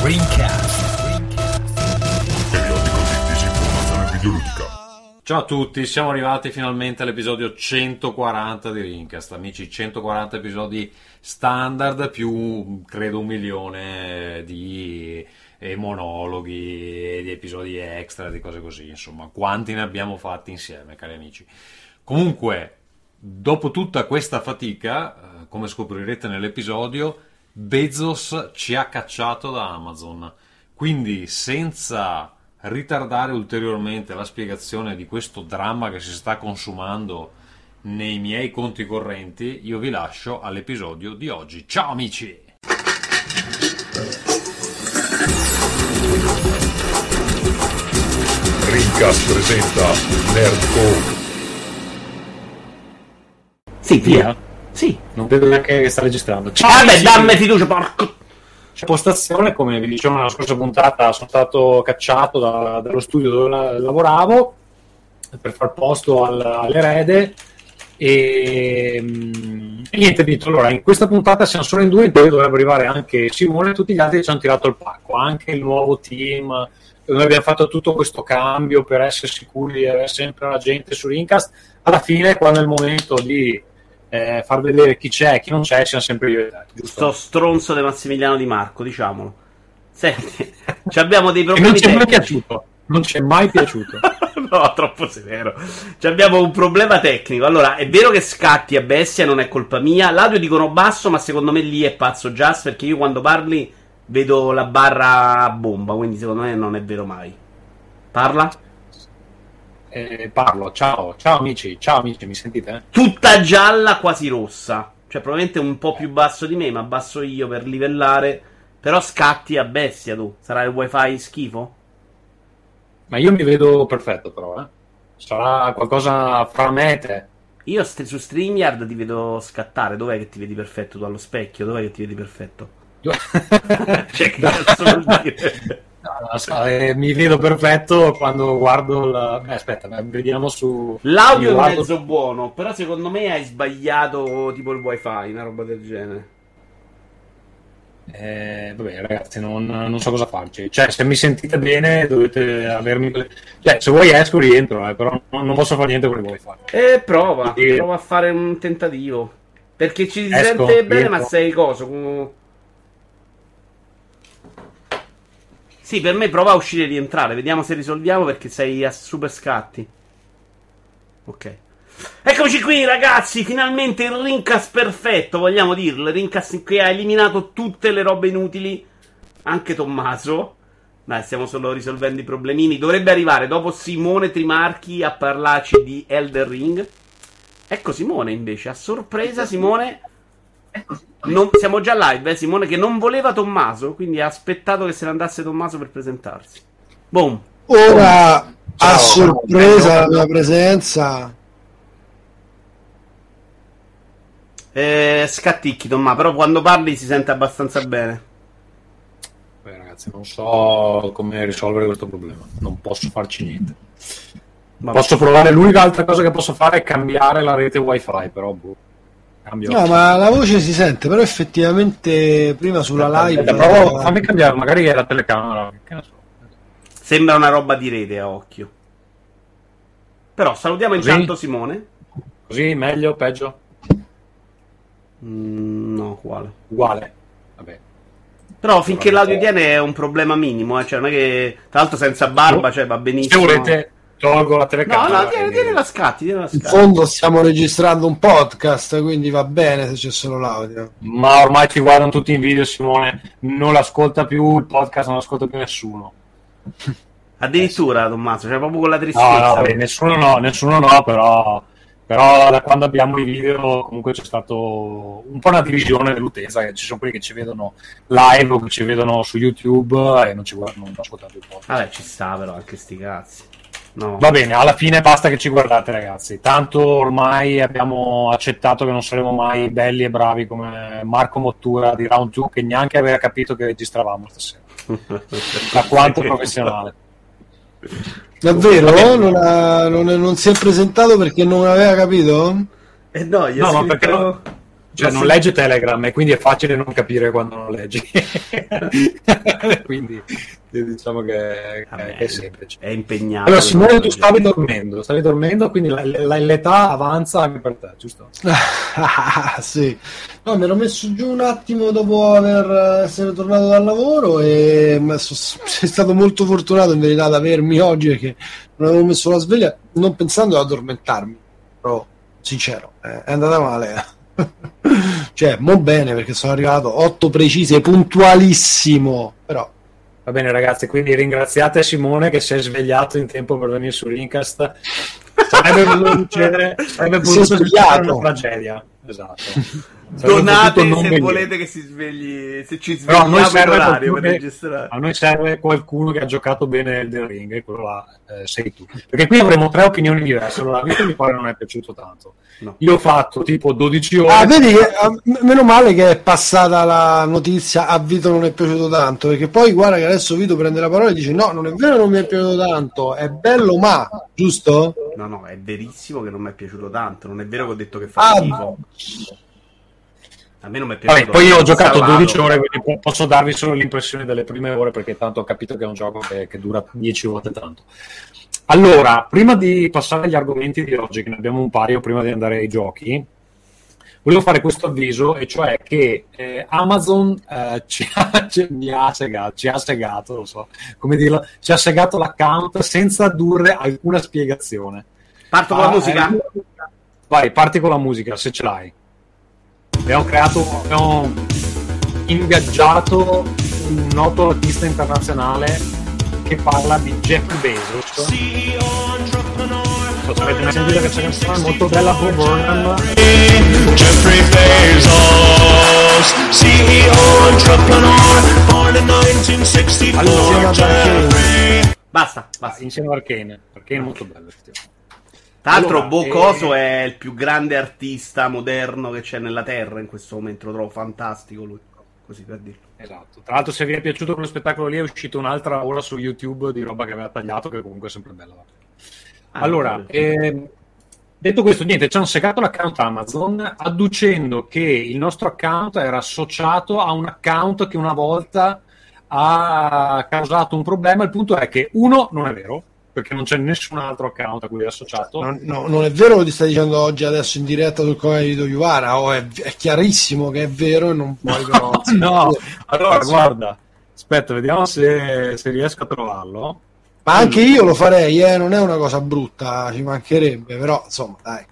Rincast. Periodico di disinformazione videoludica. Ciao a tutti, siamo arrivati finalmente all'episodio 140 di Rincast. Amici, 140 episodi standard più credo 1 milione di monologhi, di episodi extra, di cose così. Insomma, quanti ne abbiamo fatti insieme, cari amici. Comunque, dopo tutta questa fatica, come scoprirete nell'episodio, Bezos ci ha cacciato da Amazon. Quindi, senza ritardare ulteriormente la spiegazione di questo dramma che si sta consumando nei miei conti correnti, io vi lascio all'episodio di oggi. Ciao amici! Rincast presenta Nerdcore. Sì, via. Sì. Non vedo neanche che sta registrando. Ciao, vabbè, dammi fiducia, porco. Postazione, come vi dicevo nella scorsa puntata, sono stato cacciato dallo studio dove lavoravo per far posto all'erede e niente, detto, allora in questa puntata siamo solo in due, in teoria dovrebbe arrivare anche Simone e tutti gli altri ci hanno tirato il pacco, anche il nuovo team. Noi abbiamo fatto tutto questo cambio per essere sicuri di avere sempre la gente su Rincast. Alla fine, quando è il momento di far vedere chi c'è e chi non c'è, siamo sempre io e te, giusto? Sto stronzo di Massimiliano Di Marco, diciamo. Senti, abbiamo dei problemi non ci è mai tecnici. piaciuto. Non ci è mai piaciuto. No, troppo severo. Abbiamo un problema tecnico. Allora, è vero che scatti a bestia, non è colpa mia. L'audio dicono basso, ma secondo me lì è pazzo Just, perché io quando parli vedo la barra a bomba, quindi secondo me non è vero mai. Parla? Parlo, ciao amici, mi sentite? Tutta gialla, quasi rossa. Cioè, probabilmente un po' più basso di me, ma basso io per livellare. Però scatti a bestia tu. Sarà il wifi schifo? Ma io mi vedo perfetto però, Sarà qualcosa fra me e te. Io su StreamYard ti vedo scattare. Dov'è che ti vedi perfetto tu allo specchio? Dov'è che ti vedi perfetto? Cioè, che cazzo vuol dire? No, mi vedo perfetto quando guardo aspetta, vediamo su... L'audio è mezzo buono, però secondo me hai sbagliato tipo il wifi, una roba del genere. Vabbè ragazzi, non so cosa farci. Cioè, se mi sentite bene dovete avermi... Cioè, se vuoi esco, rientro, però non posso fare niente con il wifi. Prova a fare un tentativo. Perché ci si Esco, sente bene, rientro. ma sei coso... Sì, per me prova a uscire e rientrare. Vediamo se risolviamo perché sei a super scatti. Ok. Eccoci qui ragazzi, finalmente il Rincast perfetto, vogliamo dirlo. Il Rincast che ha eliminato tutte le robe inutili. Anche Tommaso. Dai, stiamo solo risolvendo i problemini. Dovrebbe arrivare dopo Simone Trimarchi a parlarci di Elden Ring. Ecco Simone invece, a sorpresa Simone... siamo già live, Simone che non voleva Tommaso, quindi ha aspettato che se ne andasse Tommaso per presentarsi. Boom. Ora Ciao, a sorpresa la mia presenza. Scatticchi Tommaso, però quando parli si sente abbastanza bene. Beh ragazzi, non so come risolvere questo problema, non posso farci niente. Vabbè. Posso provare, l'unica altra cosa che posso fare è cambiare la rete wifi, però cambio. No, ma la voce si sente, però effettivamente prima sulla live Fammi cambiare, magari è la telecamera, che ne so. Sembra una roba di rete a occhio. Però salutiamo Così? intanto Simone. Così meglio, peggio? No, Uguale. Vabbè. Però finché l'audio tiene è un problema minimo, cioè non è che tra l'altro senza barba, cioè va Se benissimo. volete tolgo la telecamera. No, tieni la scatti, in fondo stiamo registrando un podcast, quindi va bene se c'è solo l'audio. Ma ormai ci guardano tutti in video, Simone non l'ascolta più, il podcast non l'ascolta più nessuno. Addirittura Tommaso, cioè proprio con la tristezza. No, vabbè, nessuno no, però da quando abbiamo i video comunque c'è stato un po' una divisione dell'utenza, che ci sono quelli che ci vedono live o che ci vedono su YouTube e non ci guardano, non ascoltano il podcast. Vabbè, ci sta però anche sti cazzi. No. Va bene, alla fine basta che ci guardate ragazzi, tanto ormai abbiamo accettato che non saremo mai belli e bravi come Marco Mottura di Round 2, che neanche aveva capito che registravamo stasera. Da quanto professionale. Davvero? Non si è presentato perché non aveva capito? No, No, ma perché Cioè non legge Telegram e quindi è facile non capire quando non leggi. Quindi diciamo che è semplice. È impegnato. Allora Simone, tu stavi dormendo, quindi l'età avanza anche per te, giusto? Sì, no, mi ero messo giù un attimo dopo essere tornato dal lavoro e sei stato molto fortunato in verità ad avermi oggi, perché non avevo messo la sveglia non pensando ad addormentarmi, però sincero, è andata male. Cioè, mo bene, perché sono arrivato 8 precise, puntualissimo, però va bene ragazzi, quindi ringraziate Simone che si è svegliato in tempo per venire su Rincast. Sarebbe potuto succedere una tragedia. Esatto. Donate se volete che si svegli, se ci svegliamo in orario per registrare. A noi serve qualcuno che ha giocato bene Elden Ring, e quello là sei tu, perché qui avremo 3 opinioni diverse. Allora, Vito mi pare non è piaciuto tanto. No. Io ho fatto tipo 12 ore. Vedi che meno male che è passata la notizia, a Vito non è piaciuto tanto, perché poi guarda che adesso Vito prende la parola e dice no, non è vero, non mi è piaciuto tanto, è bello ma, giusto? No, è verissimo che non mi è piaciuto tanto, non è vero che ho detto che fa schifo. A me non mi è piaciuto. Vabbè, poi io ho giocato 12 ore, quindi posso darvi solo l'impressione delle prime ore, perché tanto ho capito che è un gioco che dura 10 volte tanto. Allora, prima di passare agli argomenti di oggi, che ne abbiamo un paio prima di andare ai giochi, volevo fare questo avviso, e cioè che Amazon ci ha segato, non so come dirlo, ci ha segato l'account senza addurre alcuna spiegazione. Parto con la musica? Vai, parti con la musica, se ce l'hai. Abbiamo ingaggiato un noto artista internazionale che parla di Jeff Bezos. Se avete mai sentito questa canzone è molto bella, Bob Burnham. Jeffrey Bezos, CEO entrepreneur, born in 1964. Basta. Insieme a Arcane è molto bello. Tra l'altro Bocoso è il più grande artista moderno che c'è nella terra in questo momento, lo trovo fantastico lui, così per dirlo. Esatto, tra l'altro se vi è piaciuto quello spettacolo lì è uscito un'altra ora su YouTube di roba che aveva tagliato, che comunque è sempre bella. Allora, detto questo, niente, ci hanno segato l'account Amazon adducendo che il nostro account era associato a un account che una volta ha causato un problema. Il punto è che uno non è vero, perché non c'è nessun altro account a cui è associato. No, non è vero, lo ti stai dicendo oggi adesso in diretta sul canale di Toyuara, è chiarissimo che è vero e non puoi però... No, allora guarda, aspetta, vediamo se riesco a trovarlo. Ma anche io lo farei, non è una cosa brutta, ci mancherebbe, però insomma, dai.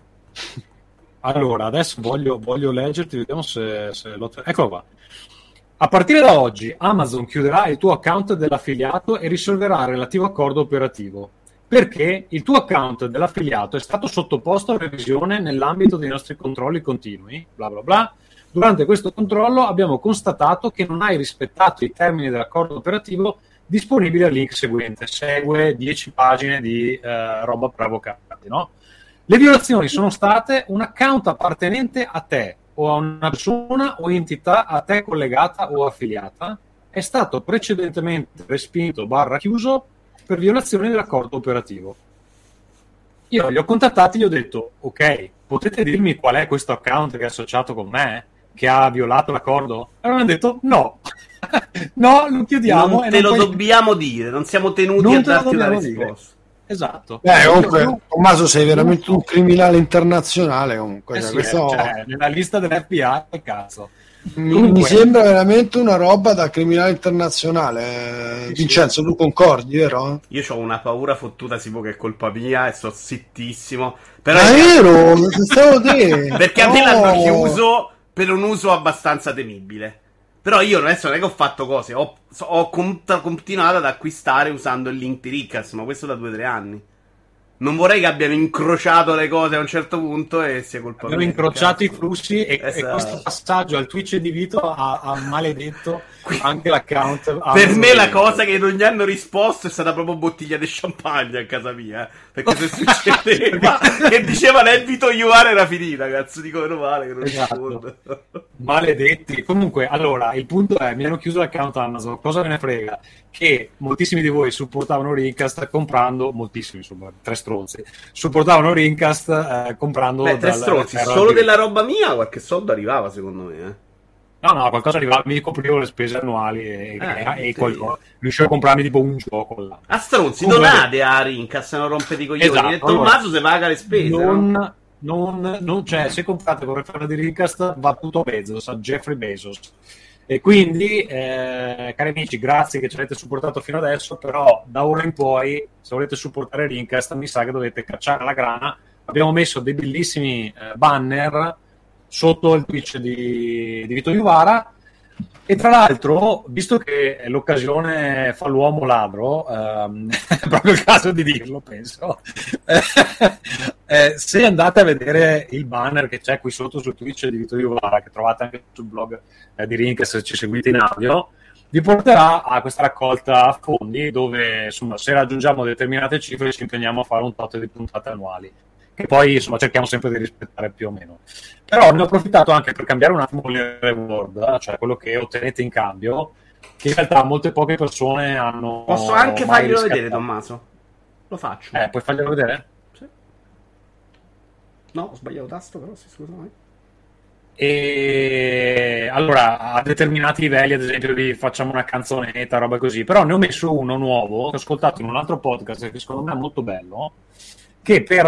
Allora, adesso voglio leggerti, vediamo se eccolo qua. A partire da oggi Amazon chiuderà il tuo account dell'affiliato e risolverà il relativo accordo operativo, perché il tuo account dell'affiliato è stato sottoposto a revisione nell'ambito dei nostri controlli continui, bla bla bla. Durante questo controllo abbiamo constatato che non hai rispettato i termini dell'accordo operativo disponibili al link seguente. Segue 10 pagine di roba per avvocati, no? Le violazioni sono state un account appartenente a te o a una persona o entità a te collegata o affiliata, è stato precedentemente respinto / chiuso per violazione dell'accordo operativo. Io li ho contattati e gli ho detto: ok, potete dirmi qual è questo account che è associato con me, che ha violato l'accordo? E mi hanno detto no. No, lo chiudiamo. Non te lo dobbiamo dire, non siamo tenuti a darti la risposta. Esatto. Comunque, Tommaso, sei veramente un criminale internazionale. Comunque, sì, questo... nella lista dell'FBI, cazzo. Mi sembra veramente una roba da criminale internazionale. Vincenzo, tu concordi, vero? Io ho una paura fottuta, Simo, che è colpa mia e sto zittissimo. Però è vero, stavo te. perché a me l'hanno chiuso per un uso abbastanza temibile. Però io adesso non è che ho fatto cose, ho continuato ad acquistare usando il link di Riccas, ma questo da 2 o 3 anni. Non vorrei che abbiano incrociato le cose a un certo punto e sia colpa mia. Abbiamo incrociato i flussi e questo passaggio al Twitch di Vito ha maledetto anche l'account. Per me la cosa che non gli hanno risposto è stata proprio bottiglia di champagne a casa mia. Perché se succedeva che dicevano Vito Iuara era finita, cazzo, dico meno male che non rispondo. Maledetti. Comunque, allora, il punto è, mi hanno chiuso l'account Amazon, cosa me ne frega? Che moltissimi di voi supportavano Rincast comprando, moltissimi, insomma, 3 stronzi supportavano Rincast comprando tre stronzi, solo della roba mia qualche soldo arrivava secondo me. No, qualcosa arrivava, mi coprivo le spese annuali e riuscivo a comprarmi tipo un gioco là. A stronzi, donate a Rincast, non rompete i coglioni. Esatto, Tommaso se paga le spese. Non cioè, se comprate con il referendum di Rincast va tutto a Bezos, a Jeffrey Bezos. E quindi, cari amici, grazie che ci avete supportato fino adesso, però da ora in poi, se volete supportare Rincast, mi sa che dovete cacciare la grana. Abbiamo messo dei bellissimi banner sotto il Twitch di Vito Iuvara, e tra l'altro, visto che l'occasione fa l'uomo ladro, è proprio il caso di dirlo, penso. Se andate a vedere il banner che c'è qui sotto sul Twitch di Vito Iuvara, che trovate anche sul blog di Rincast se ci seguite in audio, vi porterà a questa raccolta fondi dove, insomma, se raggiungiamo determinate cifre ci impegniamo a fare un tot di puntate annuali, che poi insomma cerchiamo sempre di rispettare più o meno. Però ne ho approfittato anche per cambiare un attimo il reward, cioè quello che ottenete in cambio, che in realtà molte poche persone hanno. Posso anche farglielo vedere, Tommaso? Lo faccio. Puoi farglielo vedere? Sì. No, ho sbagliato tasto, però sì, scusami. E allora a determinati livelli, ad esempio, vi facciamo una canzonetta, roba così, però ne ho messo uno nuovo che ho ascoltato in un altro podcast che secondo me è molto bello, che per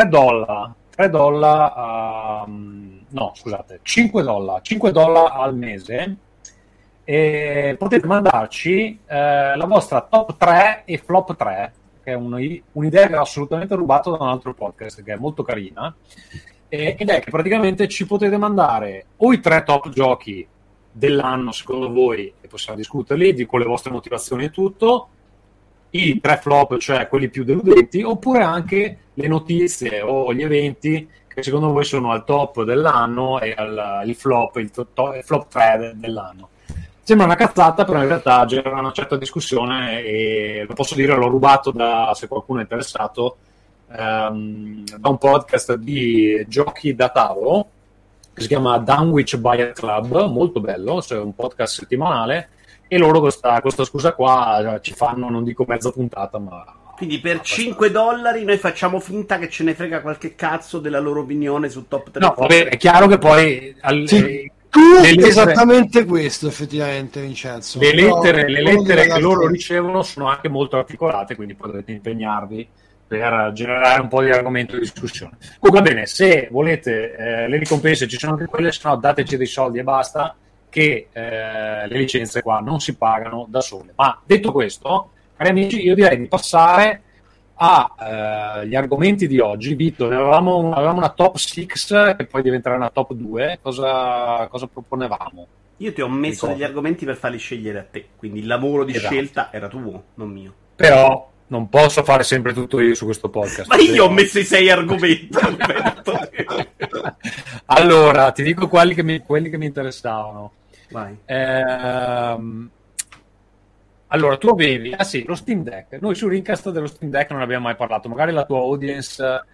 $5 al mese potete mandarci la vostra top 3 e flop 3, che è un'idea che ho assolutamente rubato da un altro podcast che è molto carina, ed è che praticamente ci potete mandare o i 3 top giochi dell'anno secondo voi, e possiamo discuterli con le vostre motivazioni e tutto, i 3 flop, cioè quelli più deludenti, oppure anche le notizie o gli eventi che secondo voi sono al top dell'anno e il flop 3 dell'anno. Sembra una cazzata, però in realtà genera una certa discussione, e lo posso dire, l'ho rubato se qualcuno è interessato, da un podcast di giochi da tavolo che si chiama Dunwich Buyer Club, molto bello, cioè un podcast settimanale, e loro questa scusa qua ci fanno, non dico mezza puntata, ma quindi per $5 noi facciamo finta che ce ne frega qualche cazzo della loro opinione su top 3. No, vabbè, è chiaro che poi esattamente questo, effettivamente, Vincenzo. Le lettere che loro ricevono sono anche molto articolate, quindi poi dovete impegnarvi per generare un po' di argomento di discussione. Comunque, va bene, se volete le ricompense ci sono anche quelle, se no dateci dei soldi e basta, che le licenze qua non si pagano da sole. Ma detto questo, cari amici, io direi di passare agli argomenti di oggi. Vito, avevamo una top 6 che poi diventerà una top 2. Cosa proponevamo? Io ti ho messo degli argomenti per farli scegliere a te, quindi il lavoro di scelta era tuo, non mio. Però non posso fare sempre tutto io su questo podcast. Ma io ho messo i 6 argomenti. Allora, ti dico quelli che mi interessavano. Vai. Allora, tu avevi lo Steam Deck. Noi su Rincast dello Steam Deck non abbiamo mai parlato. Magari la tua audience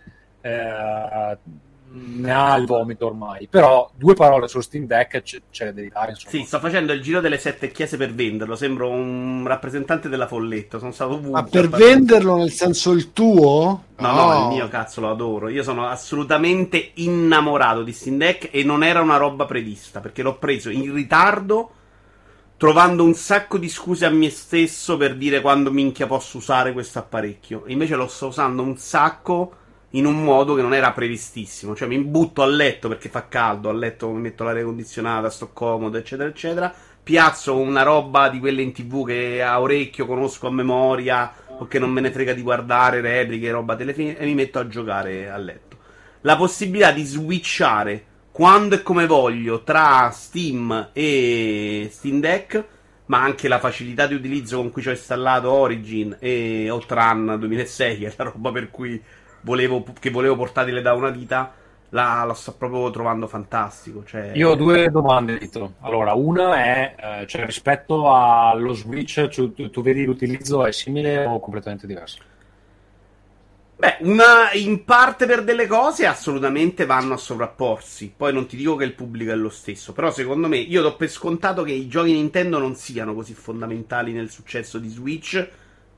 ne ha il vomito ormai. Però 2 parole sullo Steam Deck ce le devi dare, insomma. Sì, sto facendo il giro delle 7 chiese per venderlo. Sembro un rappresentante della folletta. Sono stato ovunque. Ma per venderlo nel senso il tuo? No, il mio, cazzo, lo adoro. Io sono assolutamente innamorato di Steam Deck e non era una roba prevista, perché l'ho preso in ritardo, trovando un sacco di scuse a me stesso per dire quando minchia posso usare questo apparecchio. E invece lo sto usando un sacco in un modo che non era previstissimo. Cioè mi butto a letto perché fa caldo, a letto mi metto l'aria condizionata, sto comodo, eccetera eccetera, piazzo una roba di quelle in TV che a orecchio conosco a memoria o che non me ne frega di guardare, repliche, roba telefilm, e mi metto a giocare a letto. La possibilità di switchare quando e come voglio tra Steam e Steam Deck, ma anche la facilità di utilizzo con cui ci ho installato Origin e Outrun 2006, che è la roba per cui volevo portatile da una vita, la sto proprio trovando fantastico. Cioè... Io ho 2 domande, Vito. Allora, una è, cioè, rispetto allo Switch, tu vedi l'utilizzo è simile o completamente diverso? Beh, in parte per delle cose assolutamente vanno a sovrapporsi. Poi non ti dico che il pubblico è lo stesso, però secondo me, io do per scontato che i giochi Nintendo non siano così fondamentali nel successo di Switch,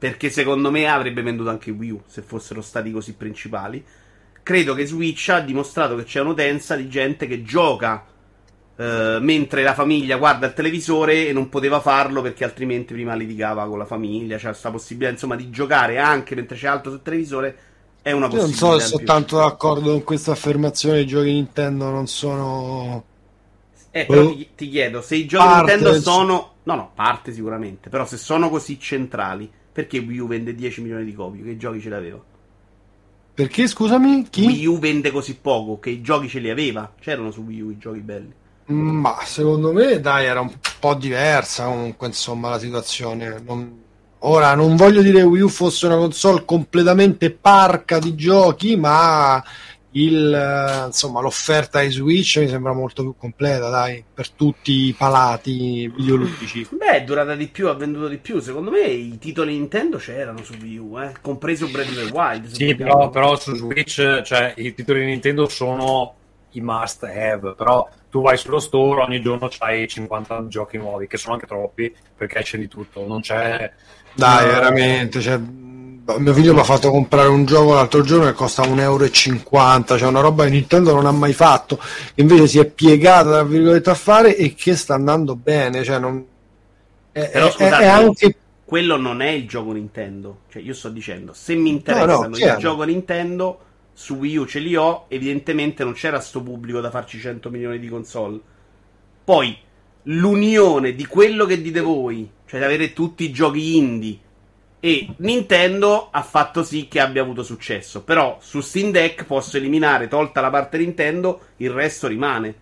perché secondo me avrebbe venduto anche Wii U se fossero stati così principali. Credo che Switch ha dimostrato che c'è un'utenza di gente che gioca mentre la famiglia guarda il televisore e non poteva farlo perché altrimenti prima litigava con la famiglia. C'è questa possibilità, insomma, di giocare anche mentre c'è altro sul televisore. È una Io non possibilità. so se sono tanto d'accordo con questa affermazione. I giochi Nintendo non sono. Però ti chiedo, se i giochi Parte Nintendo del- sono... No, parte sicuramente. Però se sono così centrali, perché Wii U vende 10 milioni di copie? Che giochi ce l'aveva? Perché, scusami? Chi? Wii U vende così poco che i giochi ce li aveva. C'erano su Wii U i giochi belli. Ma secondo me, dai, era un po' diversa comunque, insomma, la situazione. Ora, non voglio dire che Wii U fosse una console completamente parca di giochi, ma insomma, l'offerta di Switch mi sembra molto più completa, dai, per tutti i palati videoludici. Beh, è durata di più, ha venduto di più. Secondo me i titoli Nintendo c'erano su Wii U, compreso Breath of the Wild. se Sì, vogliamo. però su Switch, cioè, i titoli di Nintendo sono i must have, però tu vai sullo store, ogni giorno c'hai 50 giochi nuovi, che sono anche troppi, perché c'è di tutto, non c'è... Dai, veramente, cioè, mio figlio mi ha fatto comprare un gioco l'altro giorno che costa 1,50 €, cioè una roba che Nintendo non ha mai fatto, che invece si è piegata, tra virgolette, a fare e che sta andando bene, cioè non... Però scusate, è anche... quello non è il gioco Nintendo. Cioè, io sto dicendo, se mi interessano il chiaro. gioco Nintendo, su Wii U ce li ho. Evidentemente non c'era sto pubblico da farci 100 milioni di console. Poi, l'unione di quello che dite voi, cioè di avere tutti i giochi indie, e Nintendo ha fatto sì che abbia avuto successo. Però su Steam Deck posso eliminare, tolta la parte Nintendo, il resto rimane.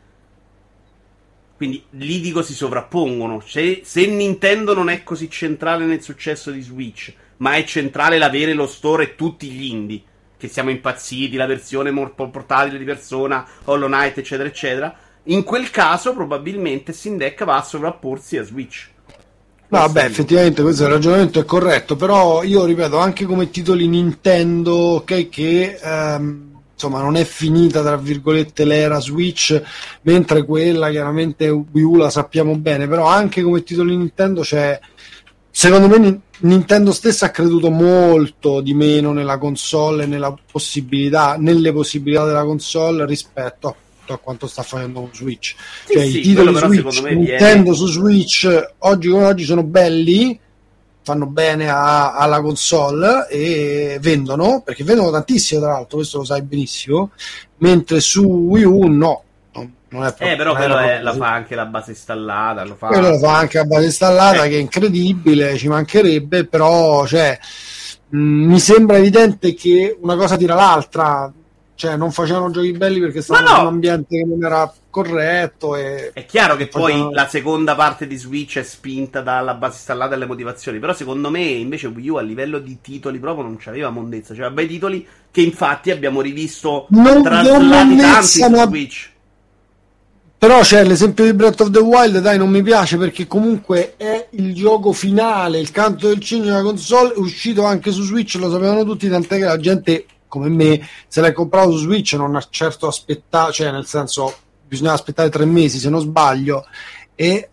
Quindi lì dico si sovrappongono. Se Nintendo non è così centrale nel successo di Switch, ma è centrale l'avere lo store e tutti gli indie, che siamo impazziti, la versione portatile di Persona, Hollow Knight, eccetera, eccetera, in quel caso probabilmente Steam Deck va a sovrapporsi a Switch. No, vabbè, effettivamente questo il ragionamento è corretto, però io ripeto, anche come titoli Nintendo, ok, che insomma non è finita, tra virgolette, l'era Switch, mentre quella chiaramente Wii U la sappiamo bene, però anche come titoli Nintendo c'è, secondo me Nintendo stessa ha creduto molto di meno nella console e nelle possibilità della console rispetto a quanto sta facendo con Switch. Sì, Cioè sì, i titoli quello però Switch, secondo me Nintendo su Switch oggi come oggi sono belli, fanno bene alla console e vendono, perché vendono tantissimo, tra l'altro, questo lo sai benissimo, mentre su Wii U no, non è proprio, però non quello era proprio la così. fa anche la base installata, lo fa... Quello lo fa anche a base installata, che è incredibile, ci mancherebbe, però cioè, mi sembra evidente che una cosa tira l'altra, cioè non facevano giochi belli perché stavano in un ambiente che non era corretto e... È chiaro che poi facevano... la seconda parte di Switch è spinta dalla base installata e alle motivazioni, però secondo me invece Wii U a livello di titoli proprio non c'aveva mondezza, c'aveva bei titoli che infatti abbiamo rivisto traslati tanti su Switch. Però c'è l'esempio di Breath of the Wild, dai, non mi piace perché comunque è il gioco finale, il canto del cigno della console, è uscito anche su Switch, lo sapevano tutti, tant'è che la gente come me se l'è comprato su Switch non ha certo aspettato, cioè nel senso bisognava aspettare 3 mesi se non sbaglio, e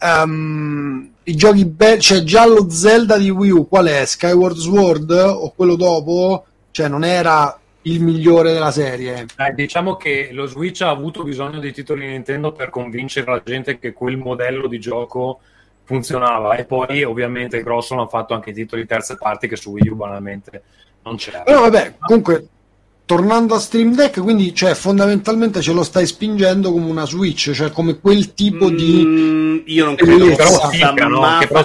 i giochi belli, cioè già lo Zelda di Wii U qual è? Skyward Sword o quello dopo? Cioè non era il migliore della serie. Diciamo che lo Switch ha avuto bisogno di titoli Nintendo per convincere la gente che quel modello di gioco funzionava, e poi ovviamente grosso hanno fatto anche titoli terze parti che su Wii U banalmente non c'era. Però vabbè, comunque tornando a Stream Deck, quindi cioè fondamentalmente ce lo stai spingendo come una Switch, cioè come quel tipo di... Io non credo però figa, no? Che però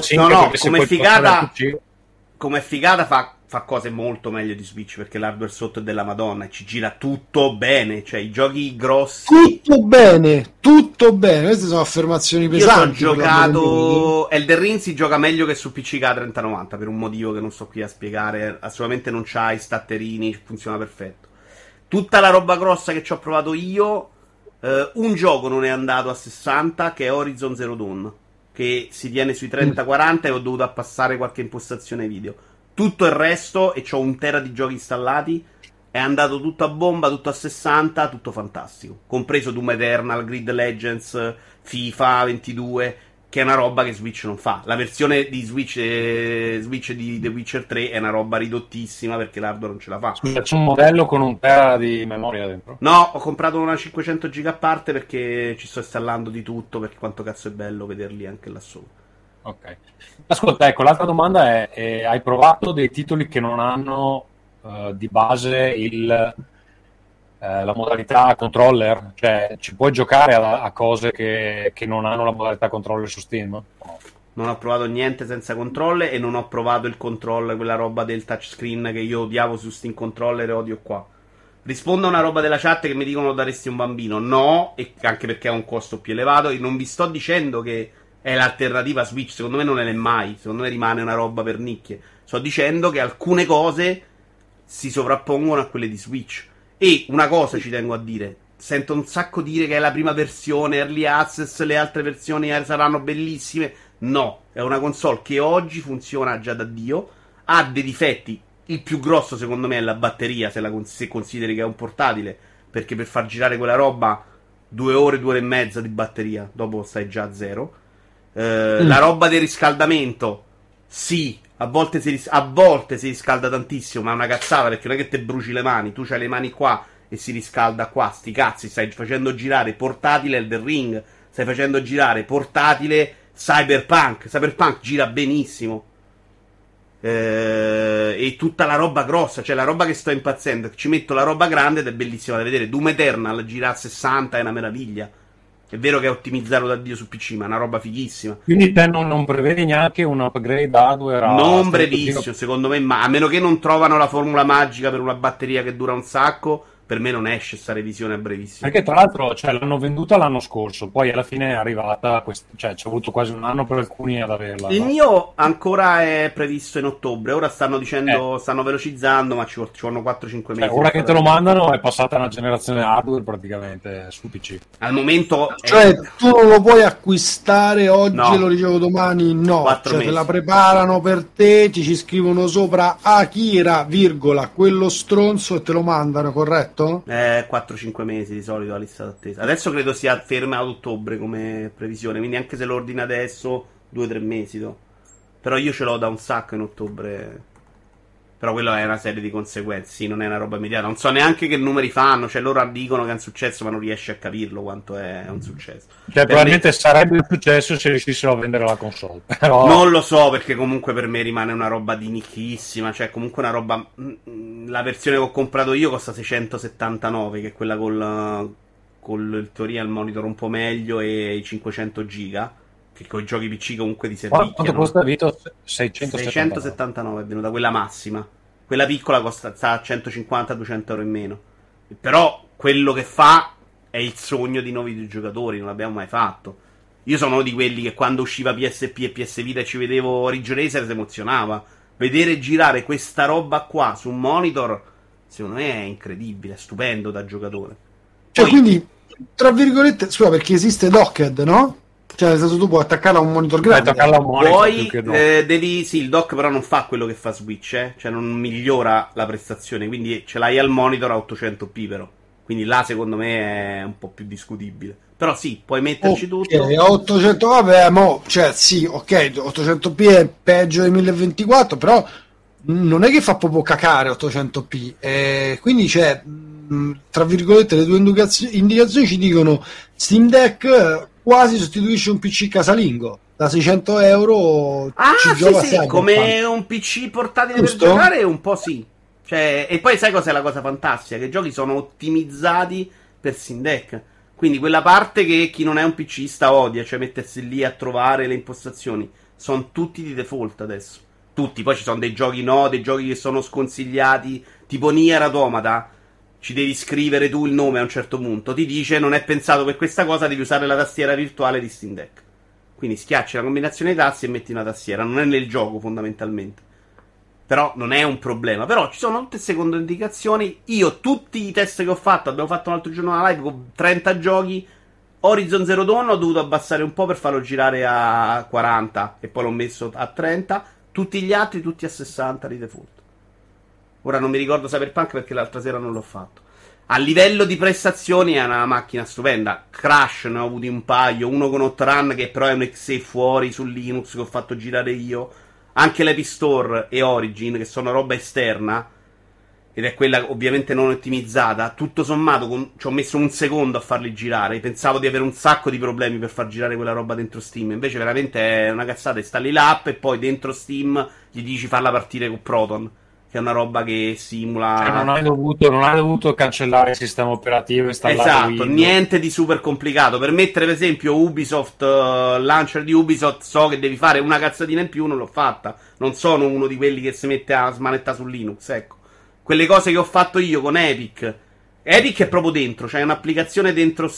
come figata fa cose molto meglio di Switch, perché l'hardware sotto è della Madonna e ci gira tutto bene, cioè i giochi grossi tutto bene, queste sono affermazioni pesanti. Io ho giocato Elden Ring, si gioca meglio che su PC che 3090 per un motivo che non sto qui a spiegare, assolutamente non c'ha i statterini, funziona perfetto. Tutta la roba grossa che ci ho provato io, un gioco non è andato a 60, che è Horizon Zero Dawn, che si tiene sui 30-40 e ho dovuto abbassare qualche impostazione video. Tutto il resto, e c'ho 1 tera di giochi installati, è andato tutto a bomba, tutto a 60, tutto fantastico, compreso Doom Eternal, Grid Legends, FIFA 22. che è una roba che Switch non fa. La versione di Switch di The Witcher 3 è una roba ridottissima perché l'hardware non ce la fa. Scusa, c'è un modello con un tera di memoria dentro? No, ho comprato una 500 giga a parte perché ci sto installando di tutto, perché quanto cazzo è bello vederli anche là sopra. Ok. Ascolta, ecco, l'altra domanda è hai provato dei titoli che non hanno di base la modalità controller? Cioè, ci puoi giocare a cose che non hanno la modalità controller su Steam? No. Non ho provato niente senza controller e non ho provato il controller, quella roba del touchscreen che io odiavo su Steam Controller e odio qua. Rispondo a una roba della chat che mi dicono lo daresti a un bambino. No, e anche perché ha un costo più elevato. E non vi sto dicendo che è l'alternativa Switch, secondo me non è mai. Secondo me rimane una roba per nicchie. Sto dicendo che alcune cose si sovrappongono a quelle di Switch. E una cosa ci tengo a dire, sento un sacco dire che è la prima versione, Early Access, le altre versioni saranno bellissime. No, è una console che oggi funziona già da Dio, ha dei difetti. Il più grosso secondo me è la batteria, se consideri che è un portatile, perché per far girare quella roba 2 ore, 2 ore e mezza di batteria, dopo stai già a zero. La roba del riscaldamento, sì, a volte si riscalda tantissimo, ma è una cazzata perché non è che te bruci le mani, tu c'hai le mani qua e si riscalda qua, sti cazzi, stai facendo girare portatile Elden Ring, stai facendo girare portatile Cyberpunk gira benissimo. E tutta la roba grossa, cioè la roba che sto impazzendo, ci metto la roba grande ed è bellissima da vedere. Doom Eternal gira a 60 è una meraviglia. È vero che è ottimizzato da Dio su PC, ma è una roba fighissima. Quindi te non prevedi neanche un upgrade hardware? Non brevissimo, secondo me, ma a meno che non trovano la formula magica per una batteria che dura un sacco, per me non esce sta revisione a brevissimo. Perché tra l'altro l'hanno venduta l'anno scorso, poi alla fine è arrivata, cioè ci è voluto quasi un anno per alcuni ad averla. Il mio ancora è previsto in ottobre, ora stanno dicendo, stanno velocizzando, ma ci vogliono 4-5 mesi. Ora che te lo mandano è passata una generazione hardware praticamente su PC. Al momento... Cioè tu non lo puoi acquistare oggi No. e lo ricevo domani? No, 4 cioè mesi. te la preparano per te, ti ci scrivono sopra Akira, virgola, quello stronzo e te lo mandano, corretto? 4-5 mesi di solito la lista d'attesa. Adesso credo sia ferma ad ottobre come previsione, quindi anche se lo ordina adesso 2-3 mesi però io ce l'ho da un sacco in ottobre. Però quello è una serie di conseguenze, sì, non è una roba immediata. Non so neanche che numeri fanno, cioè loro dicono che è un successo ma non riesci a capirlo quanto è un successo. Cioè, Per probabilmente sarebbe un successo se riuscissero a vendere la console. Però... Non lo so, perché comunque per me rimane una roba di nicchissima. Cioè, comunque una roba. La versione che ho comprato io costa 679, che è quella col in teoria il monitor un po' meglio e i 500 giga. Che con i giochi PC comunque ti servicchiano. Quanto costa Vito? 679 è venuta quella massima. Quella piccola sta a 150-200 euro in meno. Però quello che fa è il sogno di nuovi videogiocatori, non l'abbiamo mai fatto. Io sono uno di quelli che quando usciva PSP e PS Vita e ci vedevo Ridge Racer si emozionava. Vedere girare questa roba qua su un monitor, secondo me è incredibile, è stupendo da giocatore. Cioè quindi, tra virgolette, scusa, perché esiste Docked, no? Cioè nel senso tu puoi attaccarla a un monitor grande. Poi sì, il dock però non fa quello che fa Switch, cioè non migliora la prestazione, quindi ce l'hai al monitor a 800p però. Quindi là secondo me è un po' più discutibile. Però sì, puoi metterci tutto. 800, vabbè, cioè sì, ok, 800p è peggio di 1024, però non è che fa proprio cacare 800p. Quindi c'è, tra virgolette, le due indicazioni ci dicono Steam Deck quasi sostituisce un PC casalingo. Da 600 euro ci gioca sì, come un PC portatile giusto? Per giocare, un po' sì. Cioè, e poi sai cos'è la cosa fantastica? Che i giochi sono ottimizzati per Steam Deck. Quindi quella parte che chi non è un PCista odia, cioè mettersi lì a trovare le impostazioni, sono tutti di default adesso. Tutti, poi ci sono dei giochi dei giochi che sono sconsigliati, tipo Nier Automata. Ci devi scrivere tu il nome a un certo punto. Ti dice non è pensato per questa cosa, devi usare la tastiera virtuale di Steam Deck. Quindi schiacci la combinazione dei tasti e metti una tastiera. Non è nel gioco fondamentalmente. Però non è un problema. Però ci sono tutte secondo indicazioni. Io tutti i test che ho fatto, abbiamo fatto un altro giorno una live con 30 giochi. Horizon Zero Dawn ho dovuto abbassare un po' per farlo girare a 40 e poi l'ho messo a 30. Tutti gli altri tutti a 60 di default. Ora non mi ricordo Cyberpunk perché l'altra sera non l'ho fatto. A livello di prestazioni è una macchina stupenda. Crash ne ho avuti un paio, uno con Outrun che però è un exe fuori su Linux che ho fatto girare io. Anche l'Epic Store e Origin, che sono roba esterna, ed è quella ovviamente non ottimizzata. Tutto sommato ci ho messo un secondo a farli girare. Pensavo di avere un sacco di problemi per far girare quella roba dentro Steam. Invece veramente è una cazzata. Installi l'app e poi dentro Steam gli dici farla partire con Proton, che è una roba che simula. Cioè, non hai dovuto cancellare il sistema operativo, installare Esatto, Windows. niente di super complicato. Per mettere per esempio Ubisoft, launcher di Ubisoft, so che devi fare una cazzatina in più, non l'ho fatta. Non sono uno di quelli che si mette a smanettare su Linux, ecco. Quelle cose che ho fatto io con Epic. Epic è proprio dentro, c'è un'applicazione dentro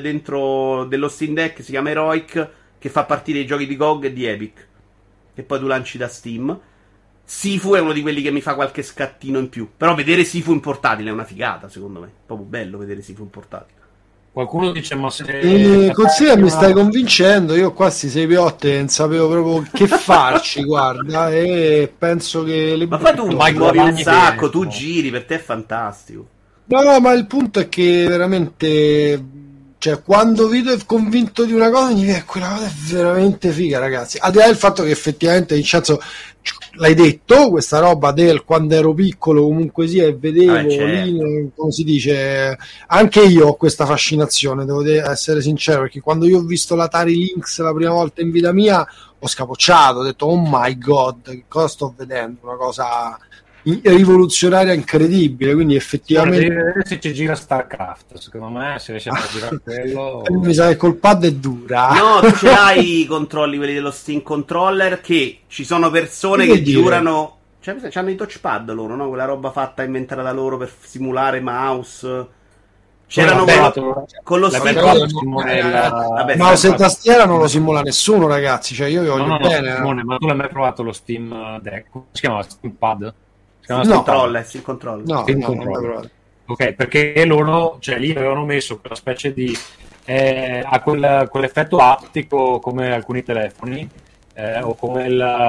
dello Steam Deck, si chiama Heroic, che fa partire i giochi di GOG e di Epic. E poi tu lanci da Steam. Sifu è uno di quelli che mi fa qualche scattino in più. Però vedere Sifu in portatile è una figata, secondo me. È proprio bello vedere Sifu in portatile. Qualcuno dice, ma se... Consiglia, mi stai convincendo. Io qua sti 6 piotte non sapevo proprio che farci, guarda, e penso che le Ma poi tu Mike muovi un Guadagni sacco, che- tu giri, per te è fantastico. No, ma il punto è che veramente, cioè, quando vedo e convinto di una cosa, mi dico, quella cosa è veramente figa, ragazzi. Al di là del fatto che effettivamente, Vincenzo, l'hai detto, questa roba del quando ero piccolo, comunque sia, e vedevo certo. lì, come si dice, anche io ho questa fascinazione, devo essere sincero, perché quando io ho visto l'Atari Lynx la prima volta in vita mia, ho scapocciato, ho detto, oh my god, che cosa sto vedendo? Una cosa rivoluzionaria incredibile, quindi Devi effettivamente vedere se ci gira StarCraft. Secondo me, se riesci a far girare quello... mi sa che col pad è dura. No, tu ce l'hai i controlli, quelli dello Steam Controller, che ci sono persone Che che dire? giurano. Cioè, c'hanno i touchpad loro, no? Quella roba fatta, inventata da loro per simulare mouse. C'erano Vabbè, con lo l'hai Steam provato, Controller. Simone, il- Vabbè, Mouse e sai, tastiera non lo simula nessuno, ragazzi, cioè io vi voglio No, bene. Simone, ma tu l'hai mai provato lo Steam Deck? Come si chiama? Steam Pad? Si chiama No. Steam Pad? controller, Steam Controller. No, Steam no, non l'ho Controller. provato. Ok, perché loro, cioè lì avevano messo quella specie di... ha quell'effetto attico come alcuni telefoni, o come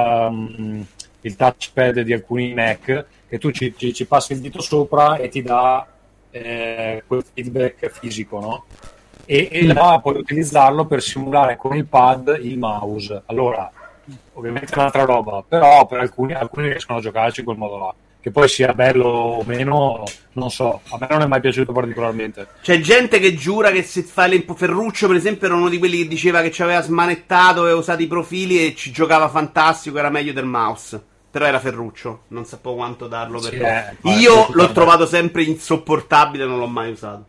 il touchpad di alcuni Mac, che tu ci passi il dito sopra e ti dà quel feedback fisico, no? E là puoi utilizzarlo per simulare con il pad il mouse. Allora, ovviamente è un'altra roba, però per alcuni riescono a giocarci in quel modo là. Che poi sia bello o meno, non so, a me non è mai piaciuto particolarmente. C'è gente che giura che se fa Ferruccio, per esempio, era uno di quelli che diceva che ci aveva smanettato, aveva usato i profili e ci giocava fantastico, era meglio del mouse. Però era Ferruccio, non sapevo quanto darlo per Sì, Io l'ho guarda. trovato sempre insopportabile, non l'ho mai usato.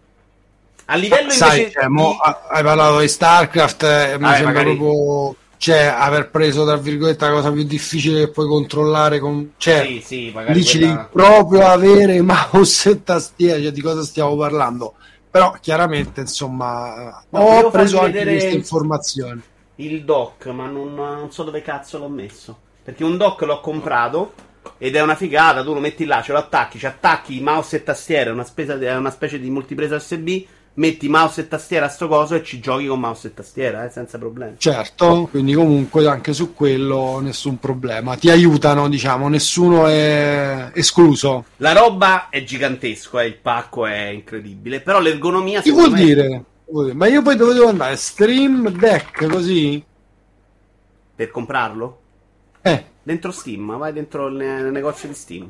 A livello Sai, invece cioè, hai parlato di StarCraft, mi sembra magari. proprio, cioè, aver preso, tra virgolette, la cosa più difficile che puoi controllare con, cioè, sì, magari lì ci quella- devi proprio avere mouse e tastiera, cioè, di cosa stiamo parlando. Però chiaramente, insomma, No, ho volevo preso farvi anche vedere queste informazioni. il dock, ma non so dove cazzo l'ho messo. Perché un dock l'ho comprato ed è una figata, tu lo metti là, ce lo attacchi, ci attacchi mouse e tastiera, è una specie di multipresa USB, metti mouse e tastiera a sto coso e ci giochi con mouse e tastiera, senza problemi. Certo, quindi comunque anche su quello nessun problema. Ti aiutano, diciamo, nessuno è escluso. La roba è gigantesco, il pacco è incredibile, però l'ergonomia Che secondo vuol me, dire? Ma io poi dove devo andare? Stream Deck così? per comprarlo, dentro Steam, vai dentro il negozio di Steam.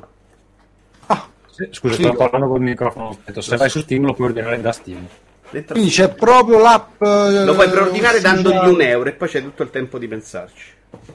Ah, Scusa, sì. sto parlando col microfono. Aspetta, se vai su Steam lo puoi ordinare da Steam. Dentro quindi Steam. c'è proprio l'app. Lo puoi preordinare dandogli ufficiale. €1 e poi c'è tutto il tempo di pensarci.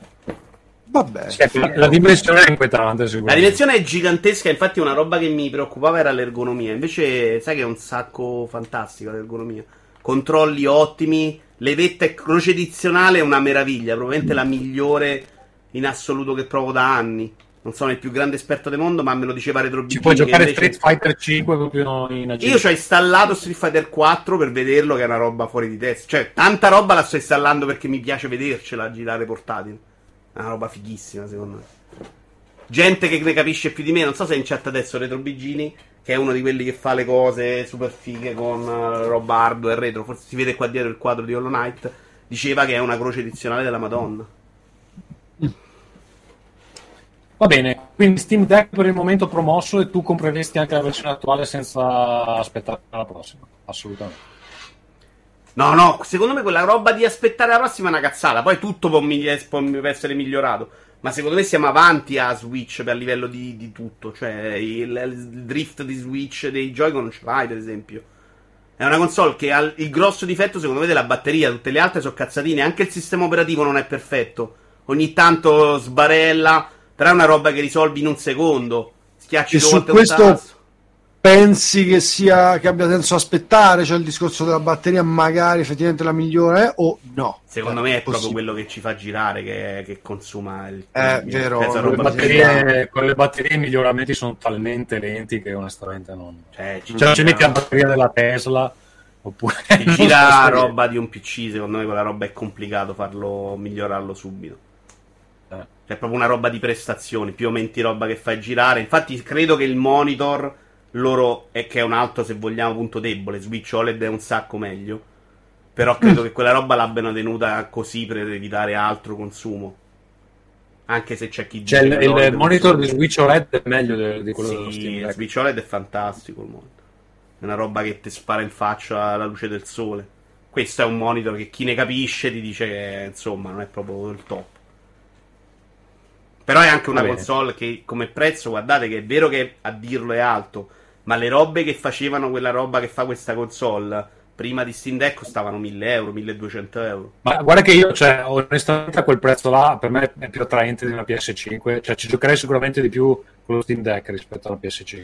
Vabbè, La dimensione è inquietante, La sicuramente. dimensione è gigantesca, infatti una roba che mi preoccupava era l'ergonomia. Invece, sai che è un sacco fantastica l'ergonomia. Controlli ottimi, levetta crocedizionale è una meraviglia, probabilmente la migliore in assoluto che provo da anni. Non sono il più grande esperto del mondo, ma me lo diceva Retro Ci Bikini, puoi che giocare invece- Street Fighter 5 proprio in agile. Io ci ho installato Street Fighter 4 per vederlo, che è una roba fuori di testa. Cioè, tanta roba la sto installando perché mi piace vedercela a girare portatile. È una roba fighissima, secondo me. Gente che ne capisce più di me, non so se è in chat adesso Retro Bigini, che è uno di quelli che fa le cose super fighe con roba hardware retro, forse si vede qua dietro il quadro di Hollow Knight, diceva che è una croce edizionale della Madonna. Va bene, Quindi Steam Deck per il momento promosso, e tu compreresti anche la versione attuale senza aspettare la prossima? Assolutamente. No, secondo me quella roba di aspettare la prossima è una cazzata. Poi tutto può essere migliorato. Ma secondo me siamo avanti a Switch per livello di tutto. Cioè il drift di Switch dei Joy-Con non ce l'hai, per esempio. È una console che ha il grosso difetto, secondo me, della batteria. Tutte le altre sono cazzatine. Anche il sistema operativo non è perfetto. Ogni tanto sbarella. Però è una roba che risolvi in un secondo. Schiacci due volte un tasto. Pensi che abbia senso aspettare? Cioè il discorso della batteria magari effettivamente la migliore o no? Secondo me è proprio quello che ci fa girare che consuma il vero. Con le batterie i miglioramenti sono talmente lenti che onestamente non... ci metti la batteria della Tesla oppure... gira la roba di un PC, secondo me quella roba è complicato migliorarlo subito. È proprio una roba di prestazioni, più aumenti roba che fai girare. Infatti credo che il monitor loro è che è un altro, se vogliamo, punto debole. Switch OLED è un sacco meglio, però credo che quella roba l'abbiano tenuta così per evitare altro consumo, anche se c'è chi dice il monitor di Switch OLED è meglio di quello dello Steam Deck. Switch OLED è fantastico il monitor, è una roba che ti spara in faccia la luce del sole. Questo è un monitor che chi ne capisce ti dice che insomma non è proprio il top. Però è anche una console che come prezzo, guardate che è vero che a dirlo è alto, ma le robe che facevano quella roba che fa questa console prima di Steam Deck costavano 1.000 euro, 1.200 euro. Ma guarda che io, onestamente a quel prezzo là per me è più attraente di una PS5, ci giocherei sicuramente di più con lo Steam Deck rispetto alla PS5.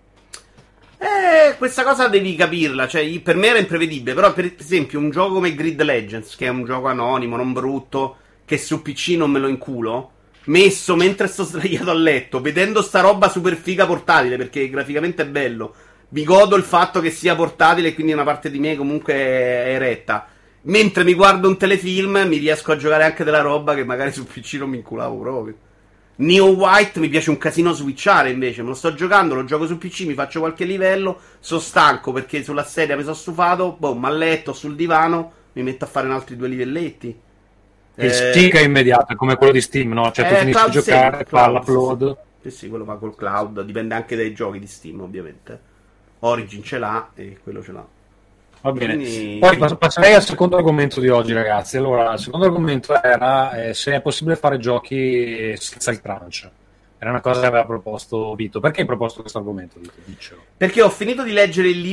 Questa cosa devi capirla, per me era imprevedibile, però per esempio un gioco come Grid Legends, che è un gioco anonimo, non brutto, che su PC non me lo inculo, messo mentre sto sdraiato a letto, vedendo sta roba super figa portatile, perché graficamente è bello, mi godo il fatto che sia portatile e quindi una parte di me comunque è eretta. Mentre mi guardo un telefilm mi riesco a giocare anche della roba che magari su PC non mi inculavo proprio. Neo White mi piace un casino switchare, invece me lo sto giocando, lo gioco su PC, mi faccio qualche livello, sono stanco perché sulla sedia mi sono stufato, boom, a letto, sul divano, mi metto a fare un altri 2 livelletti. Il stick è immediato, è come quello di Steam, no? Cioè tu finisci di giocare, fa l'upload. Sì, quello va col cloud, dipende anche dai giochi di Steam, ovviamente. Origin ce l'ha e quello ce l'ha. Va bene. Quindi... Poi passerei al secondo argomento di oggi, ragazzi. Allora, il secondo argomento era se è possibile fare giochi senza il crunch. Era una cosa che aveva proposto Vito. Perché hai proposto questo argomento, Vito? Diccelo. Perché ho finito di leggere il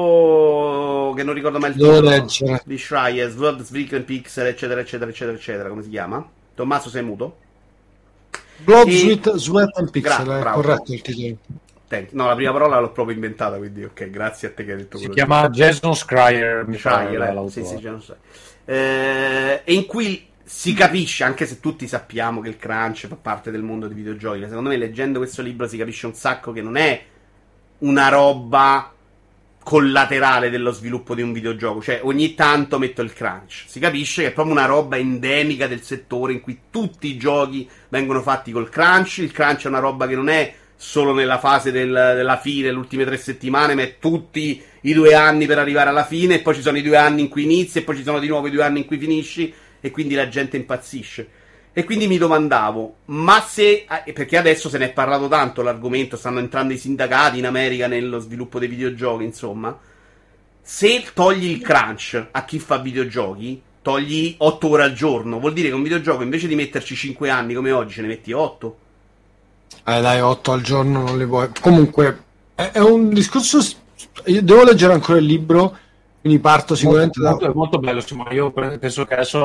libro che non ricordo mai il titolo di Schreier, Sword, Sprinkle and Pixel, eccetera, eccetera, eccetera, eccetera. Come si chiama? Tommaso, sei muto? Blood, Sweat and Pixel, è corretto il titolo. No, la prima parola l'ho proprio inventata, quindi ok, grazie a te che hai detto quello. Si chiama Jason Schreier, sì, Jason Schreier. E in cui si capisce, anche se tutti sappiamo che il crunch fa parte del mondo dei videogiochi, ma secondo me leggendo questo libro si capisce un sacco che non è una roba collaterale dello sviluppo di un videogioco, cioè ogni tanto metto il crunch, si capisce che è proprio una roba endemica del settore in cui tutti i giochi vengono fatti col crunch. Il crunch è una roba che non è solo nella fase della fine, le ultime 3 settimane, ma è tutti i 2 anni per arrivare alla fine, e poi ci sono i 2 anni in cui inizi e poi ci sono di nuovo i 2 anni in cui finisci, e quindi la gente impazzisce. E quindi mi domandavo, ma se, perché adesso se ne è parlato tanto l'argomento, stanno entrando i sindacati in America nello sviluppo dei videogiochi, insomma, se togli il crunch a chi fa videogiochi, togli 8 ore al giorno, vuol dire che un videogioco invece di metterci 5 anni come oggi ce ne metti 8. Dai, 8 al giorno non le vuoi. Comunque è un discorso. Io devo leggere ancora il libro, quindi parto sicuramente è molto bello, ma io penso che adesso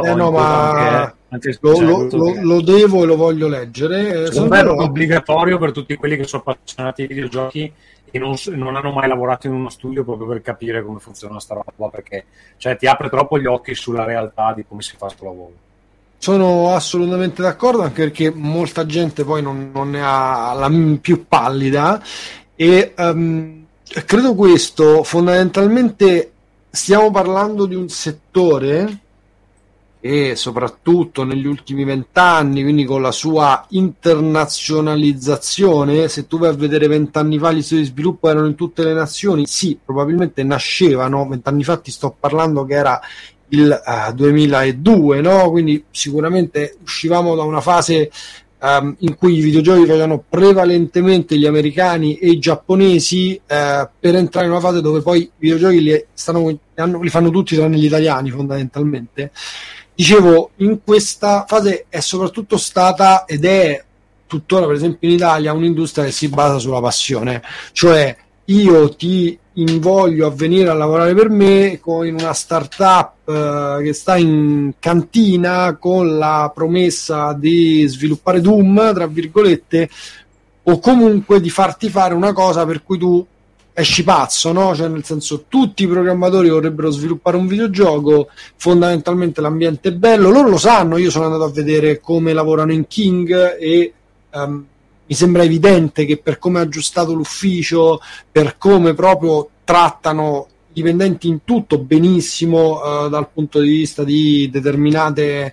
lo devo e lo voglio leggere. È obbligatorio per tutti quelli che sono appassionati di videogiochi e non hanno mai lavorato in uno studio, proprio per capire come funziona sta roba, perché ti apre troppo gli occhi sulla realtà di come si fa sto lavoro. Sono assolutamente d'accordo, anche perché molta gente poi non ne ha la più pallida, e credo questo fondamentalmente stiamo parlando di un settore che soprattutto negli ultimi 20 anni, quindi con la sua internazionalizzazione, se tu vai a vedere 20 anni fa gli studi di sviluppo erano in tutte le nazioni, sì, probabilmente nascevano, 20 anni fa ti sto parlando che era il 2002, no? Quindi sicuramente uscivamo da una fase in cui i videogiochi facevano prevalentemente gli americani e i giapponesi, per entrare in una fase dove poi i videogiochi li fanno tutti tranne gli italiani fondamentalmente. Dicevo, in questa fase è soprattutto stata ed è tuttora, per esempio in Italia, un'industria che si basa sulla passione, cioè io ti invoglio a venire a lavorare per me in una startup che sta in cantina con la promessa di sviluppare Doom, tra virgolette, o comunque di farti fare una cosa per cui tu esci pazzo, no? Cioè, nel senso, tutti i programmatori vorrebbero sviluppare un videogioco, fondamentalmente l'ambiente è bello, loro lo sanno, io sono andato a vedere come lavorano in King e mi sembra evidente che per come è aggiustato l'ufficio, per come proprio trattano i dipendenti in tutto benissimo, dal punto di vista di determinate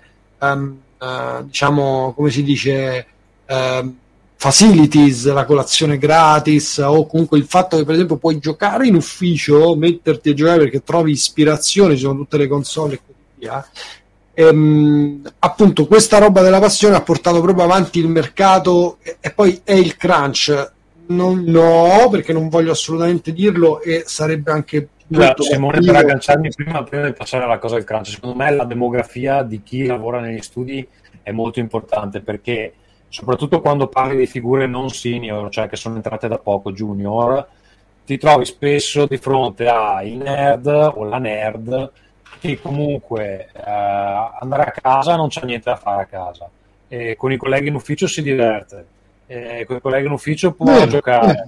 diciamo, come si dice, facilities, la colazione gratis, o comunque il fatto che per esempio puoi giocare in ufficio, metterti a giocare perché trovi ispirazione, ci sono tutte le console e così via. Appunto questa roba della passione ha portato proprio avanti il mercato, e poi è il crunch. No, perché non voglio assolutamente dirlo, e sarebbe anche molto Simone, per agganciarmi prima di passare alla cosa del crunch, secondo me la demografia di chi lavora negli studi è molto importante, perché soprattutto quando parli di figure non senior, cioè che sono entrate da poco, junior, ti trovi spesso di fronte al nerd o la nerd che comunque andare a casa non c'è niente da fare a casa, e con i colleghi in ufficio si diverte, con i colleghi in ufficio può giocare,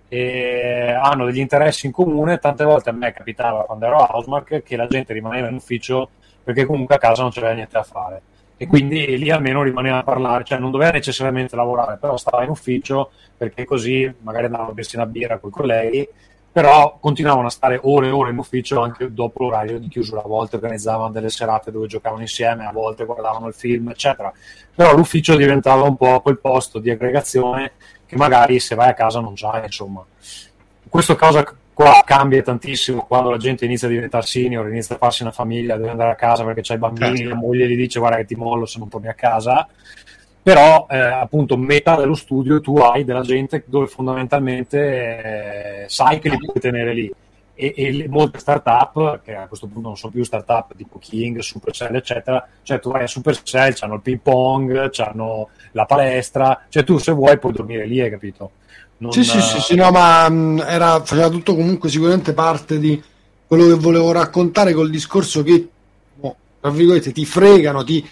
e hanno degli interessi in comune. Tante volte a me capitava, quando ero a Housemarque, che la gente rimaneva in ufficio perché comunque a casa non c'era niente da fare, e quindi lì almeno rimaneva a parlare, cioè non doveva necessariamente lavorare, però stava in ufficio perché così magari andava a bersi una birra con i colleghi, però continuavano a stare ore e ore in ufficio anche dopo l'orario di chiusura. A volte organizzavano delle serate dove giocavano insieme, a volte guardavano il film, eccetera. Però l'ufficio diventava un po' quel posto di aggregazione che magari se vai a casa non c'hai, insomma. Questa cosa qua cambia tantissimo quando la gente inizia a diventare senior, inizia a farsi una famiglia, deve andare a casa perché c'hai i bambini, la moglie gli dice guarda che ti mollo se non torni a casa. Però appunto metà dello studio tu hai della gente dove fondamentalmente sai che li puoi tenere lì, e molte startup, che a questo punto non sono più startup tipo King, Supercell eccetera, cioè tu vai a Supercell, c'hanno il ping pong, c'hanno la palestra, cioè tu se vuoi puoi dormire lì, hai capito? Sì, no, ma faceva tutto comunque sicuramente parte di quello che volevo raccontare, col discorso che tra virgolette ti fregano, ti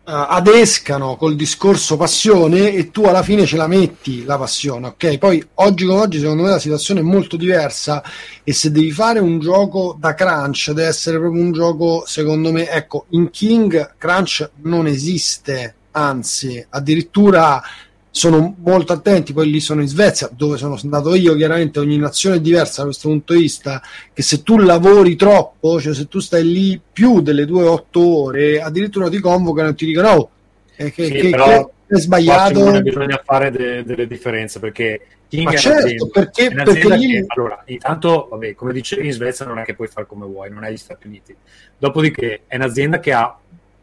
adescano col discorso passione, e tu alla fine ce la metti la passione, ok? Poi oggi come oggi secondo me la situazione è molto diversa, e se devi fare un gioco da crunch deve essere proprio un gioco, secondo me, ecco, in King crunch non esiste, anzi addirittura sono molto attenti. Poi lì sono in Svezia, dove sono andato io, chiaramente ogni nazione è diversa da questo punto di vista, che se tu lavori troppo, cioè se tu stai lì più delle 2-8 ore, addirittura ti convocano e ti dicono no, che è sbagliato. Bisogna fare delle differenze, perché King ma è certo, perché che, allora, intanto, vabbè, come dicevi, in Svezia non è che puoi fare come vuoi, non è gli Stati Uniti. Dopodiché è un'azienda che ha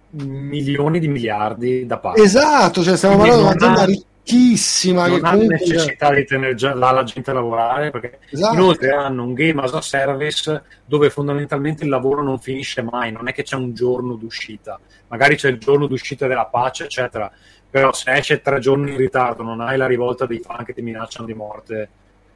milioni di miliardi da parte. Esatto, cioè stiamo parlando di un'azienda ricchissima, non che ha comunque necessità di tenere già la gente a lavorare, perché inoltre hanno un game as a service dove fondamentalmente il lavoro non finisce mai, non è che c'è un giorno d'uscita, magari c'è il giorno d'uscita della pace eccetera, però se esce 3 giorni in ritardo non hai la rivolta dei fan che ti minacciano di morte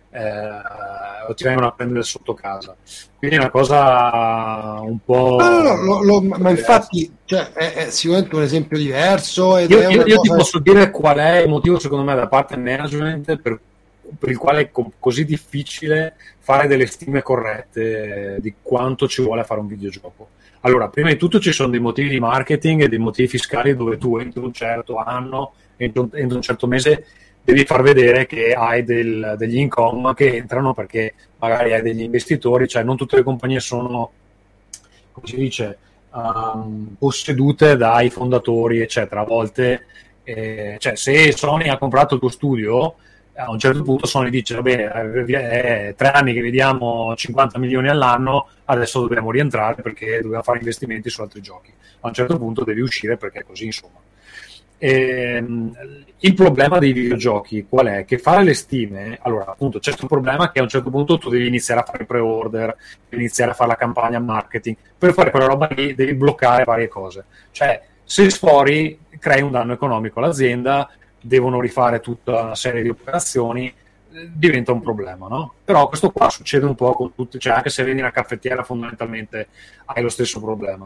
o ti vengono a prendere sotto casa, quindi è una cosa un po'... ma infatti, cioè, è sicuramente un esempio diverso, ed io ti posso dire qual è il motivo secondo me da parte del management per il quale è così difficile fare delle stime corrette di quanto ci vuole a fare un videogioco. Allora, prima di tutto ci sono dei motivi di marketing e dei motivi fiscali, dove tu entro un certo anno, entro un certo mese devi far vedere che hai degli income che entrano, perché magari hai degli investitori, cioè non tutte le compagnie sono, come si dice, possedute dai fondatori eccetera. A volte cioè se Sony ha comprato il tuo studio, a un certo punto Sony dice va bene, è 3 anni che vediamo 50 milioni all'anno, adesso dobbiamo rientrare perché dobbiamo fare investimenti su altri giochi. A un certo punto devi uscire, perché è così, insomma. Il problema dei videogiochi qual è? Che fare le stime, allora appunto c'è questo problema che a un certo punto tu devi iniziare a fare pre-order, devi iniziare a fare la campagna marketing, per fare quella roba lì devi bloccare varie cose, cioè se sfori crei un danno economico all'azienda, devono rifare tutta una serie di operazioni, diventa un problema, no? Però questo qua succede un po' con tutti, cioè anche se vendi una caffettiera fondamentalmente hai lo stesso problema.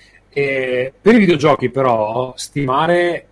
E per i videogiochi però stimare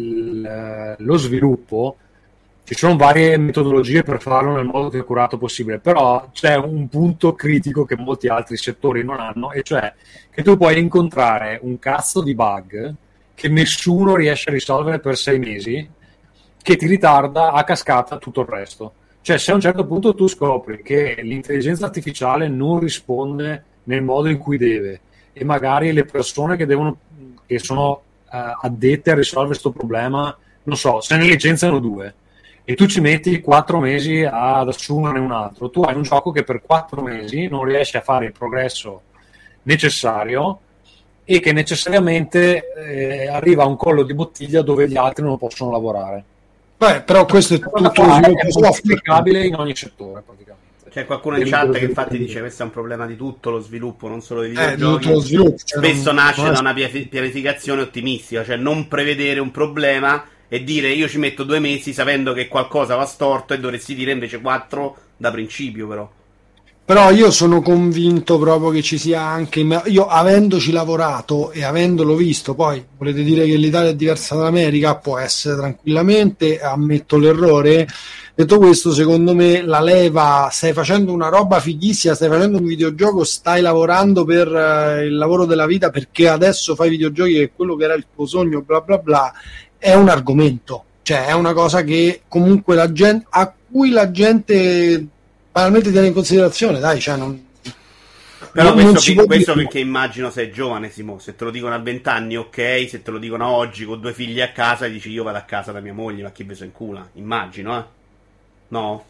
lo sviluppo, ci sono varie metodologie per farlo nel modo più accurato possibile, però c'è un punto critico che molti altri settori non hanno, e cioè che tu puoi incontrare un cazzo di bug che nessuno riesce a risolvere per 6 mesi, che ti ritarda a cascata tutto il resto. Cioè se a un certo punto tu scopri che l'intelligenza artificiale non risponde nel modo in cui deve, e magari le persone che sono addette a risolvere questo problema, non so, se ne licenziano 2 e tu ci metti 4 mesi ad assumerne un altro, tu hai un gioco che per 4 mesi non riesce a fare il progresso necessario e che necessariamente arriva a un collo di bottiglia dove gli altri non possono lavorare. Beh, però questo è tutto lo sviluppo applicabile in ogni settore praticamente. C'è qualcuno in chat che infatti dice questo è un problema di tutto lo sviluppo, non solo dei videogiochi. Tutto lo sviluppo, spesso nasce da una pianificazione ottimistica, cioè non prevedere un problema e dire io ci metto 2 mesi sapendo che qualcosa va storto, e dovresti dire invece 4 da principio. Però io sono convinto proprio che ci sia anche, io avendoci lavorato e avendolo visto, poi volete dire che l'Italia è diversa dall'America? Può essere tranquillamente, ammetto l'errore. Detto questo, secondo me la leva, stai facendo una roba fighissima, stai facendo un videogioco, stai lavorando per il lavoro della vita, perché adesso fai videogiochi, che è quello che era il tuo sogno, bla bla bla, è un argomento, cioè è una cosa che comunque la gente, a cui la gente banalmente tiene in considerazione, dai, cioè non... Però questo perché immagino sei giovane, Simo, se te lo dicono a 20 anni ok, se te lo dicono oggi con 2 figli a casa dici io vado a casa da mia moglie, ma chi vi se incula, immagino, no?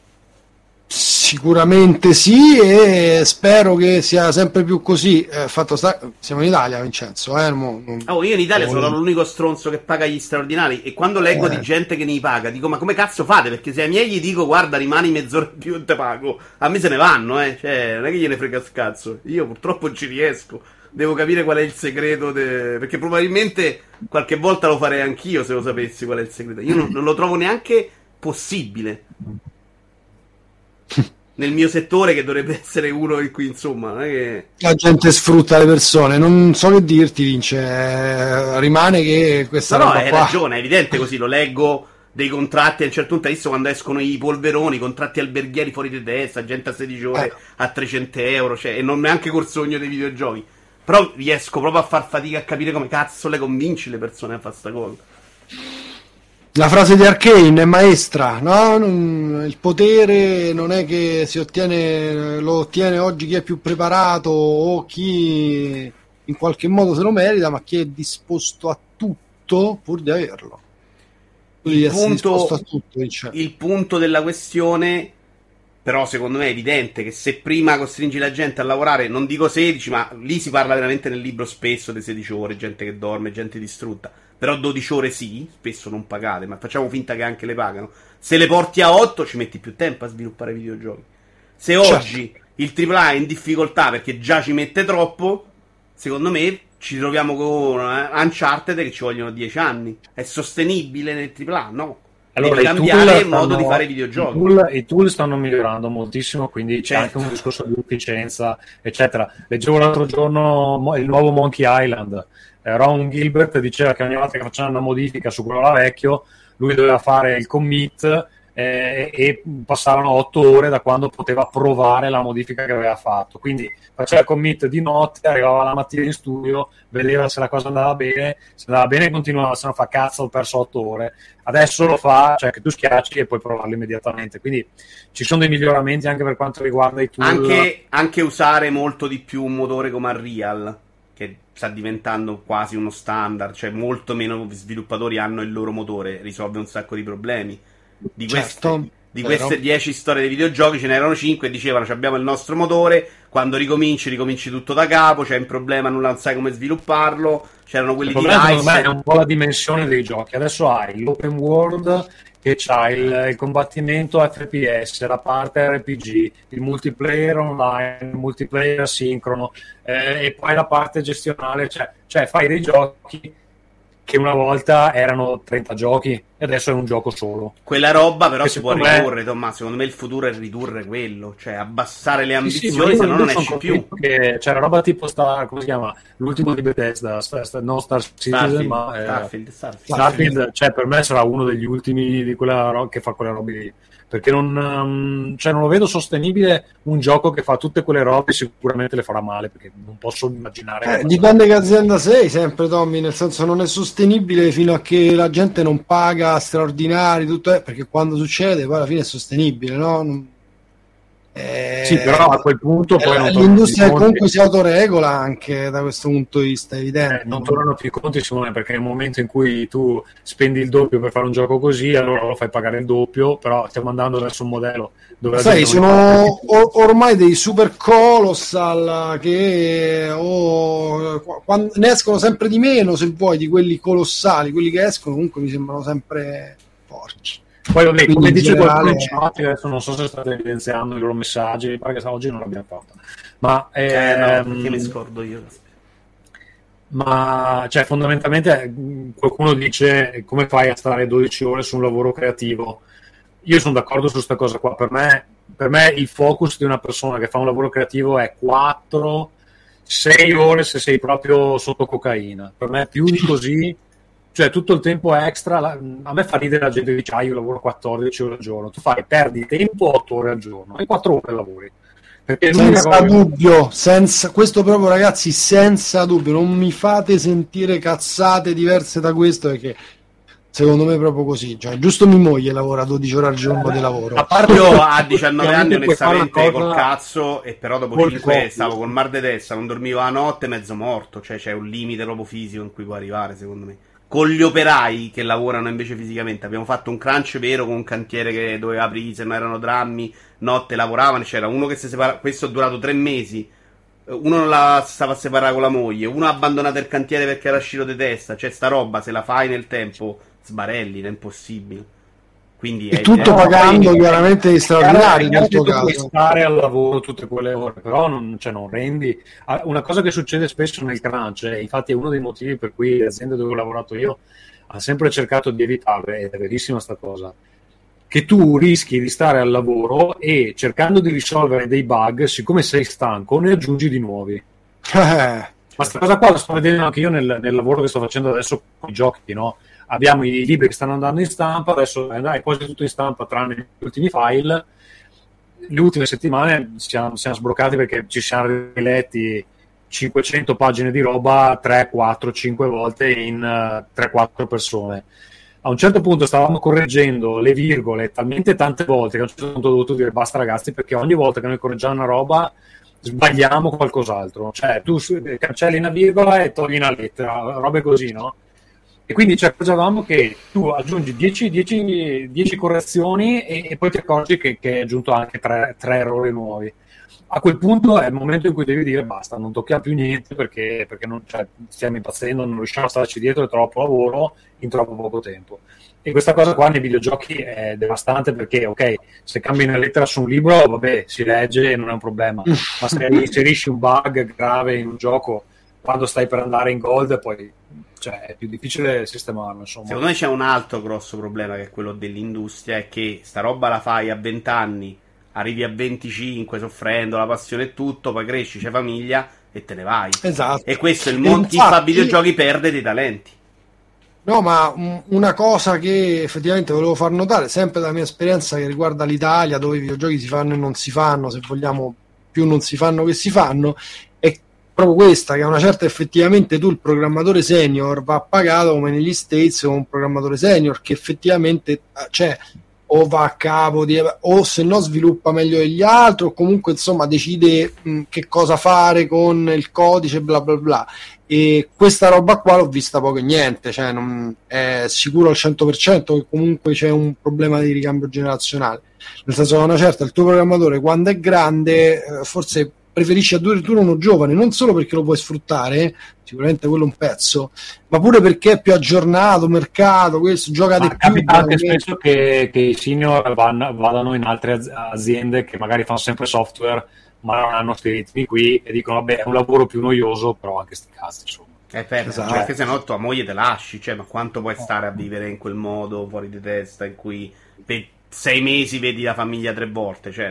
Sicuramente sì, e spero che sia sempre più così. Fatto sta, siamo in Italia, Vincenzo. Io in Italia sono l'unico stronzo che paga gli straordinari, e quando leggo di gente che ne paga dico ma come cazzo fate? Perché se ai miei gli dico guarda rimani mezz'ora in più e te pago, a me se ne vanno, cioè non è che gliene frega scazzo, io purtroppo non ci riesco, devo capire qual è il segreto perché probabilmente qualche volta lo farei anch'io se lo sapessi qual è il segreto. Io non lo trovo neanche possibile nel mio settore, che dovrebbe essere uno in cui insomma non è che la gente sfrutta le persone, non so che dirti, Vince, rimane che questa roba hai qua... ragione, è evidente, così lo leggo dei contratti a un certo punto, adesso quando escono i polveroni, contratti alberghieri fuori di testa, gente a 16 ore a 300 euro, cioè, e non neanche col sogno dei videogiochi, però riesco proprio a far fatica a capire come cazzo le convinci le persone a fare sta cosa. La frase di Arcane è maestra, no? Il potere non è che si ottiene, lo ottiene oggi chi è più preparato o chi in qualche modo se lo merita, ma chi è disposto a tutto pur di averlo. Il punto della questione, però secondo me è evidente che se prima costringi la gente a lavorare, non dico 16, ma lì si parla veramente nel libro spesso di 16 ore, gente che dorme, gente distrutta. Però 12 ore sì, spesso non pagate, ma facciamo finta che anche le pagano. Se le porti a 8 ci metti più tempo a sviluppare videogiochi. Se oggi il AAA è in difficoltà perché già ci mette troppo, secondo me ci troviamo con Uncharted che ci vogliono 10 anni. È sostenibile nel AAA? No. Allora, devi cambiare il modo di fare videogiochi. I tool stanno migliorando moltissimo, quindi c'è anche un discorso di efficienza, eccetera. Leggevo l'altro giorno il nuovo Monkey Island. Ron Gilbert diceva che ogni volta che facevano una modifica su quello là vecchio, lui doveva fare il commit e passavano 8 ore da quando poteva provare la modifica che aveva fatto. Quindi faceva il commit di notte, arrivava la mattina in studio, vedeva se la cosa andava bene, se andava bene continuava, se no fa cazzo, ho perso 8 ore. Adesso lo fa, cioè che tu schiacci e puoi provarlo immediatamente. Quindi ci sono dei miglioramenti anche per quanto riguarda i tool. Anche usare molto di più un motore come Unreal, che sta diventando quasi uno standard, cioè molto meno sviluppatori hanno il loro motore, risolve un sacco di problemi. Di Di queste 10 storie dei videogiochi ce n'erano 5 e dicevano abbiamo il nostro motore, quando ricominci tutto da capo, c'è un problema, non sai come svilupparlo, c'erano quelli di DICE. È un po' la dimensione dei giochi. Adesso hai l'open world che c'ha il combattimento FPS, la parte RPG, il multiplayer online, il multiplayer asincrono, e poi la parte gestionale, cioè fai dei giochi che una volta erano 30 giochi e adesso è un gioco solo. Quella roba però si può ridurre, Tommaso. Secondo me il futuro è ridurre quello, cioè abbassare le ambizioni, sì, se no non esci più. Che c'era roba tipo come si chiama? L'ultimo di Bethesda, non Star Citizen, ma Starfield, cioè per me sarà uno degli ultimi di quella roba che fa quelle robe lì. Perché non lo vedo sostenibile un gioco che fa tutte quelle robe, sicuramente le farà male, perché non posso immaginare. Dipende che azienda sei, sempre Tommy, nel senso non è sostenibile fino a che la gente non paga straordinari, tutto perché quando succede poi alla fine è sostenibile, no? Sì, però a quel punto poi l'industria comunque si autoregola anche da questo punto di vista, evidente. Non tornano più i conti, Simone, perché nel momento in cui tu spendi il doppio per fare un gioco così, allora lo fai pagare il doppio, però stiamo andando verso un modello dove sono ormai dei super colossal che quando ne escono sempre di meno, se vuoi, di quelli colossali. Quelli che escono comunque mi sembrano sempre porci. Poi vabbè, come dice qualcuno in chat, adesso non so se state evidenziando i loro messaggi, mi pare che oggi non l'abbiamo fatto, ma no, perché mi scordo io. Ma cioè fondamentalmente qualcuno dice come fai a stare 12 ore su un lavoro creativo. Io sono d'accordo su questa cosa qua. Per me il focus di una persona che fa un lavoro creativo è 4-6 ore se sei proprio sotto cocaina. Per me più di così, cioè tutto il tempo extra, a me fa ridere la gente che dice io lavoro 14 ore al giorno. Tu perdi tempo 8 ore al giorno e 4 ore lavori. Perché senza dubbio, questo proprio, ragazzi, senza dubbio, non mi fate sentire cazzate diverse da questo, perché secondo me è proprio così, cioè giusto mia moglie lavora 12 ore al giorno di lavoro. A parte io a 19 anni onestamente col cazzo, e però dopo 5 stavo col mal di testa, non dormivo la notte, mezzo morto, cioè c'è un limite proprio fisico in cui può arrivare, secondo me. Con gli operai che lavorano invece fisicamente abbiamo fatto un crunch vero con un cantiere che doveva aprire, se non erano drammi, notte lavoravano, c'era uno che si separa, questo è durato 3 mesi, uno non stava a separare con la moglie, uno ha abbandonato il cantiere perché era uscito di testa, cioè sta roba se la fai nel tempo sbarelli, è impossibile. Quindi è tutto pagando chiaramente gli straordinari nel tuo caso. Puoi stare al lavoro tutte quelle ore, però non rendi. Una cosa che succede spesso nel crunch, infatti è uno dei motivi per cui le aziende dove ho lavorato io hanno sempre cercato di evitare, ed è verissima sta cosa, che tu rischi di stare al lavoro e cercando di risolvere dei bug, siccome sei stanco, ne aggiungi di nuovi. Ma questa cosa qua la sto vedendo anche io nel lavoro che sto facendo adesso con i giochi, no? Abbiamo i libri che stanno andando in stampa, adesso è quasi tutto in stampa tranne gli ultimi file. Le ultime settimane siamo sbloccati perché ci siamo riletti 500 pagine di roba 3, 4, 5 volte in 3-4 persone. A un certo punto stavamo correggendo le virgole talmente tante volte che a un certo punto ho dovuto dire basta ragazzi, perché ogni volta che noi correggiamo una roba sbagliamo qualcos'altro, cioè tu cancelli una virgola e togli una lettera, robe così, no? E quindi ci accorgevamo che tu aggiungi 10 correzioni e poi ti accorgi che hai aggiunto anche 3 errori nuovi. A quel punto è il momento in cui devi dire basta, non tocchiamo più niente perché non, stiamo impazzendo, non riusciamo a starci dietro, è troppo lavoro in troppo poco tempo. E questa cosa qua nei videogiochi è devastante perché, ok, se cambi una lettera su un libro, vabbè, si legge e non è un problema, ma se inserisci un bug grave in un gioco quando stai per andare in gold, poi è più difficile sistemarlo, insomma. Secondo me c'è un altro grosso problema che è quello dell'industria, è che sta roba la fai a 20 anni, arrivi a 25 soffrendo, la passione e tutto, poi cresci, c'è famiglia e te ne vai. Esatto. E questo è il mondo, chi fa videogiochi perde dei talenti. No, ma una cosa che effettivamente volevo far notare, sempre dalla mia esperienza che riguarda l'Italia, dove i videogiochi si fanno e non si fanno, se vogliamo più non si fanno che si fanno, è proprio questa, che a una certa effettivamente tu il programmatore senior va pagato come negli States come un programmatore senior, che effettivamente o va a capo di, o se no sviluppa meglio degli altri, o comunque insomma decide che cosa fare con il codice, bla bla bla. E questa roba qua l'ho vista poco e niente, cioè non è sicuro al 100% che comunque c'è un problema di ricambio generazionale, nel senso che a una certa il tuo programmatore quando è grande forse preferisci addirittura uno giovane, non solo perché lo puoi sfruttare, sicuramente quello è un pezzo, ma pure perché è più aggiornato, mercato, questo gioca di più. Capita anche spesso che i senior vadano in altre aziende che magari fanno sempre software ma non hanno questi ritmi qui e dicono vabbè è un lavoro più noioso, però anche sti cazzi insomma. Esatto. Perché se no tua moglie te lasci, cioè ma quanto puoi stare a vivere in quel modo fuori di testa in cui per 6 mesi vedi la famiglia 3 volte, cioè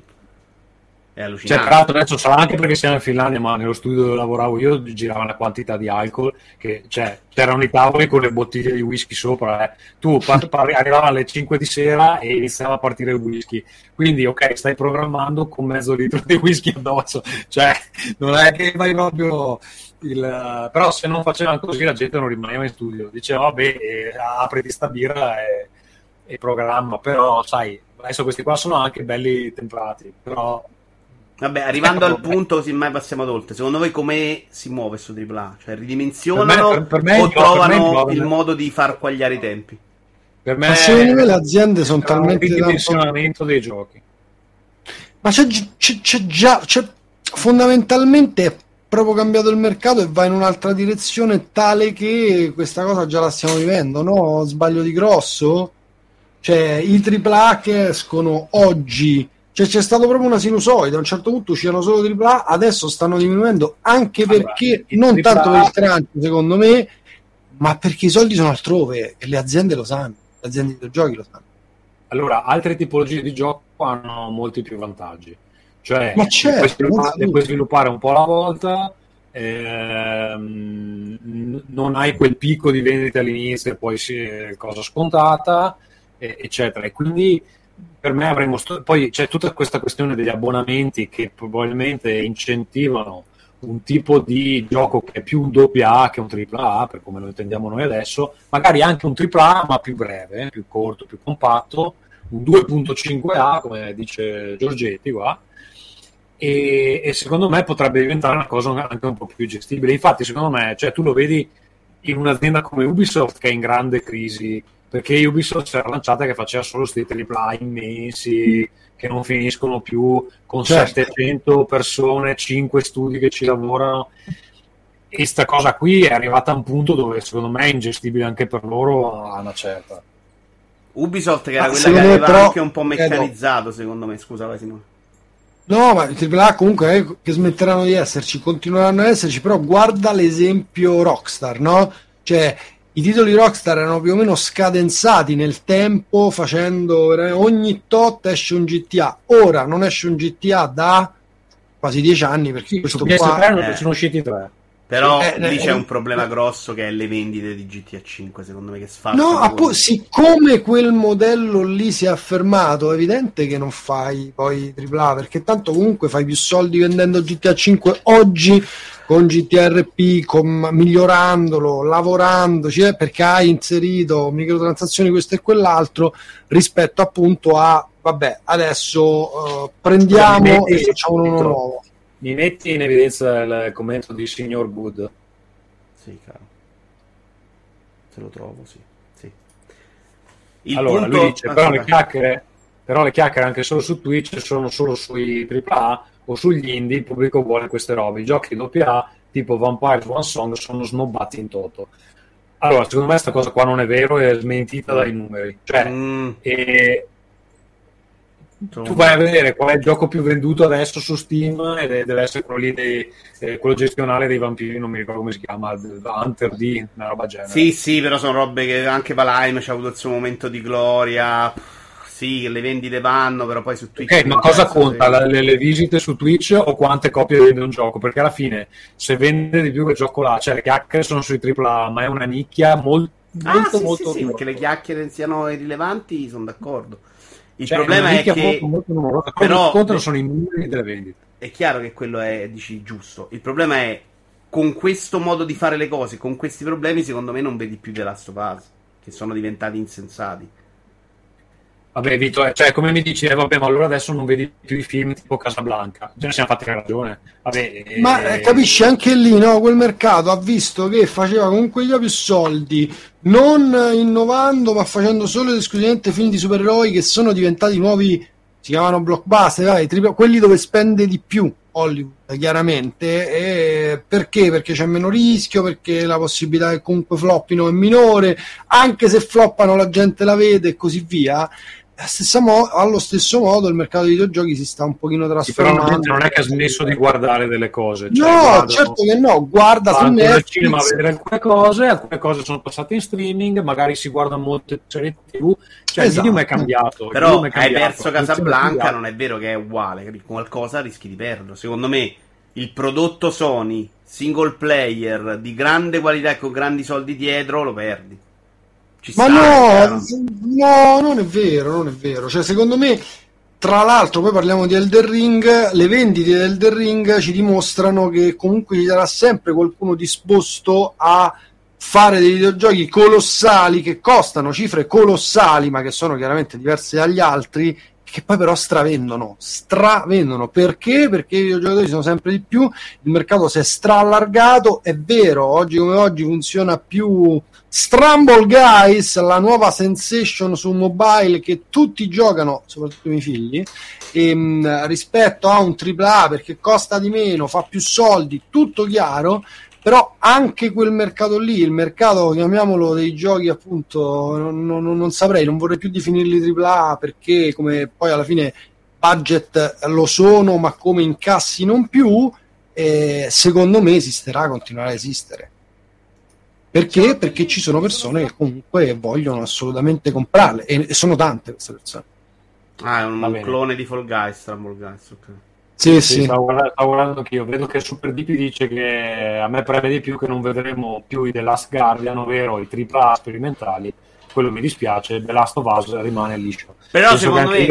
è allucinante. Cioè, tra l'altro adesso sarà anche perché siamo in Finlandia, ma nello studio dove lavoravo io girava una quantità di alcol che, cioè, c'erano i tavoli con le bottiglie di whisky sopra, tu arrivava alle 5 di sera e iniziava a partire il whisky, quindi ok, stai programmando con mezzo litro di whisky addosso, cioè non è che vai proprio però se non facevano così la gente non rimaneva in studio, diceva vabbè apriti sta birra e programma, però sai adesso questi qua sono anche belli temprati, però vabbè, arrivando al punto, così mai passiamo ad oltre. Secondo voi come si muove su AAA? Cioè ridimensionano per me, o trovano il modo di far quagliare i tempi? Per me ma secondo me le aziende sono talmente il ridimensionamento dei giochi. Ma c'è già fondamentalmente è proprio cambiato il mercato e va in un'altra direzione tale che questa cosa già la stiamo vivendo, no? Sbaglio di grosso? Cioè i AAA che escono oggi, cioè c'è stato proprio una sinusoide, a un certo punto uscivano solo AAA, adesso stanno diminuendo anche perché non AAA... tanto per il crunch secondo me, ma perché i soldi sono altrove e le aziende lo sanno, le aziende dei giochi lo sanno. Allora, altre tipologie di gioco hanno molti più vantaggi, cioè ma certo, le puoi sviluppare un po' alla volta, non hai quel picco di vendite all'inizio e poi cosa scontata, eccetera, e quindi per me avremmo poi c'è tutta questa questione degli abbonamenti che probabilmente incentivano un tipo di gioco che è più un AA che un AAA, per come lo intendiamo noi adesso, magari anche un AAA ma più breve, più corto, più compatto, un 2.5A come dice Giorgetti qua, e secondo me potrebbe diventare una cosa anche un po' più gestibile. Infatti secondo me, cioè, tu lo vedi in un'azienda come Ubisoft che è in grande crisi, perché Ubisoft si era lanciata che faceva solo questi AAA immensi che non finiscono più, con 700 persone, 5 studi che ci lavorano, e sta cosa qui è arrivata a un punto dove secondo me è ingestibile anche per loro a una certa. Ubisoft che era quella che aveva però anche un po' meccanizzato secondo me, scusa vai Simone. No, ma i AAA comunque che smetteranno di esserci, continueranno ad esserci, però guarda l'esempio Rockstar, no? Cioè i titoli Rockstar erano più o meno scadenzati nel tempo, facendo ogni tot esce un GTA. Ora non esce un GTA da quasi 10 anni, perché questo qua sono usciti 3. Però lì c'è un problema grosso che è le vendite di GTA 5, secondo me, che no, siccome quel modello lì si è affermato, è evidente che non fai poi AAA, perché tanto comunque fai più soldi vendendo GTA 5 oggi con GTRP, migliorandolo, lavorandoci, perché hai inserito microtransazioni questo e quell'altro, rispetto appunto a vabbè, adesso prendiamo e facciamo uno nuovo. Mi metti in evidenza il commento di Signor Good? Sì, caro. Se lo trovo, sì. Allora, lui dice, però le chiacchiere anche solo su Twitch sono solo sui AAA o sugli indie, il pubblico vuole queste robe. I giochi AA, tipo Vampire One Song, sono snobbati in toto. Allora, secondo me questa cosa qua non è vero, è smentita dai numeri. Cioè, tu vai a vedere qual è il gioco più venduto adesso su Steam e deve essere quello lì quello gestionale dei vampiri, non mi ricordo come si chiama, Hunter D, una roba genere. Sì, però sono robe che anche Valheim c'ha avuto il suo momento di gloria. Sì, le vendite vanno, però poi su Twitch... Ok, ma cosa conta? Le visite su Twitch o quante copie vende un gioco? Perché alla fine, se vende di più quel gioco là, cioè le chiacchiere sono sui AAA, ma è una nicchia molto sì, perché le chiacchiere siano irrilevanti, sono d'accordo. Il problema è che molto però contano sono i numeri delle vendite. È chiaro che quello è, dici, giusto. Il problema è con questo modo di fare le cose, con questi problemi, secondo me non vedi più The Last of Us, che sono diventati insensati. Vabbè, Vito, cioè, come mi dici, vabbè, ma allora adesso non vedi più i film tipo Casablanca. Ce ne siamo fatti ragione. Vabbè, Ma capisci, anche lì, no? Quel mercato ha visto che faceva comunque già più soldi, non innovando, ma facendo solo ed esclusivamente film di supereroi che sono diventati nuovi, si chiamano blockbuster, quelli dove spende di più Hollywood, chiaramente. E perché? Perché c'è meno rischio, perché la possibilità che comunque floppino è minore, anche se floppano la gente la vede e così via. Allo stesso modo il mercato dei videogiochi si sta un pochino trasformando. Però non è che ha smesso di guardare delle cose. Cioè, no, certo che no, guarda su Netflix. Al cinema a vedere alcune cose sono passate in streaming, magari si guardano molte serie TV, cioè il medium è cambiato. Però hai perso Casablanca, non è vero che è uguale, capito? Qualcosa rischi di perderlo. Secondo me il prodotto Sony, single player, di grande qualità e con grandi soldi dietro, lo perdi. Ma no, non è vero. Cioè, secondo me, tra l'altro, poi parliamo di Elden Ring, le vendite di Elden Ring ci dimostrano che comunque ci sarà sempre qualcuno disposto a fare dei videogiochi colossali che costano cifre colossali, ma che sono chiaramente diverse dagli altri, che poi però stravendono. Perché? Perché i videogiocatori sono sempre di più, il mercato si è strallargato, è vero, oggi come oggi funziona più Strumble Guys, la nuova sensation su mobile che tutti giocano, soprattutto i miei figli, rispetto a un AAA perché costa di meno, fa più soldi, tutto chiaro. Però anche quel mercato lì, il mercato, chiamiamolo, dei giochi, appunto, non saprei, non vorrei più definirli AAA perché come poi alla fine budget lo sono, ma come incassi non più, secondo me continuerà a esistere. Perché? Perché ci sono persone che comunque vogliono assolutamente comprarle, e sono tante queste persone. Ah, è un clone di Fall Guys, Rumble Guys, ok. Sì. Stavo guardando anch'io, vedo che Super DP dice che a me preme di più che non vedremo più i The Last Guardian, ovvero i AAA sperimentali. Quello mi dispiace, The Last of Us rimane liscio. Però penso secondo me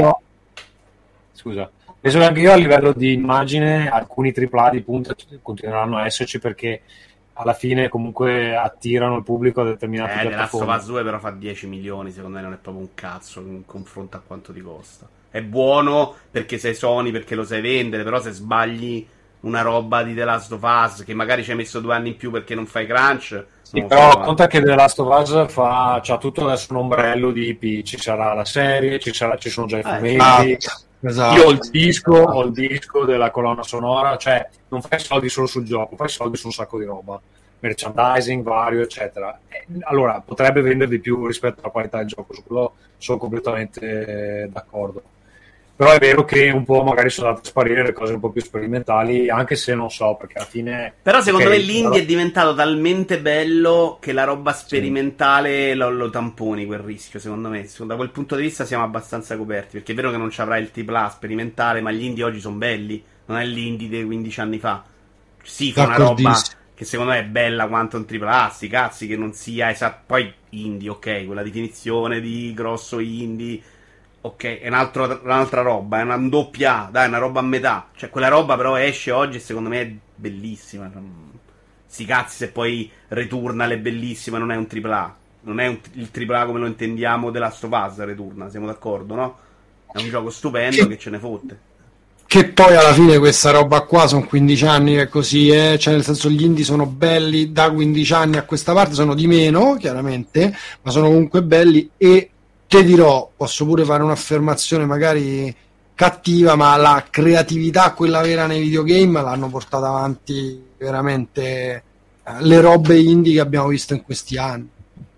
penso che anche io a livello di immagine alcuni AAA di punta continueranno a esserci perché alla fine comunque attirano il pubblico a determinate piattaforme. The Last of Us 2 però fa 10 milioni, secondo me non è proprio un cazzo in confronto a quanto ti costa. È buono perché sei Sony, perché lo sai vendere, però se sbagli una roba di The Last of Us che magari ci hai messo 2 anni in più perché non fai crunch. Sì, però conta che The Last of Us c'ha tutto adesso un ombrello di IP, ci sarà la serie, ci sono già i fumetti. Esatto. Io ho il disco della colonna sonora, cioè non fai soldi solo sul gioco, fai soldi su un sacco di roba, merchandising vario, eccetera. Allora potrebbe vendere di più rispetto alla qualità del gioco, su quello sono completamente d'accordo. Però è vero che un po' magari sono andate a sparire le cose un po' più sperimentali, anche se non so, perché alla fine... Però secondo me l'indie è diventato talmente bello che la roba sperimentale lo tamponi quel rischio, secondo me. Da quel punto di vista siamo abbastanza coperti, perché è vero che non ci avrai il AAA sperimentale, ma gli indie oggi sono belli, non è l'indie dei 15 anni fa. Sì, fa una roba che secondo me è bella quanto un AAA, sti cazzi, che non sia esatto. Poi indie, ok, quella definizione di grosso indie... Ok, è un'altra roba, è una doppia, dai, una roba a metà. Cioè, quella roba però esce oggi e secondo me è bellissima. Sti cazzi se poi Returnal è bellissima, non è un AAA. Non è il AAA come lo intendiamo The Last of Us, Returnal, siamo d'accordo, no? È un gioco stupendo che ce ne fotte. Che poi alla fine questa roba qua sono 15 anni che è così, cioè nel senso gli indie sono belli da 15 anni a questa parte, sono di meno, chiaramente, ma sono comunque belli e... Te dirò, posso pure fare un'affermazione magari cattiva, ma la creatività, quella vera nei videogame, l'hanno portata avanti veramente le robe indie che abbiamo visto in questi anni.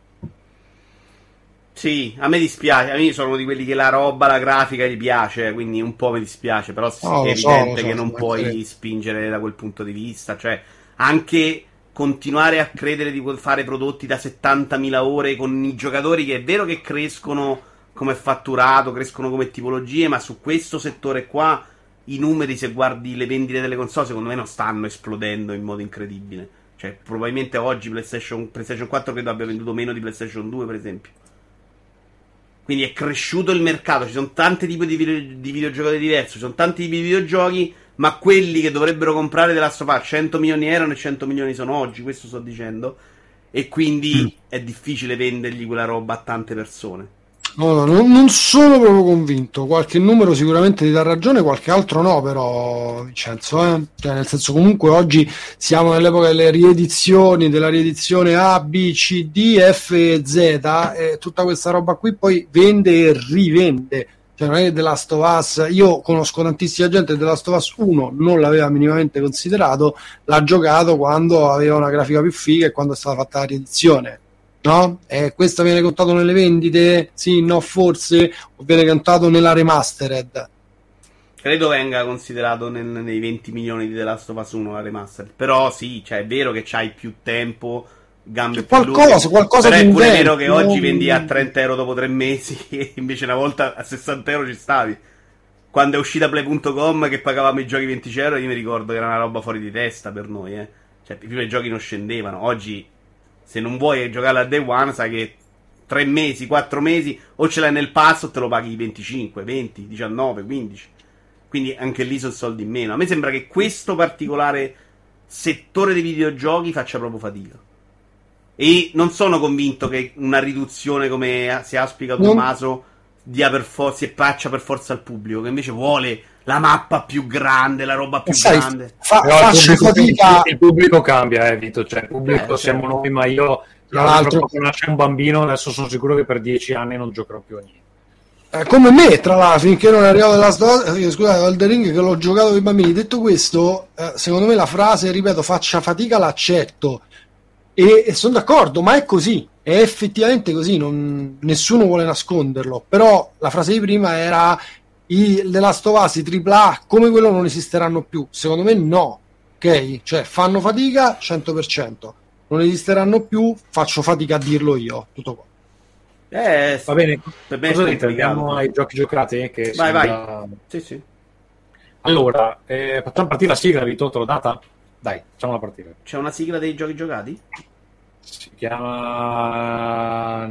Sì, a me dispiace, a me sono di quelli che la roba, la grafica gli piace, quindi un po' mi dispiace, però è evidente che non puoi spingere da quel punto di vista, cioè anche... continuare a credere di fare prodotti da 70.000 ore con i giocatori che è vero che crescono come fatturato, crescono come tipologie, ma su questo settore qua i numeri, se guardi le vendite delle console, secondo me non stanno esplodendo in modo incredibile. Cioè probabilmente oggi PlayStation 4 credo abbia venduto meno di PlayStation 2 per esempio. Quindi è cresciuto il mercato, ci sono tanti tipi di videogiocatori diversi, ci sono tanti tipi di videogiochi, ma quelli che dovrebbero comprare della Sofà 100 milioni erano e 100 milioni sono oggi, questo sto dicendo, e quindi è difficile vendergli quella roba a tante persone. No, non sono proprio convinto. Qualche numero sicuramente ti dà ragione, qualche altro no, però, Vincenzo, Cioè, nel senso, comunque oggi siamo nell'epoca delle riedizioni, della riedizione A, B, C, D, F e Z, e tutta questa roba qui poi vende e rivende. Cioè, non è che The Last of Us, io conosco tantissima gente, The Last of Us 1 non l'aveva minimamente considerato, l'ha giocato quando aveva una grafica più figa e quando è stata fatta la riedizione. No? Questo viene contato nelle vendite? Sì, no, forse, o viene contato nella remastered? Credo venga considerato nei 20 milioni di The Last of Us 1 la remastered. Però sì, cioè è vero che c'hai più tempo, gambe più lunghe. Qualcosa però di è pure invento, vero che oggi vendi a 30 euro dopo 3 mesi e invece una volta a 60 euro ci stavi. Quando è uscita Play.com che pagavamo i giochi 20 euro, io mi ricordo che era una roba fuori di testa per noi, Cioè prima i giochi non scendevano. Oggi se non vuoi giocare a Day One, sai che 3 mesi, 4 mesi, o ce l'hai nel pass o te lo paghi 25, 20, 19, 15. Quindi anche lì sono soldi in meno. A me sembra che questo particolare settore dei videogiochi faccia proprio fatica. E non sono convinto che una riduzione, come si auspica Tommaso, dia per forza e faccia per forza al pubblico, che invece vuole la mappa più grande, la roba più grande. Il pubblico cambia, Vito, cioè il pubblico siamo noi, ma io tra l'altro quando nasce un bambino adesso sono sicuro che per 10 anni non giocherò più a niente. Come me, tra l'altro, finché non è arrivato la storia, scusate, Elden Ring, che l'ho giocato con i bambini. Detto questo, secondo me la frase, ripeto, faccia fatica, l'accetto e sono d'accordo, ma è così, è effettivamente così, nessuno vuole nasconderlo. Però la frase di prima era The Last of Us, i AAA come quello non esisteranno più. Secondo me no, ok? Cioè fanno fatica 100%, non esisteranno più, faccio fatica a dirlo io, tutto qua. Va bene, cosa dite? Andiamo ai giochi giocati? Che vai. Sì. Allora, facciamo partire la sigla, Vito, te l'ho data? Dai, facciamola partire. C'è una sigla dei giochi giocati? Si chiama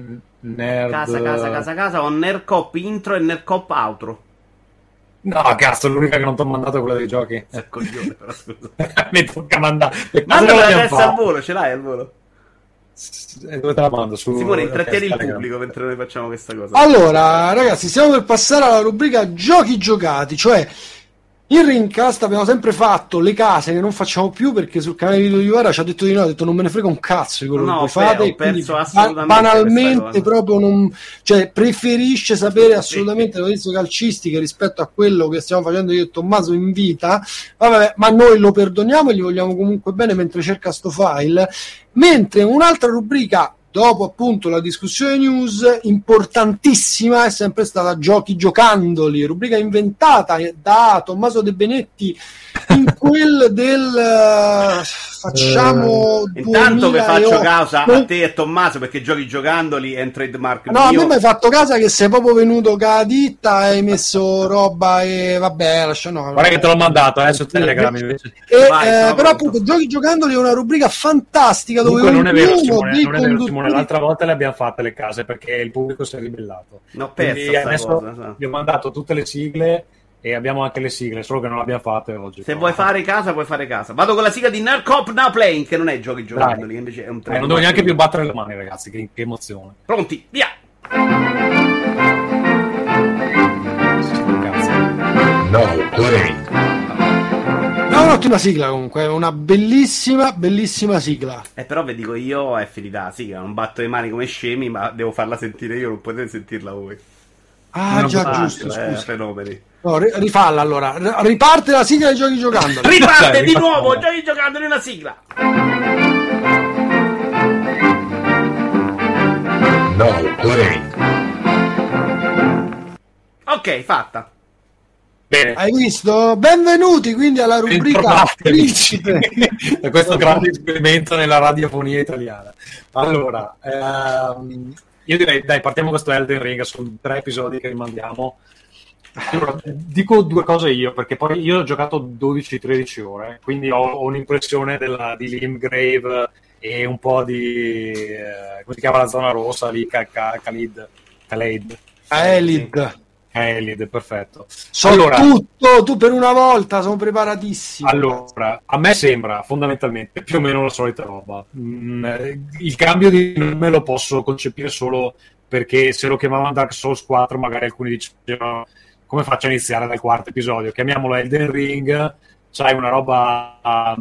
Nerd... Casa o Nerdcop intro e Nerdcop outro. No, cazzo, l'unica che non ti ho mandato è quella dei giochi. Coglione, però scusa. Mi tocca mandare. Mandala adesso al volo, ce l'hai al volo? Dove te la mando? Simone, intrattieni il pubblico mentre noi facciamo questa cosa. Allora, ragazzi, stiamo per passare alla rubrica giochi giocati, cioè in Rincast abbiamo sempre fatto le case che non facciamo più perché sul canale video di Ivara ci ha detto di no, ha detto non me ne frega un cazzo di quello che voi fate, quindi banalmente proprio non, cioè preferisce sapere assolutamente le notizie calcistiche rispetto a quello che stiamo facendo io e Tommaso in vita. Vabbè, ma noi lo perdoniamo e gli vogliamo comunque bene mentre cerca sto file, mentre un'altra rubrica dopo appunto la discussione news importantissima è sempre stata Giochi Giocandoli, rubrica inventata da Tommaso De Benetti in quel del facciamo intanto vi faccio causa a te e Tommaso perché Giochi Giocandoli è un trademark no, mio. A me mi hai fatto casa che sei proprio venuto con la ditta, hai messo roba e vabbè guarda che te l'ho mandato su Telegram invece. Però appunto Giochi Giocandoli è una rubrica fantastica dove comunque non è vero Simone, l'altra volta le abbiamo fatte le case perché il pubblico si è ribellato. Adesso vi ho mandato tutte le sigle e abbiamo anche le sigle, solo che non le abbiamo fatte oggi. Se vuoi fare casa, puoi fare casa. Vado con la sigla di Nerdcop Now Playing, che non è Giochi Giocandoli, che invece è un non devo neanche più battere le mani, ragazzi, che emozione. Pronti, via! Now Play. È un'ottima sigla comunque, è una bellissima sigla. Però vi dico io è finita la sigla, non batto le mani come scemi, ma devo farla sentire io, non potete sentirla voi. Giusto, scusa. Fenomeni. No, rifalla allora, riparte la sigla dei Giochi Giocandoli. Riparte di nuovo Giochi Giocandoli una sigla. Now Play. Ok, fatta. Bene. Hai visto? Benvenuti quindi alla rubrica Principe. Da questo grande esperimento nella radiofonia italiana. Allora, io direi, dai, partiamo con questo Elden Ring, sono 3 episodi che rimandiamo. Allora, dico 2 cose io, perché poi io ho giocato 12-13 ore, quindi ho un'impressione di Limgrave e un po' di come si chiama la zona rossa lì, Elid, perfetto. Allora, tutto, tu per una volta sono preparatissimo. Allora, a me sembra fondamentalmente più o meno la solita roba. Il cambio di nome lo posso concepire solo perché se lo chiamavano Dark Souls 4 magari alcuni dicevano come faccio a iniziare dal quarto episodio, chiamiamolo Elden Ring, c'hai una roba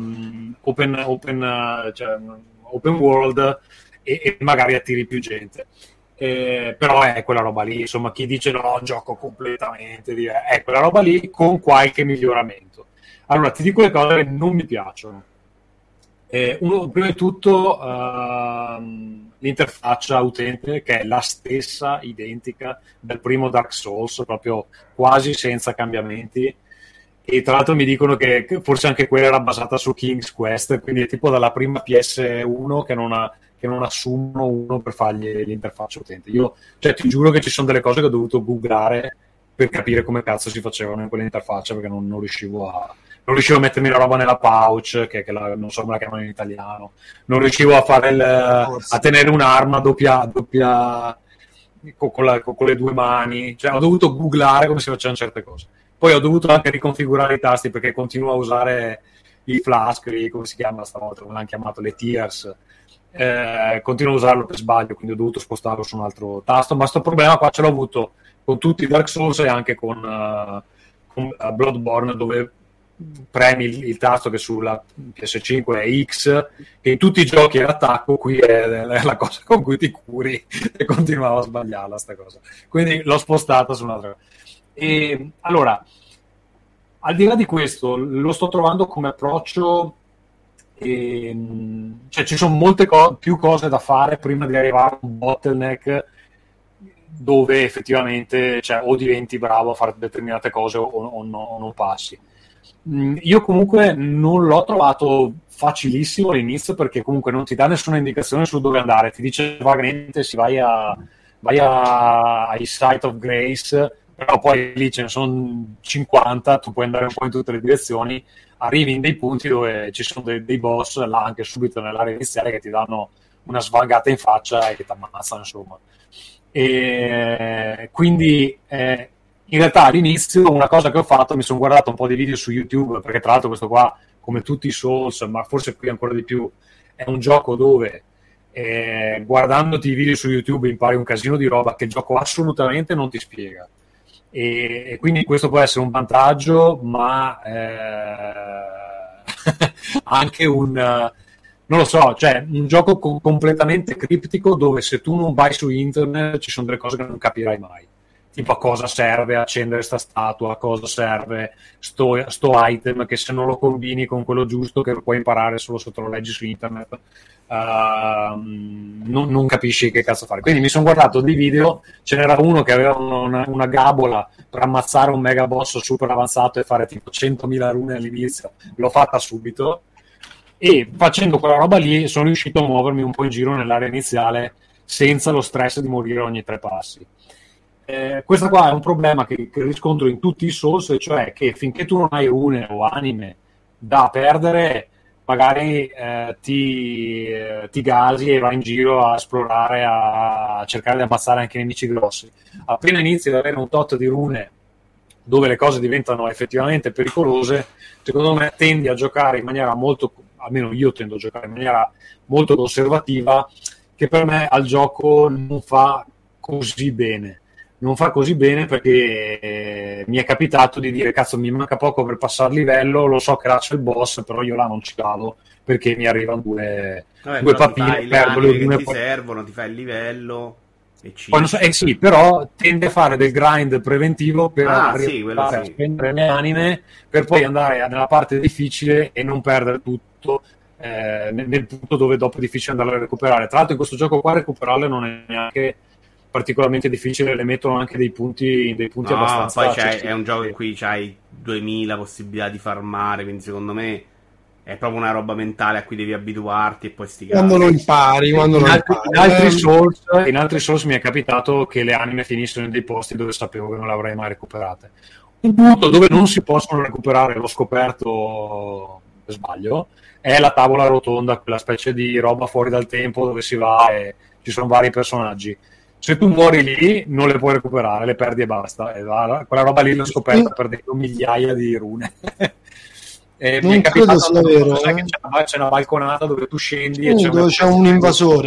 open world e magari attiri più gente. Però è quella roba lì, insomma, chi dice no, gioco completamente è quella roba lì con qualche miglioramento. Allora ti dico le cose che non mi piacciono. Prima di tutto l'interfaccia utente, che è la stessa, identica del primo Dark Souls, proprio quasi senza cambiamenti, e tra l'altro mi dicono che forse anche quella era basata su King's Quest, quindi è tipo dalla prima PS1 che non assumono uno per fargli l'interfaccia utente. Io ti giuro che ci sono delle cose che ho dovuto googlare per capire come cazzo si facevano in quell'interfaccia, perché non riuscivo a mettermi la roba nella pouch, che non so come la chiamano in italiano, non riuscivo a fare a tenere un'arma doppia con le due mani, cioè ho dovuto googlare come si facevano certe cose. Poi ho dovuto anche riconfigurare i tasti, perché continuo a usare i flask, come si chiama stavolta, come l'hanno chiamato, le tiers, continuo a usarlo per sbaglio, quindi ho dovuto spostarlo su un altro tasto, ma sto problema qua ce l'ho avuto con tutti i Dark Souls e anche con Bloodborne, dove premi il tasto che sulla PS5 è X, che in tutti i giochi è l'attacco, qui è la cosa con cui ti curi, e continuavo a sbagliarla sta cosa, quindi l'ho spostata su un'altra cosa. E allora, al di là di questo, lo sto trovando come approccio, cioè ci sono molte più cose da fare prima di arrivare a un bottleneck dove effettivamente o diventi bravo a fare determinate cose o non passi. Io comunque non l'ho trovato facilissimo all'inizio, perché comunque non ti dà nessuna indicazione su dove andare, ti dice vagamente vai ai Site of Grace, però poi lì ce ne sono 50, tu puoi andare un po' in tutte le direzioni, arrivi in dei punti dove ci sono dei boss là anche subito nell'area iniziale che ti danno una svalgata in faccia e che ti ammazzano, insomma. E quindi in realtà all'inizio una cosa che ho fatto, mi sono guardato un po' di video su YouTube, perché tra l'altro questo qua, come tutti i Souls, ma forse qui ancora di più, è un gioco dove guardandoti i video su YouTube impari un casino di roba che il gioco assolutamente non ti spiega, e quindi questo può essere un vantaggio, ma anche non lo so, cioè un gioco completamente criptico, dove se tu non vai su internet ci sono delle cose che non capirai mai, tipo a cosa serve accendere sta statua, a cosa serve sto item, che se non lo combini con quello giusto, che lo puoi imparare solo se te lo leggi su internet, non capisci che cazzo fare. Quindi mi sono guardato dei video, ce n'era uno che aveva una gabola per ammazzare un mega boss super avanzato e fare tipo 100.000 rune all'inizio, l'ho fatta subito, e facendo quella roba lì sono riuscito a muovermi un po' in giro nell'area iniziale senza lo stress di morire ogni 3 passi. Questo qua è un problema che riscontro in tutti i Souls, cioè che finché tu non hai rune o anime da perdere, magari ti gasi e vai in giro a esplorare, a cercare di ammazzare anche nemici grossi. Appena inizi ad avere un tot di rune dove le cose diventano effettivamente pericolose, secondo me tendi a giocare in maniera molto, almeno io tendo a giocare in maniera molto conservativa, che per me al gioco non fa così bene, perché mi è capitato di dire cazzo, mi manca poco per passare livello, lo so che là c'è il boss, però io là non ci vado perché mi arrivano due papine, perdo le rune, ti servono, ti fai il livello e poi non so, sì, però tende a fare del grind preventivo per arrivare a spendere le anime, per poi andare nella parte difficile e non perdere tutto nel punto dove dopo è difficile andarle a recuperare. Tra l'altro in questo gioco qua recuperarle non è neanche particolarmente difficile, le mettono anche dei punti abbastanza. Poi è un gioco in cui c'hai 2000 possibilità di farmare, quindi secondo me è proprio una roba mentale a cui devi abituarti, e poi quando lo impari, in altri Souls mi è capitato che le anime finissero in dei posti dove sapevo che non le avrei mai recuperate. Un punto dove non si possono recuperare, l'ho scoperto per sbaglio, è la tavola rotonda, quella specie di roba fuori dal tempo dove si va e ci sono vari personaggi. Se tu muori lì non le puoi recuperare, le perdi e basta. Quella roba lì l'ho scoperta perdendo migliaia di rune. Non mi è capitato vero, c'è una balconata dove tu scendi e dove c'è un invasore.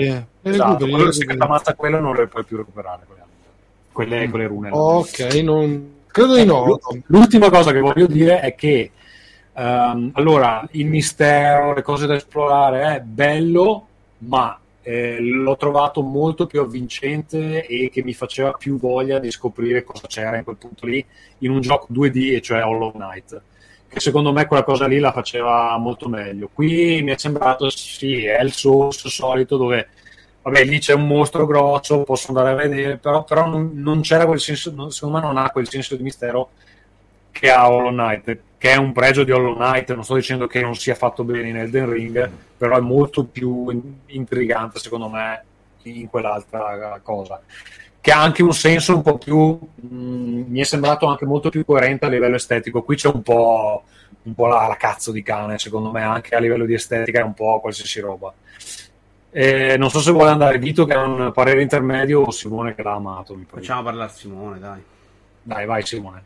Esatto, quando si ammazza quello non le puoi più recuperare quelle rune. Ok, non credo di no. L'ultima cosa che voglio dire è che allora il mistero, le cose da esplorare è bello, ma l'ho trovato molto più avvincente e che mi faceva più voglia di scoprire cosa c'era in quel punto lì in un gioco 2D, e cioè Hollow Knight, che secondo me quella cosa lì la faceva molto meglio. Qui mi è sembrato, sì, è il Souls solito, dove vabbè, lì c'è un mostro grosso, posso andare a vedere, però non c'era quel senso, secondo me non ha quel senso di mistero che ha Hollow Knight, che è un pregio di Hollow Knight. Non sto dicendo che non sia fatto bene in Elden Ring, però è molto più intrigante secondo me in quell'altra cosa, che ha anche un senso un po' più mi è sembrato anche molto più coerente a livello estetico. Qui c'è un po' la cazzo di cane, secondo me, anche a livello di estetica è un po' qualsiasi roba. Non so se vuole andare Vito che ha un parere intermedio o Simone che l'ha amato. Facciamo parlare Simone, dai, vai Simone.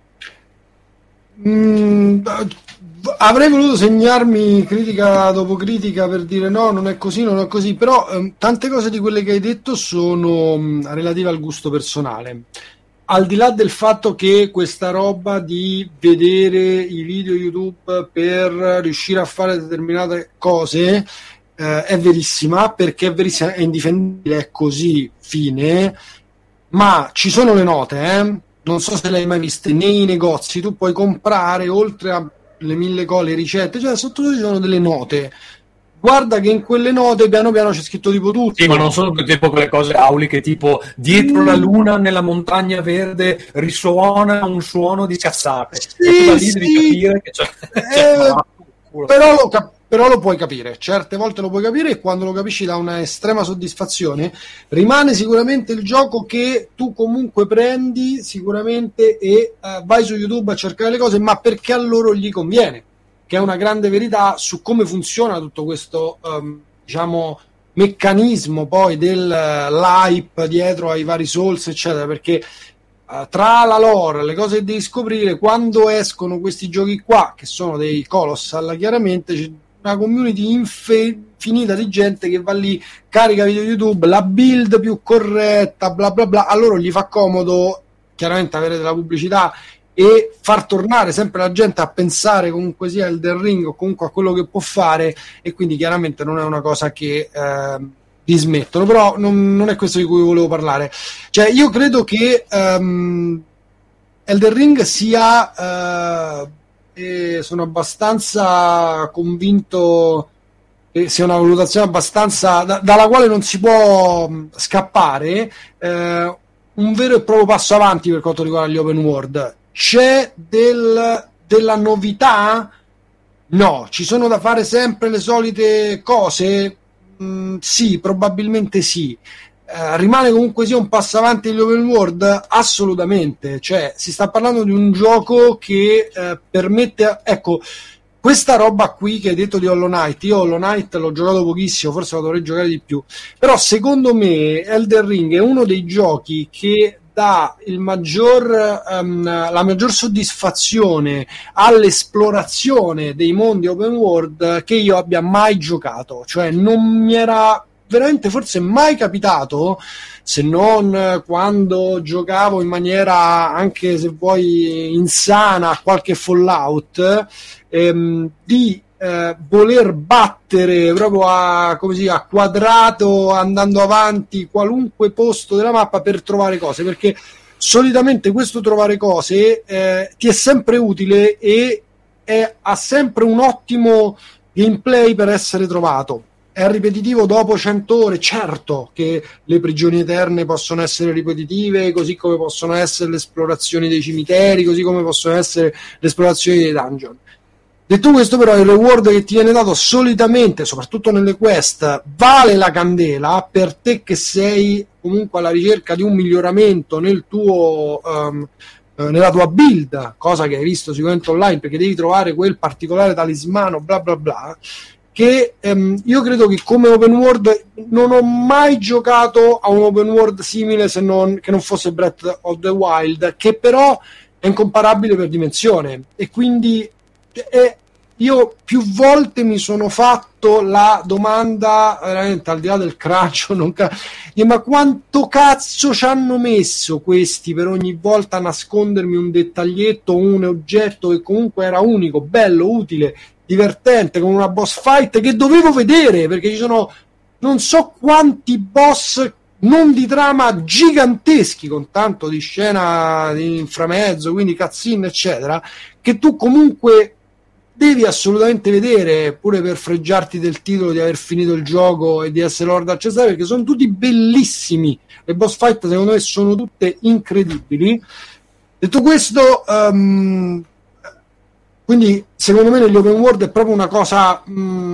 Avrei voluto segnarmi critica dopo critica per dire no, non è così, non è così, però tante cose di quelle che hai detto sono relative al gusto personale. Al di là del fatto che questa roba di vedere i video YouTube per riuscire a fare determinate cose è verissima, perché è verissima, è indifendibile, è così, fine, ma ci sono le note, non so se le hai mai viste, nei negozi tu puoi comprare, oltre alle 1000 cose, ricette, cioè sotto ci sono delle note. Guarda che in quelle note piano piano c'è scritto tipo tutto. Sì, ma non sono tipo quelle cose auliche, tipo dietro la luna nella montagna verde risuona un suono di cazzate. Sì, devi capire che c'è. Però lo puoi capire, certe volte lo puoi capire, e quando lo capisci dà una estrema soddisfazione. Rimane sicuramente il gioco che tu comunque prendi sicuramente e vai su YouTube a cercare le cose, ma perché a loro gli conviene, che è una grande verità su come funziona tutto questo diciamo meccanismo poi dell'hype dietro ai vari Souls eccetera, perché tra la lore, le cose che devi scoprire, quando escono questi giochi qua che sono dei colossal, chiaramente c'è una community infinita di gente che va lì, carica video YouTube, la build più corretta, bla bla bla. A loro gli fa comodo chiaramente avere della pubblicità e far tornare sempre la gente a pensare comunque sia Elden Ring o comunque a quello che può fare, e quindi chiaramente non è una cosa che dismettono. Però non è questo di cui volevo parlare. Cioè io credo che Elden Ring sia sono abbastanza convinto che sia una valutazione abbastanza dalla quale non si può scappare, un vero e proprio passo avanti per quanto riguarda gli open world. C'è della novità? No. Ci sono da fare sempre le solite cose? Sì, probabilmente sì. Rimane comunque sia un passo avanti degli open world? Assolutamente. Cioè, si sta parlando di un gioco che permette, ecco, questa roba qui che hai detto di Hollow Knight. Io Hollow Knight l'ho giocato pochissimo, forse lo dovrei giocare di più, però secondo me Elden Ring è uno dei giochi che dà la maggior soddisfazione all'esplorazione dei mondi open world che io abbia mai giocato. Cioè non mi era veramente forse mai capitato, se non quando giocavo in maniera anche se vuoi insana a qualche Fallout, di voler battere proprio a quadrato, andando avanti qualunque posto della mappa per trovare cose, perché solitamente questo trovare cose ti è sempre utile e ha sempre un ottimo gameplay per essere trovato. È ripetitivo dopo 100 ore, certo che le prigioni eterne possono essere ripetitive, così come possono essere le esplorazioni dei cimiteri, così come possono essere le esplorazioni dei dungeon. Detto questo, però, il reward che ti viene dato solitamente, soprattutto nelle quest, vale la candela per te che sei comunque alla ricerca di un miglioramento nel tuo nella tua build, cosa che hai visto sicuramente online, perché devi trovare quel particolare talismano, bla bla bla. Che io credo che come open world non ho mai giocato a un open world simile, se non che non fosse Breath of the Wild, che però è incomparabile per dimensione, e quindi io più volte mi sono fatto la domanda, veramente al di là del crunch, ma quanto cazzo ci hanno messo questi per ogni volta nascondermi un dettaglietto, un oggetto che comunque era unico, bello, utile, divertente, con una boss fight che dovevo vedere, perché ci sono non so quanti boss non di trama giganteschi, con tanto di scena di inframezzo, quindi cutscene eccetera, che tu comunque devi assolutamente vedere, pure per fregiarti del titolo di aver finito il gioco e di essere Lord Accessorio, perché sono tutti bellissimi. Le boss fight secondo me sono tutte incredibili. Detto questo, quindi secondo me negli open world è proprio una cosa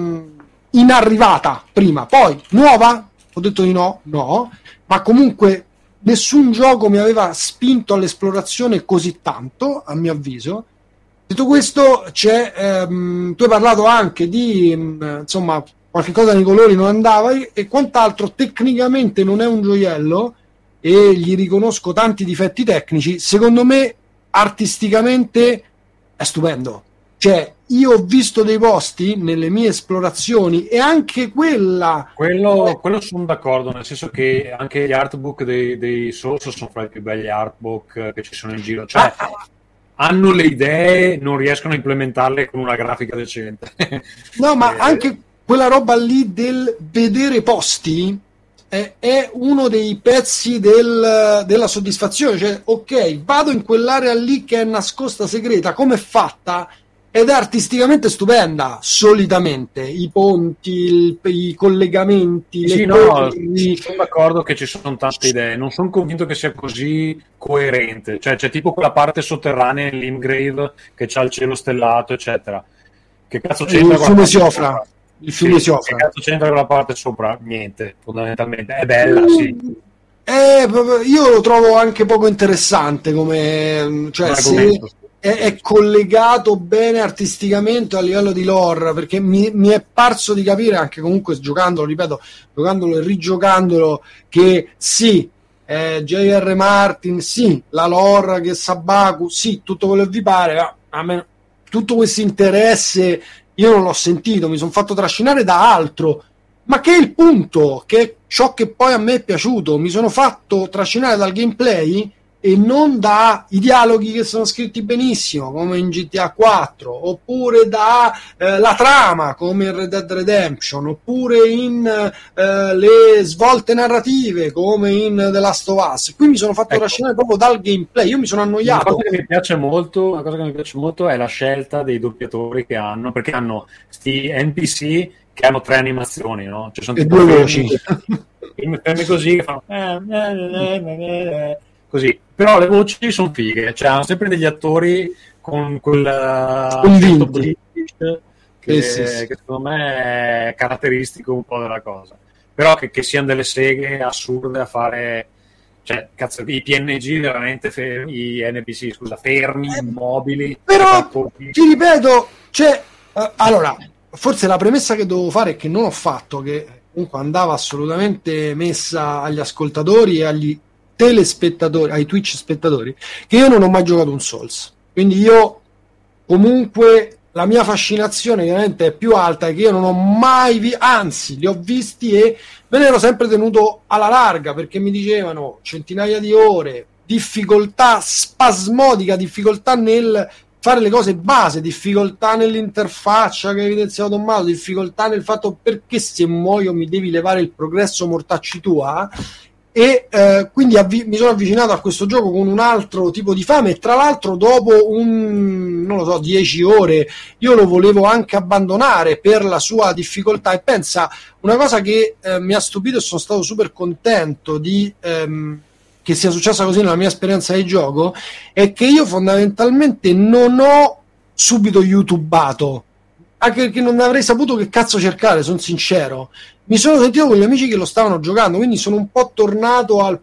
inarrivata prima. Poi nuova? Ho detto di no, ma comunque nessun gioco mi aveva spinto all'esplorazione così tanto, a mio avviso. Detto questo, c'è tu hai parlato anche di insomma, qualche cosa nei colori non andava e quant'altro. Tecnicamente non è un gioiello e gli riconosco tanti difetti tecnici. Secondo me artisticamente è stupendo. Cioè, io ho visto dei posti nelle mie esplorazioni e anche quello sono d'accordo, nel senso che anche gli artbook dei Souls sono fra i più belli artbook che ci sono in giro, cioè hanno le idee, non riescono a implementarle con una grafica decente. No, ma anche quella roba lì del vedere posti è uno dei pezzi della soddisfazione. Cioè, ok, vado in quell'area lì che è nascosta, segreta, come è fatta? Ed è artisticamente stupenda, solitamente. I ponti, i collegamenti, sì, le torri. Sono d'accordo che ci sono tante idee, non sono convinto che sia così coerente. Cioè, c'è tipo quella parte sotterranea in Limgrave che c'ha il cielo stellato, eccetera. Che cazzo c'entra il fiume Siofra? Il fiume Siofra. Che cazzo c'entra quella parte sopra? Niente, fondamentalmente. È bella, sì. Io lo trovo anche poco interessante come... Cioè, se è collegato bene artisticamente a livello di lore, perché mi è parso di capire anche comunque giocandolo, ripeto, giocandolo e rigiocandolo, che sì, J.R. Martin, sì, la lore che Sabaku, sì, tutto quello che vi pare, ma a me tutto questo interesse io non l'ho sentito, mi sono fatto trascinare da altro. Ma che è il punto, che è ciò che poi a me è piaciuto, mi sono fatto trascinare dal gameplay e non dai dialoghi che sono scritti benissimo come in GTA 4, oppure da la trama come in Red Dead Redemption, oppure in le svolte narrative come in The Last of Us. Qui mi sono fatto trascinare proprio dal gameplay, io mi sono annoiato. Una cosa che mi piace molto è la scelta dei doppiatori che hanno, perché hanno sti NPC che hanno 3 animazioni, no? Cioè sono e 2 voci fermi così che fanno così, però le voci sono fighe, cioè hanno sempre degli attori con quel convinti che secondo me è caratteristico un po' della cosa, però che siano delle seghe assurde a fare, cioè cazzo, i PNG veramente i NPC, scusa, fermi, immobili, però ti ripeto, cioè allora forse la premessa che dovevo fare è che non ho fatto, che comunque andava assolutamente messa agli ascoltatori e agli telespettatori, ai Twitch spettatori, che io non ho mai giocato un Souls, quindi io comunque la mia fascinazione chiaramente è più alta, che io non ho mai anzi li ho visti e me ne ero sempre tenuto alla larga, perché mi dicevano centinaia di ore, difficoltà spasmodica, difficoltà nel fare le cose base, difficoltà nell'interfaccia che evidenziava Tommaso, difficoltà nel fatto perché se muoio mi devi levare il progresso, mortacci tua. E quindi mi sono avvicinato a questo gioco con un altro tipo di fame, e tra l'altro dopo 10 ore io lo volevo anche abbandonare per la sua difficoltà. E pensa, una cosa che mi ha stupito e sono stato super contento di che sia successa così nella mia esperienza di gioco, è che io fondamentalmente non ho subito youtubato, anche perché non avrei saputo che cazzo cercare, sono sincero. mi sono sentito con gli amici che lo stavano giocando, quindi sono un po' tornato al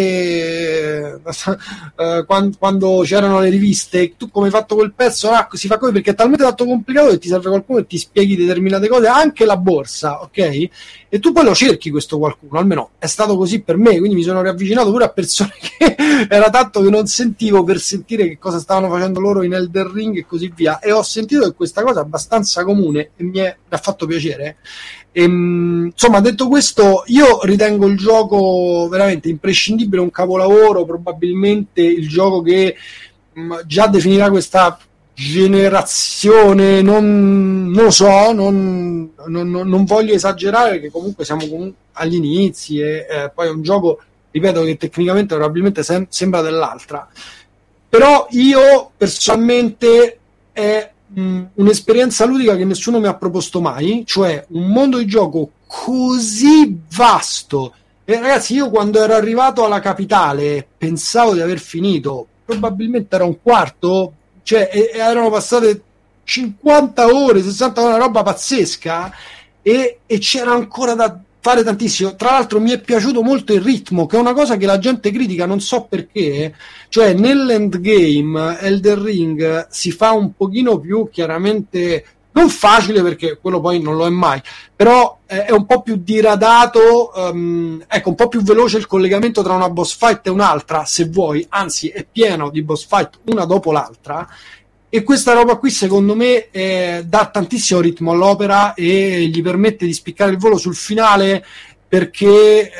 quando c'erano le riviste. Tu come hai fatto quel pezzo? Si fa così perché è talmente tanto complicato che ti serve qualcuno che ti spieghi determinate cose, anche la borsa, ok? E tu poi lo cerchi questo qualcuno, almeno è stato così per me, quindi mi sono riavvicinato pure a persone che era tanto che non sentivo per sentire che cosa stavano facendo loro in Elden Ring e così via, e ho sentito che questa cosa è abbastanza comune e mi ha fatto piacere. Insomma, detto questo, io ritengo il gioco veramente imprescindibile, un capolavoro, probabilmente il gioco che già definirà questa generazione, non lo so, non voglio esagerare perché comunque siamo agli inizi e poi è un gioco, ripeto, che tecnicamente probabilmente sembra dell'altra, però io personalmente è un'esperienza ludica che nessuno mi ha proposto mai, cioè un mondo di gioco così vasto. E ragazzi, io quando ero arrivato alla capitale pensavo di aver finito, probabilmente era un quarto, cioè erano passate 50 ore, 60 ore, una roba pazzesca, e c'era ancora da fare tantissimo. Tra l'altro mi è piaciuto molto il ritmo, che è una cosa che la gente critica, non so perché, cioè nell'endgame Elden Ring si fa un pochino più chiaramente, non facile perché quello poi non lo è mai, però è un po' più diradato, ecco, un po' più veloce il collegamento tra una boss fight e un'altra, se vuoi, anzi è pieno di boss fight una dopo l'altra. E questa roba qui secondo me dà tantissimo ritmo all'opera e gli permette di spiccare il volo sul finale, perché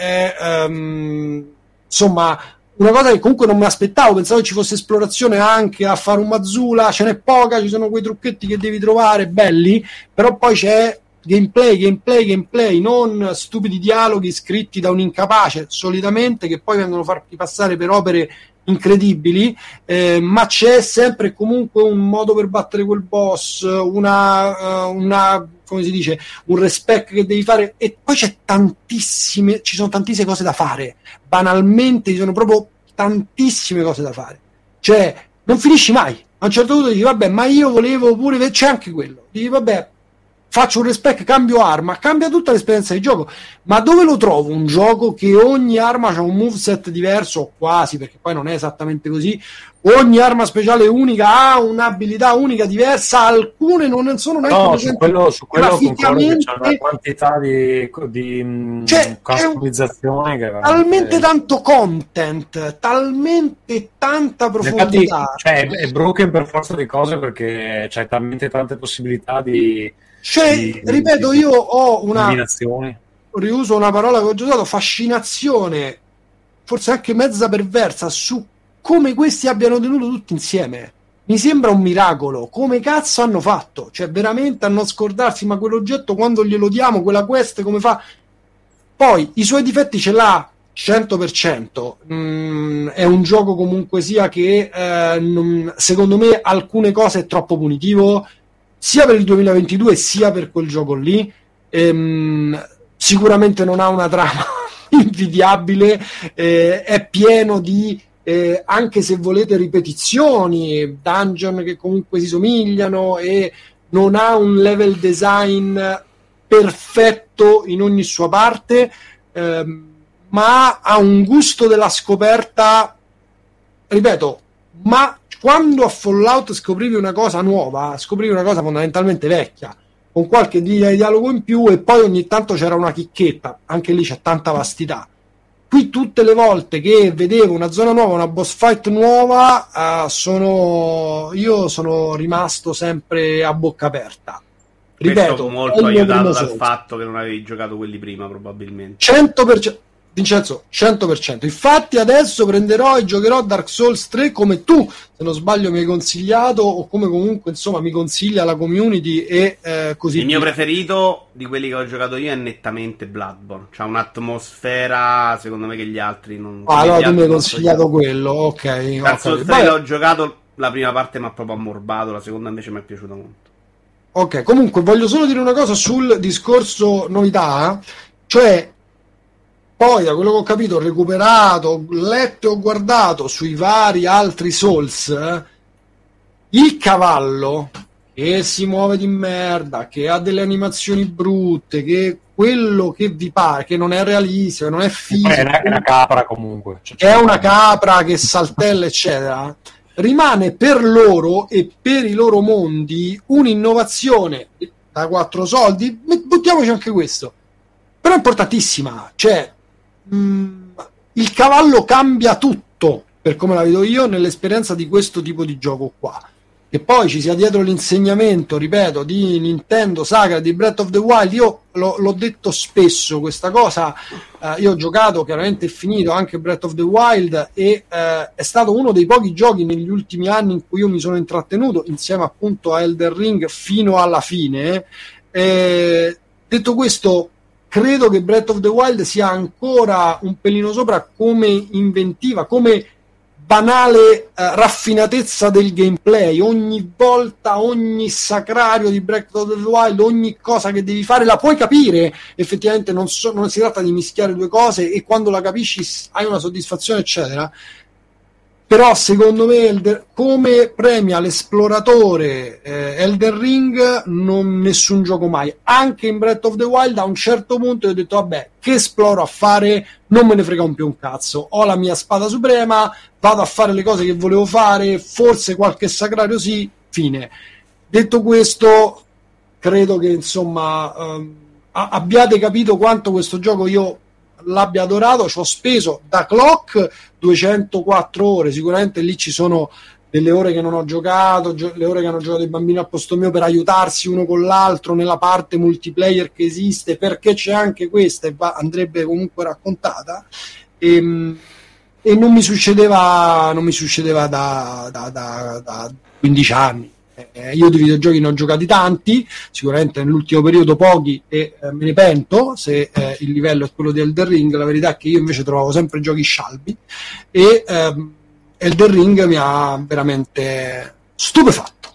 insomma, una cosa che comunque non mi aspettavo, pensavo che ci fosse esplorazione anche a fare un Mazula, ce n'è poca, ci sono quei trucchetti che devi trovare belli, però poi c'è gameplay, non stupidi dialoghi scritti da un incapace solitamente, che poi vengono fatti passare per opere incredibili, ma c'è sempre comunque un modo per battere quel boss, una come si dice, un respect che devi fare, e poi ci sono tantissime cose da fare, banalmente ci sono proprio tantissime cose da fare, cioè non finisci mai. A un certo punto dici vabbè, ma io volevo pure, c'è anche quello, dici vabbè, faccio un respec, cambio arma, cambia tutta l'esperienza di gioco. Ma dove lo trovo un gioco che ogni arma ha un moveset diverso, quasi, perché poi non è esattamente così, ogni arma speciale unica ha un'abilità unica diversa, alcune non sono neanche su quello concordo, che c'è una quantità di customizzazione che talmente tanto content, talmente tanta profondità. Infatti, cioè, è broken per forza di cose, perché c'hai talmente tante possibilità di... Cioè, ripeto, io ho combinazioni. Riuso una parola che ho già usato, fascinazione, forse anche mezza perversa, su come questi abbiano tenuto tutti insieme. Mi sembra un miracolo. Come cazzo hanno fatto? Cioè, veramente a non scordarsi, ma quell'oggetto quando glielo diamo, quella quest, come fa? Poi, i suoi difetti ce l'ha 100%. È un gioco comunque sia che, secondo me, alcune cose è troppo punitivo, sia per il 2022 sia per quel gioco lì. Sicuramente non ha una trama invidiabile, è pieno di anche se volete ripetizioni, dungeon che comunque si somigliano, e non ha un level design perfetto in ogni sua parte, ma ha un gusto della scoperta, ripeto, ma quando a Fallout scoprivi una cosa nuova, scoprivi una cosa fondamentalmente vecchia, con qualche linea di dialogo in più, e poi ogni tanto c'era una chicchetta, anche lì c'è tanta vastità. Qui tutte le volte che vedevo una zona nuova, una boss fight nuova, io sono rimasto sempre a bocca aperta. Ripeto, questo molto aiutato dal fatto che non avevi giocato quelli prima, probabilmente. 100%. Vincenzo, 100%. Infatti adesso prenderò e giocherò Dark Souls 3 come tu, se non sbaglio, mi hai consigliato, o come comunque insomma mi consiglia la community, e così. Il mio preferito di quelli che ho giocato io è nettamente Bloodborne. C'ha un'atmosfera, secondo me, che gli altri non. Allora tu mi hai consigliato quello, ok. Dark Souls 3 l'ho giocato, la prima parte mi ha proprio ammorbato, la seconda invece mi è piaciuta molto. Ok, comunque voglio solo dire una cosa sul discorso novità, cioè poi da quello che ho capito, ho recuperato, letto e ho guardato sui vari altri Souls, il cavallo che si muove di merda, che ha delle animazioni brutte, che quello che vi pare, che non è realistico, che non è fisico, È una capra comunque. che è una capra che saltella, eccetera, rimane per loro e per i loro mondi un'innovazione da 4 soldi, buttiamoci anche questo, però è importantissima, cioè il cavallo cambia tutto, per come la vedo io, nell'esperienza di questo tipo di gioco qua. Che poi ci sia dietro l'insegnamento, ripeto, di Nintendo, Saga, di Breath of the Wild, io l'ho detto spesso questa cosa, io ho giocato, chiaramente finito anche Breath of the Wild, e è stato uno dei pochi giochi negli ultimi anni in cui io mi sono intrattenuto insieme appunto a Elden Ring fino alla fine. Detto questo, credo che Breath of the Wild sia ancora un pelino sopra come inventiva, come banale raffinatezza del gameplay. Ogni volta, ogni sacrario di Breath of the Wild, ogni cosa che devi fare la puoi capire, effettivamente non si tratta di mischiare due cose, e quando la capisci hai una soddisfazione, eccetera. Però secondo me come premia l'esploratore Elden Ring nessun gioco mai. Anche in Breath of the Wild a un certo punto io ho detto vabbè, che esploro a fare, non me ne frega più un cazzo, ho la mia spada suprema, vado a fare le cose che volevo fare, forse qualche sacrario sì, fine. Detto questo, credo che insomma abbiate capito quanto questo gioco io l'abbia adorato. Ci ho speso da clock 204 ore, sicuramente lì ci sono delle ore che non ho giocato, le ore che hanno giocato i bambini al posto mio per aiutarsi uno con l'altro nella parte multiplayer che esiste, perché c'è anche questa e andrebbe comunque raccontata, e non mi succedeva da 15 anni. Io di videogiochi ne ho giocati tanti, sicuramente nell'ultimo periodo pochi, e me ne pento se il livello è quello di Elden Ring. La verità è che io invece trovavo sempre giochi scialbi, e Elden Ring mi ha veramente stupefatto.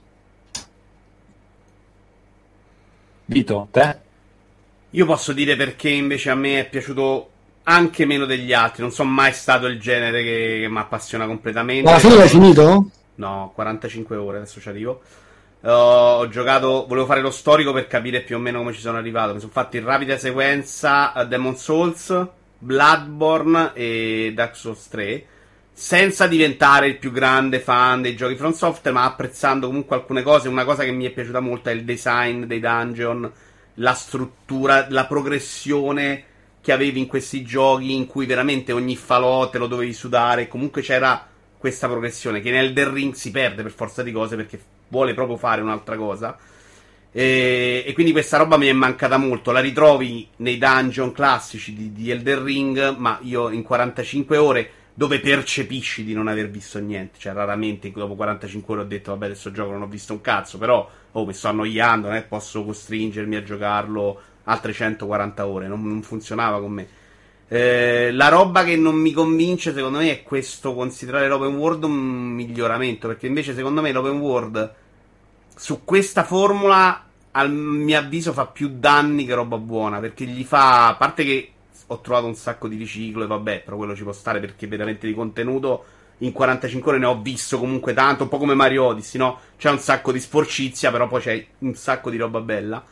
Vito, te? Io posso dire perché invece a me è piaciuto anche meno degli altri. Non sono mai stato il genere che mi appassiona completamente. Ma alla fine l'hai finito? No, 45 ore, adesso ci arrivo. Ho giocato, volevo fare lo storico per capire più o meno come ci sono arrivato. Mi sono fatto in rapida sequenza Demon's Souls, Bloodborne e Dark Souls 3, senza diventare il più grande fan dei giochi From Software, ma apprezzando comunque alcune cose. Una cosa che mi è piaciuta molto è il design dei dungeon, la struttura, la progressione che avevi in questi giochi, in cui veramente ogni falò te lo dovevi sudare. Comunque c'era questa progressione che in Elden Ring si perde per forza di cose, perché vuole proprio fare un'altra cosa, e quindi questa roba mi è mancata molto. La ritrovi nei dungeon classici di Elden Ring, ma io in 45 ore, dove percepisci di non aver visto niente, cioè raramente dopo 45 ore ho detto vabbè, adesso gioco, non ho visto un cazzo, però mi sto annoiando, non è posso costringermi a giocarlo altre 140 ore, non funzionava con me. La roba che non mi convince secondo me è questo considerare l'open world un miglioramento, perché invece secondo me l'open world su questa formula al mio avviso fa più danni che roba buona, perché gli fa, a parte che ho trovato un sacco di riciclo e vabbè, però quello ci può stare, perché veramente di contenuto in 45 ore ne ho visto comunque tanto, un po' come Mario Odyssey, no? C'è un sacco di sporcizia, però poi c'è un sacco di roba bella.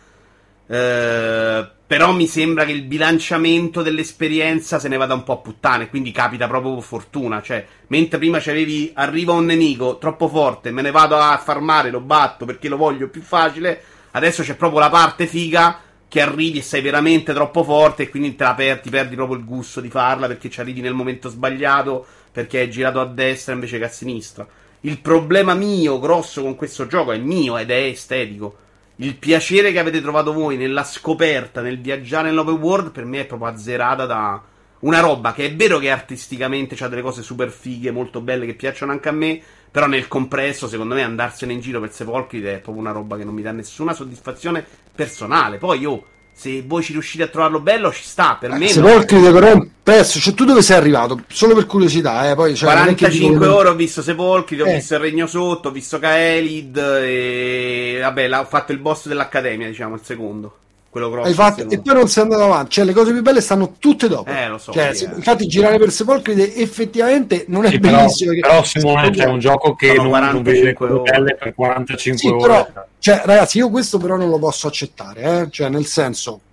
Però mi sembra che il bilanciamento dell'esperienza se ne vada un po' a puttane, quindi capita proprio fortuna. Cioè, mentre prima c'avevi, arriva un nemico troppo forte, me ne vado a farmare, lo batto perché lo voglio più facile, adesso c'è proprio la parte figa che arrivi e sei veramente troppo forte, e quindi ti perdi proprio il gusto di farla, perché ci arrivi nel momento sbagliato, perché hai girato a destra invece che a sinistra. Il problema mio grosso con questo gioco è mio ed è estetico. Il piacere che avete trovato voi nella scoperta, nel viaggiare nell'open world, per me è proprio azzerata da una roba che è vero che artisticamente c'ha delle cose super fighe, molto belle, che piacciono anche a me, però nel compresso secondo me andarsene in giro per Sepolcri è proprio una roba che non mi dà nessuna soddisfazione personale. Poi se voi ci riuscite a trovarlo bello, ci sta, per me Sepolcri però è un pezzo. Cioè, tu dove sei arrivato? Solo per curiosità, poi, cioè, 45 ore ho visto Sepolcri, ho visto il Regno Sotto, ho visto Kaelid, e vabbè, ho fatto il boss dell'Accademia, diciamo, il secondo, quello grosso. Hai fatto, e poi non sei andato avanti. Cioè, le cose più belle stanno tutte dopo. Lo so. Cioè, infatti girare per Sepolcri effettivamente non è bellissimo. Però Simone, c'è un gioco che non vede belle per 45 ore. Però, cioè, ragazzi, io questo però non lo posso accettare, cioè, nel senso,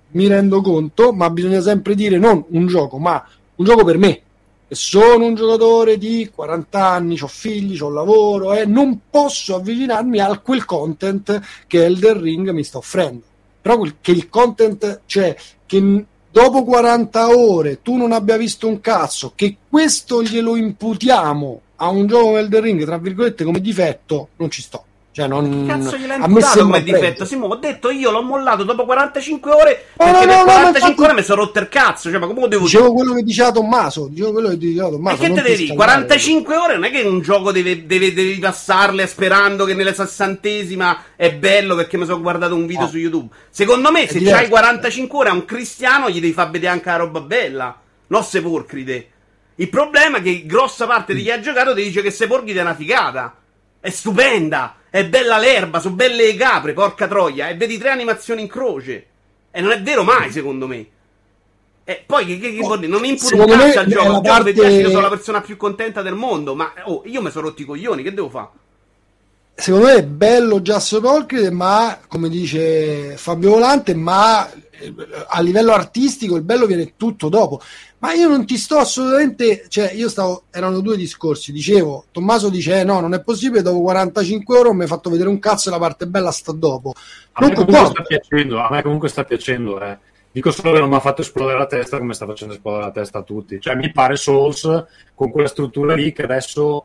mi rendo conto, ma bisogna sempre dire non un gioco, ma un gioco per me. E sono un giocatore di 40 anni, ho figli, ho lavoro, non posso avvicinarmi a quel content che Elden Ring mi sta offrendo. Però che il content, cioè che dopo 40 ore tu non abbia visto un cazzo, che questo glielo imputiamo a un gioco come Elden Ring, tra virgolette, come difetto, non ci sto. Cioè non, cazzo gliel'ha a me imputato sembra come difetto? Simo, ho detto io l'ho mollato dopo 45 ore perché per 45 ore mi sono rotto il cazzo, cioè ma come lo devo dicevo dire? quello che diceva Tommaso, E che te devi dire? 45 ore non è che un gioco devi passarle sperando che nella 60esima è bello perché mi sono guardato un video su YouTube. Secondo me se c'hai 45 ore a un cristiano gli devi far vedere anche la roba bella, non Sepolcride. Il problema è che grossa parte di chi ha giocato ti dice che Sepolcride è una figata, è stupenda, è bella l'erba, sono belle le capre, porca troia, e vedi 3 animazioni in croce. E non è vero mai, secondo me. E poi che vuol dire? Non imputo un cazzo al gioco, il gioco che sono la persona più contenta del mondo, ma io mi sono rotto i coglioni, che devo fare? Secondo me è bello già Sepolcride, ma come dice Fabio Volante, ma a livello artistico il bello viene tutto dopo. Ma io non ti sto assolutamente, cioè erano 2 discorsi, dicevo, Tommaso dice no, non è possibile, dopo 45 ore mi hai fatto vedere un cazzo e la parte bella sta dopo. A me comunque sta piacendo, Dico solo che non mi ha fatto esplodere la testa come sta facendo esplodere la testa a tutti. Cioè mi pare Souls con quella struttura lì che adesso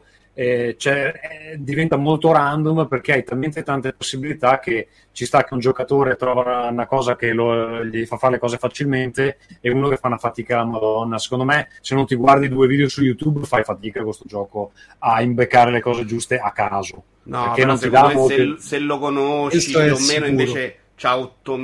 diventa molto random, perché hai talmente tante possibilità che ci sta che un giocatore trova una cosa che gli fa fare le cose facilmente e uno che fa una fatica alla Madonna. Secondo me se non ti guardi 2 video su YouTube fai fatica questo gioco a imbeccare le cose giuste a caso, no, perché non ti dà se lo conosci più o meno invece c'ha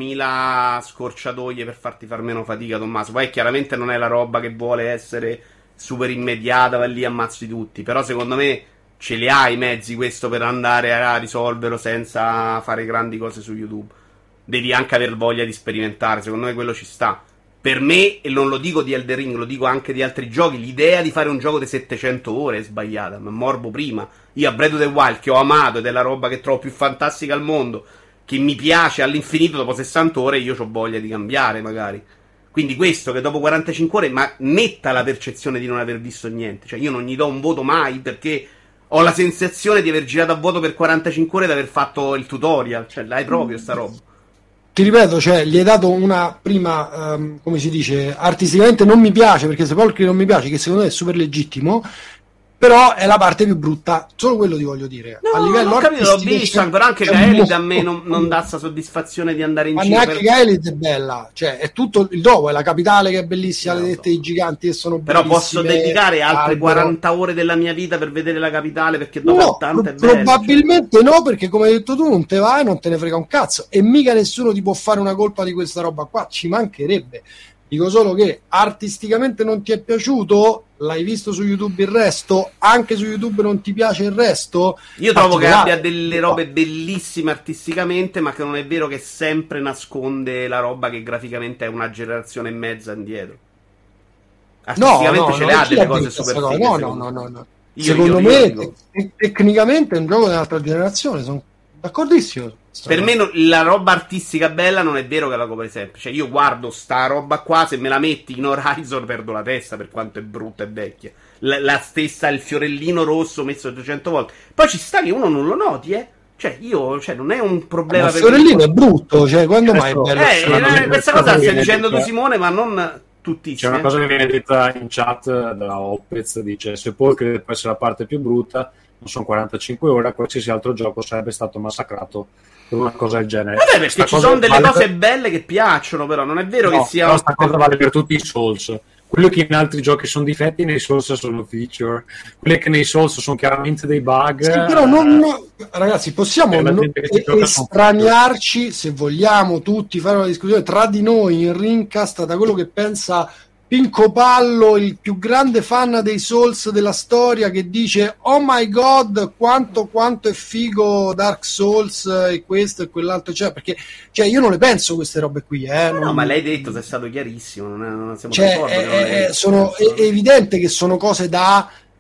8000 scorciatoie per farti far meno fatica, Tommaso. Poi chiaramente non è la roba che vuole essere super immediata, va lì ammazzi tutti, però secondo me ce li ha i mezzi questo per andare a risolverlo senza fare grandi cose su YouTube. Devi anche aver voglia di sperimentare, secondo me quello ci sta. Per me, e non lo dico di Elden Ring, lo dico anche di altri giochi, l'idea di fare un gioco di 700 ore è sbagliata, ma morbo prima. Io a Breath of the Wild, che ho amato ed è la roba che trovo più fantastica al mondo, che mi piace all'infinito, dopo 60 ore io ho voglia di cambiare magari. Quindi questo che dopo 45 ore ma netta la percezione di non aver visto niente. Cioè io non gli do un voto mai perché ho la sensazione di aver girato a vuoto per 45 ore e di aver fatto il tutorial. Cioè l'hai proprio sta roba. Ti ripeto, cioè gli hai dato una prima, come si dice, artisticamente non mi piace, perché Sepolcri non mi piace, che secondo me è super legittimo, però è la parte più brutta, solo quello ti voglio dire. No, a livello non capito, l'ho visto, però anche Kaelid a me non brutto. dà sta soddisfazione di andare in Ma giro. neanche Kaelid è bella, cioè è tutto il dopo, è la capitale che è bellissima, le dette i giganti che sono però bellissime. posso dedicare altre 40 ore della mia vita per vedere la capitale, perché dopo tanto è bello. Probabilmente no, perché come hai detto tu non te vai, non te ne frega un cazzo, e mica nessuno ti può fare una colpa di questa roba qua, ci mancherebbe. Dico solo che artisticamente non ti è piaciuto, l'hai visto su YouTube il resto, anche su YouTube non ti piace il resto. Io trovo che abbia delle robe bellissime artisticamente, ma che non è vero che sempre nasconde la roba che graficamente è una generazione e mezza indietro. Artisticamente ce le ha delle cose super fighe. No. Secondo me tecnicamente è un gioco dell'altra generazione, sono d'accordissimo. Per me la roba artistica bella non è vero che la copre sempre. Cioè io guardo sta roba qua, se me la metti in Horizon perdo la testa per quanto è brutta e vecchia. La stessa, il fiorellino rosso messo 200 volte. Poi ci sta che uno non lo noti, Cioè non è un problema. Ma il fiorellino è brutto, cioè quando mai è bello? Questa cosa stai dicendo tu, Simone, ma non tutti. C'è una cosa che viene detta in chat da Opez, dice Sepolcri può essere la parte più brutta, non sono 45 ore, qualsiasi altro gioco sarebbe stato massacrato per una cosa del genere. Vabbè, perché ci sono delle cose belle che piacciono, però non è vero che sia. Questa cosa vale per tutti i Souls. Quello che in altri giochi sono difetti, nei Souls sono feature. Quelli che nei Souls sono chiaramente dei bug. Sì, però ragazzi, possiamo estraniarci, se vogliamo, tutti fare una discussione tra di noi in Rincast da quello che pensa Pinco Pallo, il più grande fan dei Souls della storia, che dice oh my god quanto è figo Dark Souls e questo e quell'altro, perché io non le penso queste robe qui, no, ma l'hai detto, sei stato chiarissimo, non siamo d'accordo, è evidente che sono cose da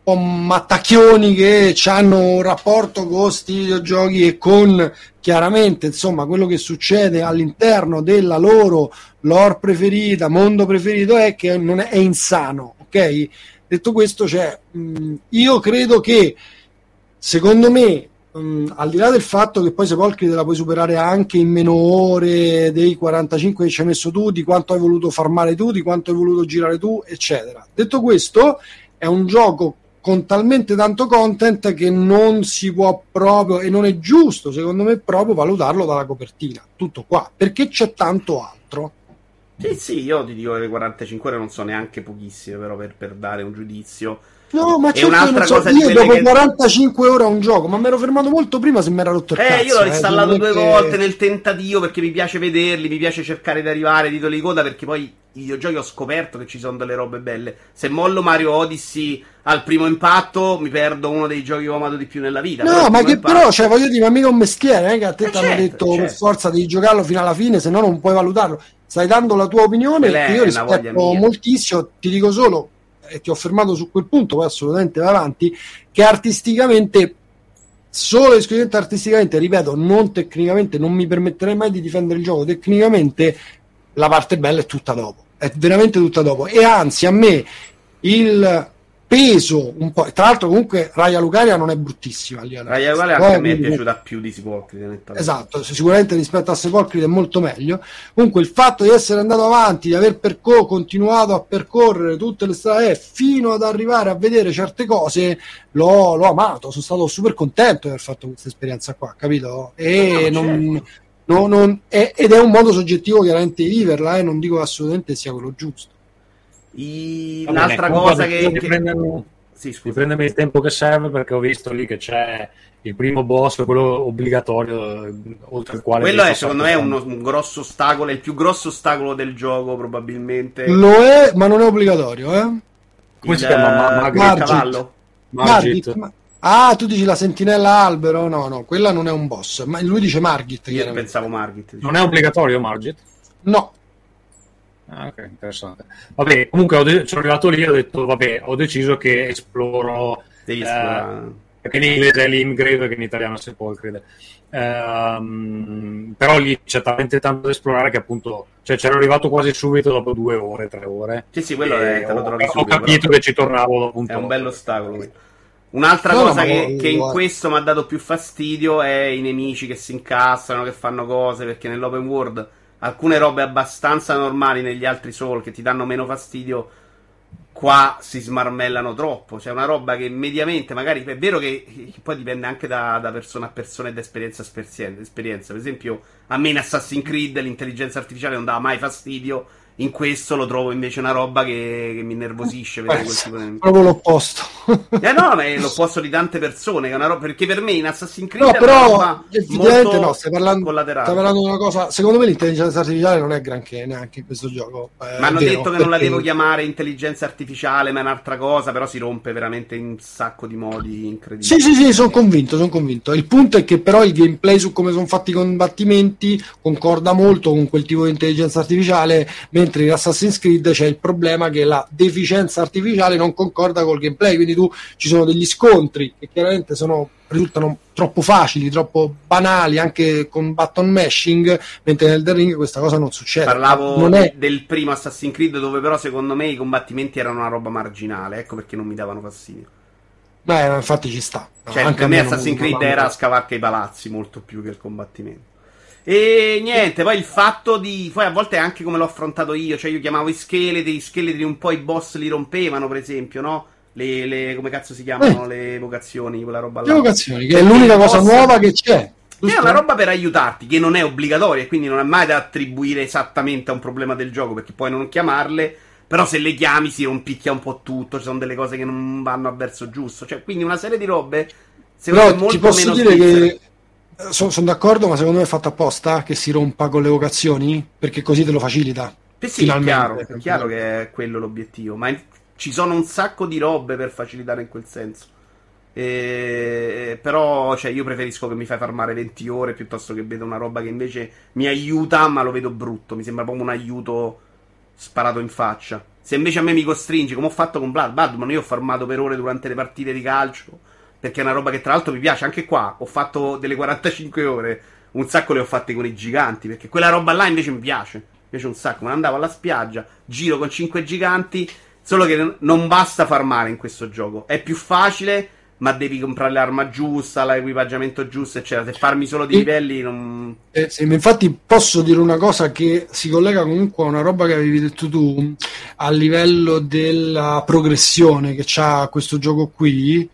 po' mattacchioni che hanno un rapporto con questi videogiochi e con chiaramente insomma quello che succede all'interno della loro lore preferita, mondo preferito, è che non è insano, ok? Detto questo, io credo che secondo me al di là del fatto che poi Sepolcri la puoi superare anche in meno ore dei 45 che ci hai messo tu, di quanto hai voluto farmare tu, di quanto hai voluto girare tu, eccetera. Detto questo, è un gioco con talmente tanto content che non si può proprio, e non è giusto secondo me proprio valutarlo dalla copertina, tutto qua, perché c'è tanto altro. Sì, io ti dico che le 45 ore non sono neanche pochissime, però per dare un giudizio. No, ma è un'altra cosa di io quelle dopo che... 45 ore a un gioco, ma mi ero fermato molto prima se mi era rotto il cazzo. Io l'ho installato due volte che... nel tentativo, perché mi piace vederli, mi piace cercare di arrivare ai titoli di coda, perché poi i videogiochi ho scoperto che ci sono delle robe belle. Se mollo Mario Odyssey al primo impatto mi perdo uno dei giochi che ho amato di più nella vita. No, ma che però, voglio dire, ma mica un mestiere, che a te ti hanno detto per certo. forza di giocarlo fino alla fine, se no non puoi valutarlo. Stai dando la tua opinione, che io rispetto moltissimo, ti dico solo, e ti ho fermato su quel punto, poi assolutamente vai avanti, che artisticamente, solo esclusivamente artisticamente, ripeto, non tecnicamente, non mi permetterei mai di difendere il gioco, tecnicamente la parte bella è tutta dopo, è veramente tutta dopo, e anzi a me il peso un po', tra l'altro comunque Raya Lucaria non è bruttissima, Raya Lucaria anche a me è piaciuta più di Sepolcri, esatto, sicuramente rispetto a Sepolcri è molto meglio. Comunque il fatto di essere andato avanti, di aver continuato a percorrere tutte le strade fino ad arrivare a vedere certe cose, l'ho amato, sono stato super contento di aver fatto questa esperienza qua, capito? E ed è un modo soggettivo chiaramente di viverla, non dico che assolutamente sia quello giusto. Un'altra cosa che riprendermi il tempo che serve, perché ho visto lì che c'è il primo boss, quello obbligatorio, oltre il quale quello è secondo me un grosso ostacolo, è il più grosso ostacolo del gioco probabilmente. Lo è, ma non è obbligatorio, come si chiama? Margit. Ah, tu dici la sentinella albero? No, quella non è un boss, ma lui dice Margit. Io pensavo Margit. Non è obbligatorio Margit? No. Ah, ok, interessante. Vabbè, comunque sono arrivato lì e ho detto, ho deciso che esploro. Devi esplorare. Perché in inglese è l'Imgrave, che in italiano è Sepolcri. Però lì c'è talmente tanto da esplorare che appunto, c'ero arrivato quasi subito dopo 2 ore, 3 ore. Sì, quello te lo trovi subito. Ho capito che ci tornavo appunto. È un bello ostacolo. Un'altra cosa che in questo mi ha dato più fastidio è i nemici che si incastrano, che fanno cose, perché nell'open world alcune robe abbastanza normali negli altri Soul che ti danno meno fastidio, qua si smarmellano troppo. C'è una roba che mediamente, magari è vero che poi dipende anche da persona a persona e da esperienza a esperienza. Per esempio, a me in Assassin's Creed l'intelligenza artificiale non dava mai fastidio. In questo lo trovo invece una roba che mi innervosisce vedere quel tipo di... proprio l'opposto. No, ma è l'opposto di tante persone, che è una roba, perché per me in Assassin's Creed no, però effettivamente no, stai parlando di una cosa, secondo me l'intelligenza artificiale non è granché neanche in questo gioco. Ma hanno detto che non la devo chiamare intelligenza artificiale, ma è un'altra cosa, però si rompe veramente in un sacco di modi incredibili. Sì, sono convinto. Il punto è che però il gameplay su come sono fatti i combattimenti concorda molto con quel tipo di intelligenza artificiale, mentre in Assassin's Creed c'è il problema che la deficienza artificiale non concorda col gameplay, quindi ci sono degli scontri che chiaramente risultano troppo facili, troppo banali, anche con button mashing, mentre nel The Ring questa cosa non succede. Parlavo del primo Assassin's Creed, dove però secondo me i combattimenti erano una roba marginale, ecco perché non mi davano fastidio. Infatti ci sta. Anche per me Assassin's Creed era scavarca i palazzi molto più che il combattimento. E niente, poi il fatto poi a volte è anche come l'ho affrontato io, cioè io chiamavo gli scheletri un po' i boss li rompevano, per esempio, no? Le come cazzo si chiamano le evocazioni, quella roba là. Le evocazioni, che è l'unica cosa nuova che c'è. È una roba per aiutarti, che non è obbligatoria, e quindi non è mai da attribuire esattamente a un problema del gioco, perché puoi non chiamarle, però se le chiami si rompicchia un po' tutto, ci sono delle cose che non vanno a verso giusto, cioè quindi una serie di robe secondo me molto ti posso meno dire svizzere. che sono d'accordo, ma secondo me è fatto apposta che si rompa con le evocazioni, perché così te lo facilita. Sì, è chiaro che è quello l'obiettivo, ma ci sono un sacco di robe per facilitare in quel senso. Però io preferisco che mi fai farmare 20 ore piuttosto che vedo una roba che invece mi aiuta, ma lo vedo brutto. Mi sembra proprio un aiuto sparato in faccia. Se invece a me mi costringi, come ho fatto con Bloodborne, io ho farmato per ore durante le partite di calcio, perché è una roba che tra l'altro mi piace. Anche qua ho fatto delle 45 ore, un sacco le ho fatte con i giganti, perché quella roba là invece mi piace un sacco. Me ne andavo alla spiaggia, giro con 5 giganti, solo che non basta farmare in questo gioco, è più facile, ma devi comprare l'arma giusta, l'equipaggiamento giusto, eccetera. Se farmi solo dei livelli non... sì, infatti posso dire una cosa che si collega comunque a una roba che avevi detto tu, a livello della progressione che c'ha questo gioco qui.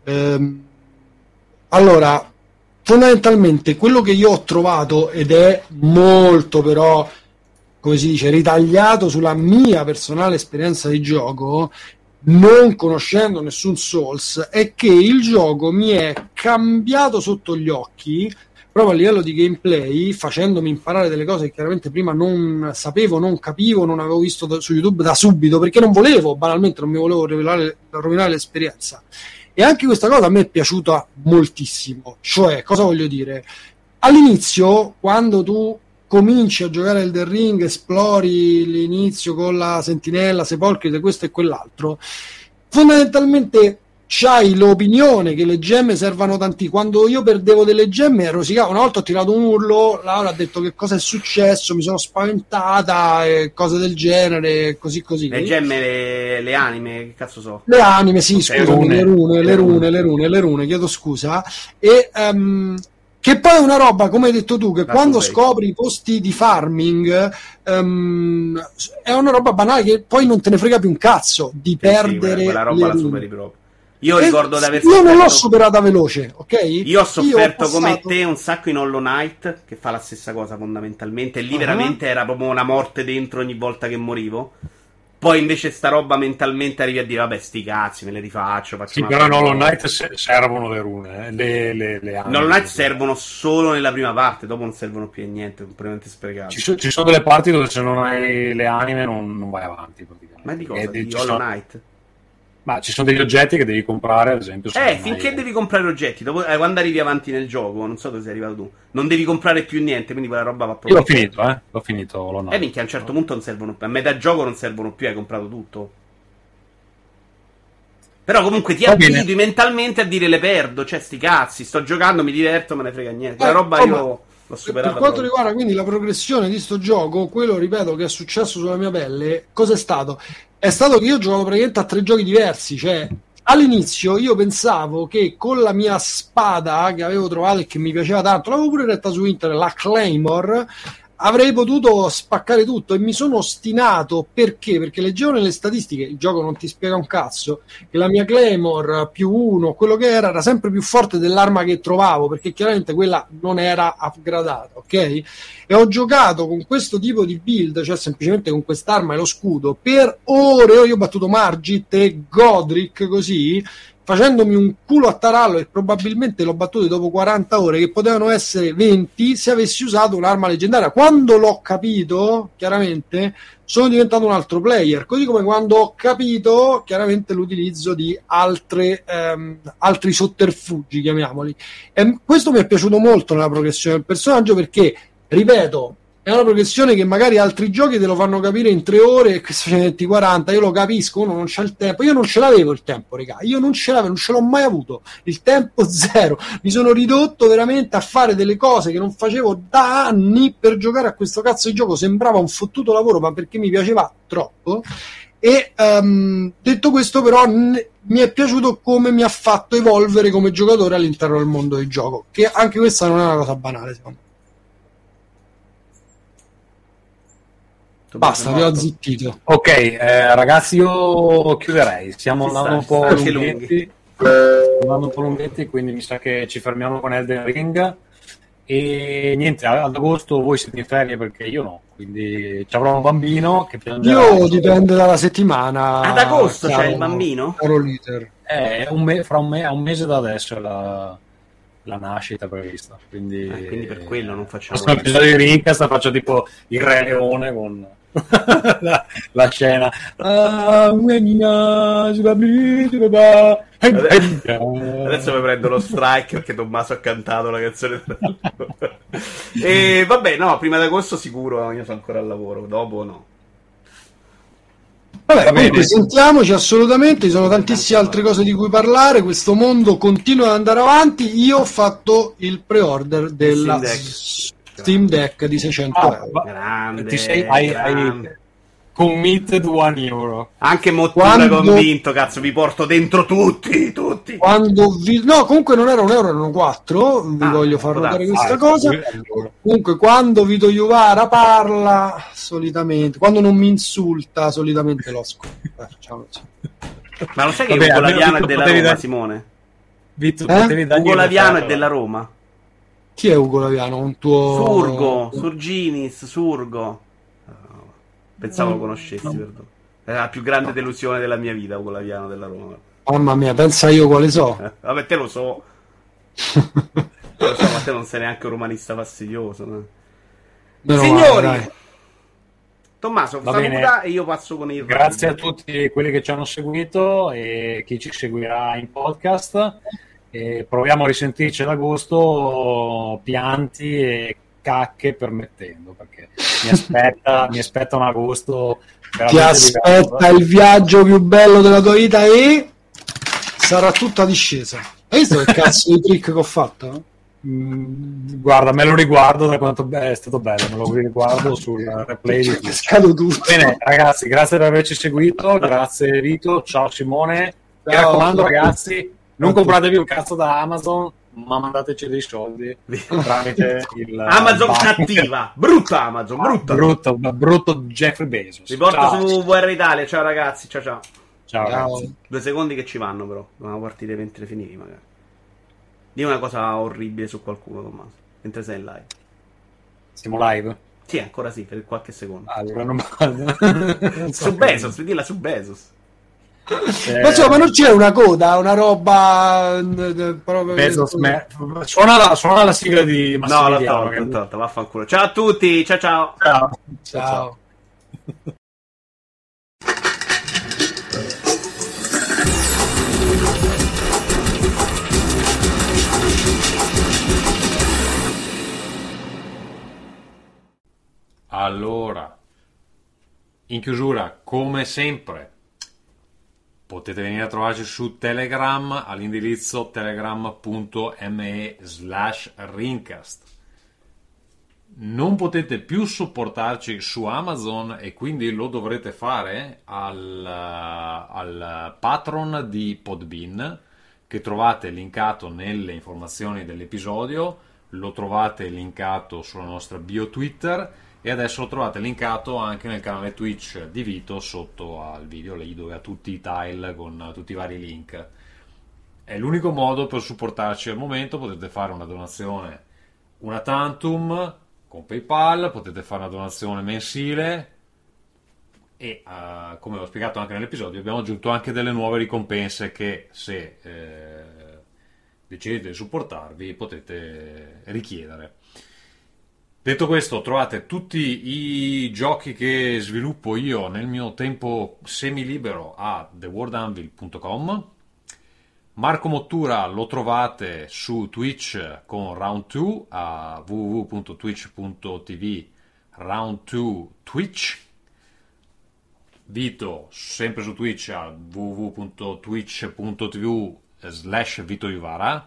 Allora, fondamentalmente quello che io ho trovato, ed è molto però, come si dice, ritagliato sulla mia personale esperienza di gioco, non conoscendo nessun Souls, è che il gioco mi è cambiato sotto gli occhi proprio a livello di gameplay, facendomi imparare delle cose che chiaramente prima non sapevo, non capivo, non avevo visto su YouTube da subito, perché non volevo, banalmente non mi volevo rovinare l'esperienza. E anche questa cosa a me è piaciuta moltissimo. Cioè, cosa voglio dire? All'inizio, quando tu cominci a giocare Elden Ring, esplori l'inizio con la sentinella, sepolcrite, questo e quell'altro, fondamentalmente c'hai l'opinione che le gemme servano tanti. Quando io perdevo delle gemme rosicavo. Una volta ho tirato un urlo, Laura ha detto che cosa è successo, mi sono spaventata e cose del genere, così. Le gemme, le anime, che cazzo so? Le anime, sì, scusami, le rune, chiedo scusa. E che poi è una roba, come hai detto tu, che quando scopri i posti di farming è una roba banale che poi non te ne frega più un cazzo di perdere quella roba la superi proprio. Io ricordo di aver io non l'ho superata veloce, ok? Io ho sofferto come te un sacco in Hollow Knight, che fa la stessa cosa fondamentalmente. Lì veramente era proprio una morte dentro ogni volta che morivo. Poi invece sta roba mentalmente arrivi a dire vabbè sti cazzi, me le rifaccio, faccio. Sì, però in Hollow Knight servono le rune, le in Hollow Knight servono solo nella prima parte, dopo non servono più a niente, completamente sprecato. Ci sono delle parti dove se non hai le anime non vai avanti praticamente. Ma di cosa? Di Hollow Knight? Ma ci sono degli oggetti che devi comprare, ad esempio. Finché devi comprare oggetti, dopo, quando arrivi avanti nel gioco, non so dove sei arrivato tu, non devi comprare più niente, quindi quella roba va proprio. Io l'ho finito. Minchia, a un certo punto non servono più, a metà gioco non servono più, hai comprato tutto. Però comunque ti abitui mentalmente a dire le perdo, cioè sti cazzi, sto giocando, mi diverto, me ne frega niente. Quella roba io l'ho superata. Per quanto riguarda quindi la progressione di sto gioco, quello, ripeto, che è successo sulla mia pelle, cos'è stato? È stato che io ho giocato praticamente a 3 giochi diversi, cioè all'inizio io pensavo che con la mia spada che avevo trovato e che mi piaceva tanto, l'avevo pure letta su internet, la Claymore, avrei potuto spaccare tutto, e mi sono ostinato. Perché leggevo nelle statistiche, il gioco non ti spiega un cazzo, che la mia Claymore +1, quello che era sempre più forte dell'arma che trovavo, perché chiaramente quella non era upgradata, ok? E ho giocato con questo tipo di build, cioè semplicemente con quest'arma e lo scudo, per ore. Io ho battuto Margit e Godric così, facendomi un culo a tarallo, e probabilmente l'ho battuto dopo 40 ore, che potevano essere 20 se avessi usato un'arma leggendaria. Quando l'ho capito, chiaramente, sono diventato un altro player, così come quando ho capito, chiaramente, l'utilizzo di altri sotterfugi, chiamiamoli. E questo mi è piaciuto molto nella progressione del personaggio, perché, ripeto, è una progressione che magari altri giochi te lo fanno capire in 3 ore, e questo ce ne metti 40. Io lo capisco, uno non c'ha il tempo. Io non ce l'avevo il tempo, raga. Io non ce l'ho mai avuto. Il tempo zero. Mi sono ridotto veramente a fare delle cose che non facevo da anni per giocare a questo cazzo di gioco. Sembrava un fottuto lavoro, ma perché mi piaceva troppo. E detto questo, però, mi è piaciuto come mi ha fatto evolvere come giocatore all'interno del mondo del gioco, che anche questa non è una cosa banale, secondo me. Basta, vi ho zittito. Ok, ragazzi, io chiuderei. Stiamo andando un po' lunghetti, quindi mi sa che ci fermiamo con Elden Ring. E niente, ad agosto voi siete in ferie, perché io no, quindi ci avrò un bambino che piangerà. Io dipende dalla settimana. Ad agosto c'è il bambino? Caro Liter. Fra un mese da adesso è la nascita prevista, quindi per quello non facciamo un episodio di Rincast, faccio tipo il Re Leone con la scena. Adesso mi prendo lo strike perché Tommaso ha cantato la canzone. E vabbè, no, prima d'agosto sicuro io sono ancora al lavoro, dopo no. Vabbè, Va comunque bene. sentiamoci assolutamente, ci sono tantissime altre cose di cui parlare, questo mondo continua ad andare avanti. Io ho fatto il pre-order della Steam Deck di 600 euro. Grande, Hai grande. committed €1. Anche Mottura Quando- convinto, cazzo, vi porto dentro tutti. No, comunque non era 1 euro, erano 4, vi voglio far può notare darsi. questa cosa. Comunque quando Vito Iuvara parla, solitamente, quando non mi insulta, solitamente lo ascolto. Facciamo così. Ma lo sai che Vabbè, Ugo almeno Laviano è Vito della potevi Roma, dare- Simone? Vito, Eh? potevi dargli Ugo una Laviano è ferra. della Roma. Chi è Ugo Laviano? Un tuo... Surgo, Surginis, Surgo. Pensavo lo conoscessi, perdono. È la più grande delusione della mia vita, Ugo Laviano della Roma. Mamma mia, pensa io quale so. Vabbè, te lo so. Lo so, ma te non sei neanche un romanista fastidioso. No? Meno Signori, male, dai. Tommaso, Va saluta bene. e io passo con il Grazie a rapido. tutti quelli che ci hanno seguito e chi ci seguirà in podcast. E proviamo a risentirci ad agosto, pianti e cacche permettendo, perché mi aspetta un agosto Ti veramente aspetta diverso. il viaggio più bello della tua vita e sarà tutta discesa. Hai visto che cazzo di trick che ho fatto? Guarda, me lo riguardo da quanto è stato bello, me lo riguardo sul replay di È Twitch. cascato tutto. Bene, ragazzi, grazie per averci seguito. Grazie, Vito. Ciao, Simone. Mi Ciao. raccomando, ragazzi, non compratevi un cazzo da Amazon, ma mandateci dei soldi tramite il Amazon banco. cattiva, brutta Amazon, brutta. brutto Jeffrey Bezos. Vi porto Ciao. su VR Italia, ciao ragazzi, ciao ciao. Ciao, Ciao. ragazzi. 2 secondi che ci vanno però, dobbiamo partire mentre finivi magari. Dì una cosa orribile su qualcuno, Tommaso, mentre sei in live. Siamo live? Sì, ancora sì, per qualche secondo. Allora non non so Su Bezos, dilla su Bezos. Ma insomma, ma non c'è una coda, una roba proprio Bezos suona la sigla di No, l'ho Massimiliano. tolto, l'ho tolto, vaffanculo. Ciao a tutti, ciao ciao. Ciao. Ciao. Allora, in chiusura, come sempre, potete venire a trovarci su Telegram all'indirizzo telegram.me/rincast. Non potete più supportarci su Amazon e quindi lo dovrete fare al patron di Podbean, che trovate linkato nelle informazioni dell'episodio, lo trovate linkato sulla nostra bio Twitter e adesso lo trovate linkato anche nel canale Twitch di Vito sotto al video, lì dove ha tutti i tile con tutti i vari link. È l'unico modo per supportarci al momento. Potete fare una donazione una tantum con PayPal, potete fare una donazione mensile e come ho spiegato anche nell'episodio abbiamo aggiunto anche delle nuove ricompense che se decidete di supportarvi potete richiedere. Detto questo, trovate tutti i giochi che sviluppo io nel mio tempo semilibero a theworldanvil.com. Marco Mottura lo trovate su Twitch con Round 2 a www.twitch.tv Round2 Twitch. Vito sempre su Twitch a www.twitch.tv/Vito Iuvara.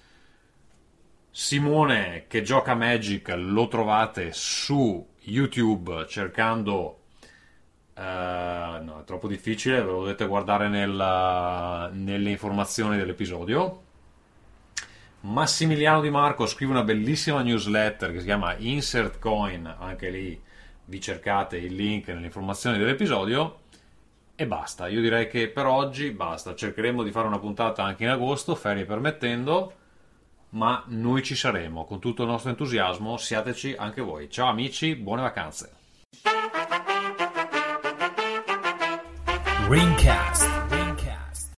Simone che gioca Magic lo trovate su YouTube cercando no, è troppo difficile, ve lo dovete guardare nelle informazioni dell'episodio. Massimiliano Di Marco scrive una bellissima newsletter che si chiama Insert Coin, anche lì vi cercate il link nelle informazioni dell'episodio. E basta, io direi che per oggi basta, cercheremo di fare una puntata anche in agosto, ferie permettendo, ma noi ci saremo con tutto il nostro entusiasmo, siateci anche voi. Ciao amici, buone vacanze. Ringcast.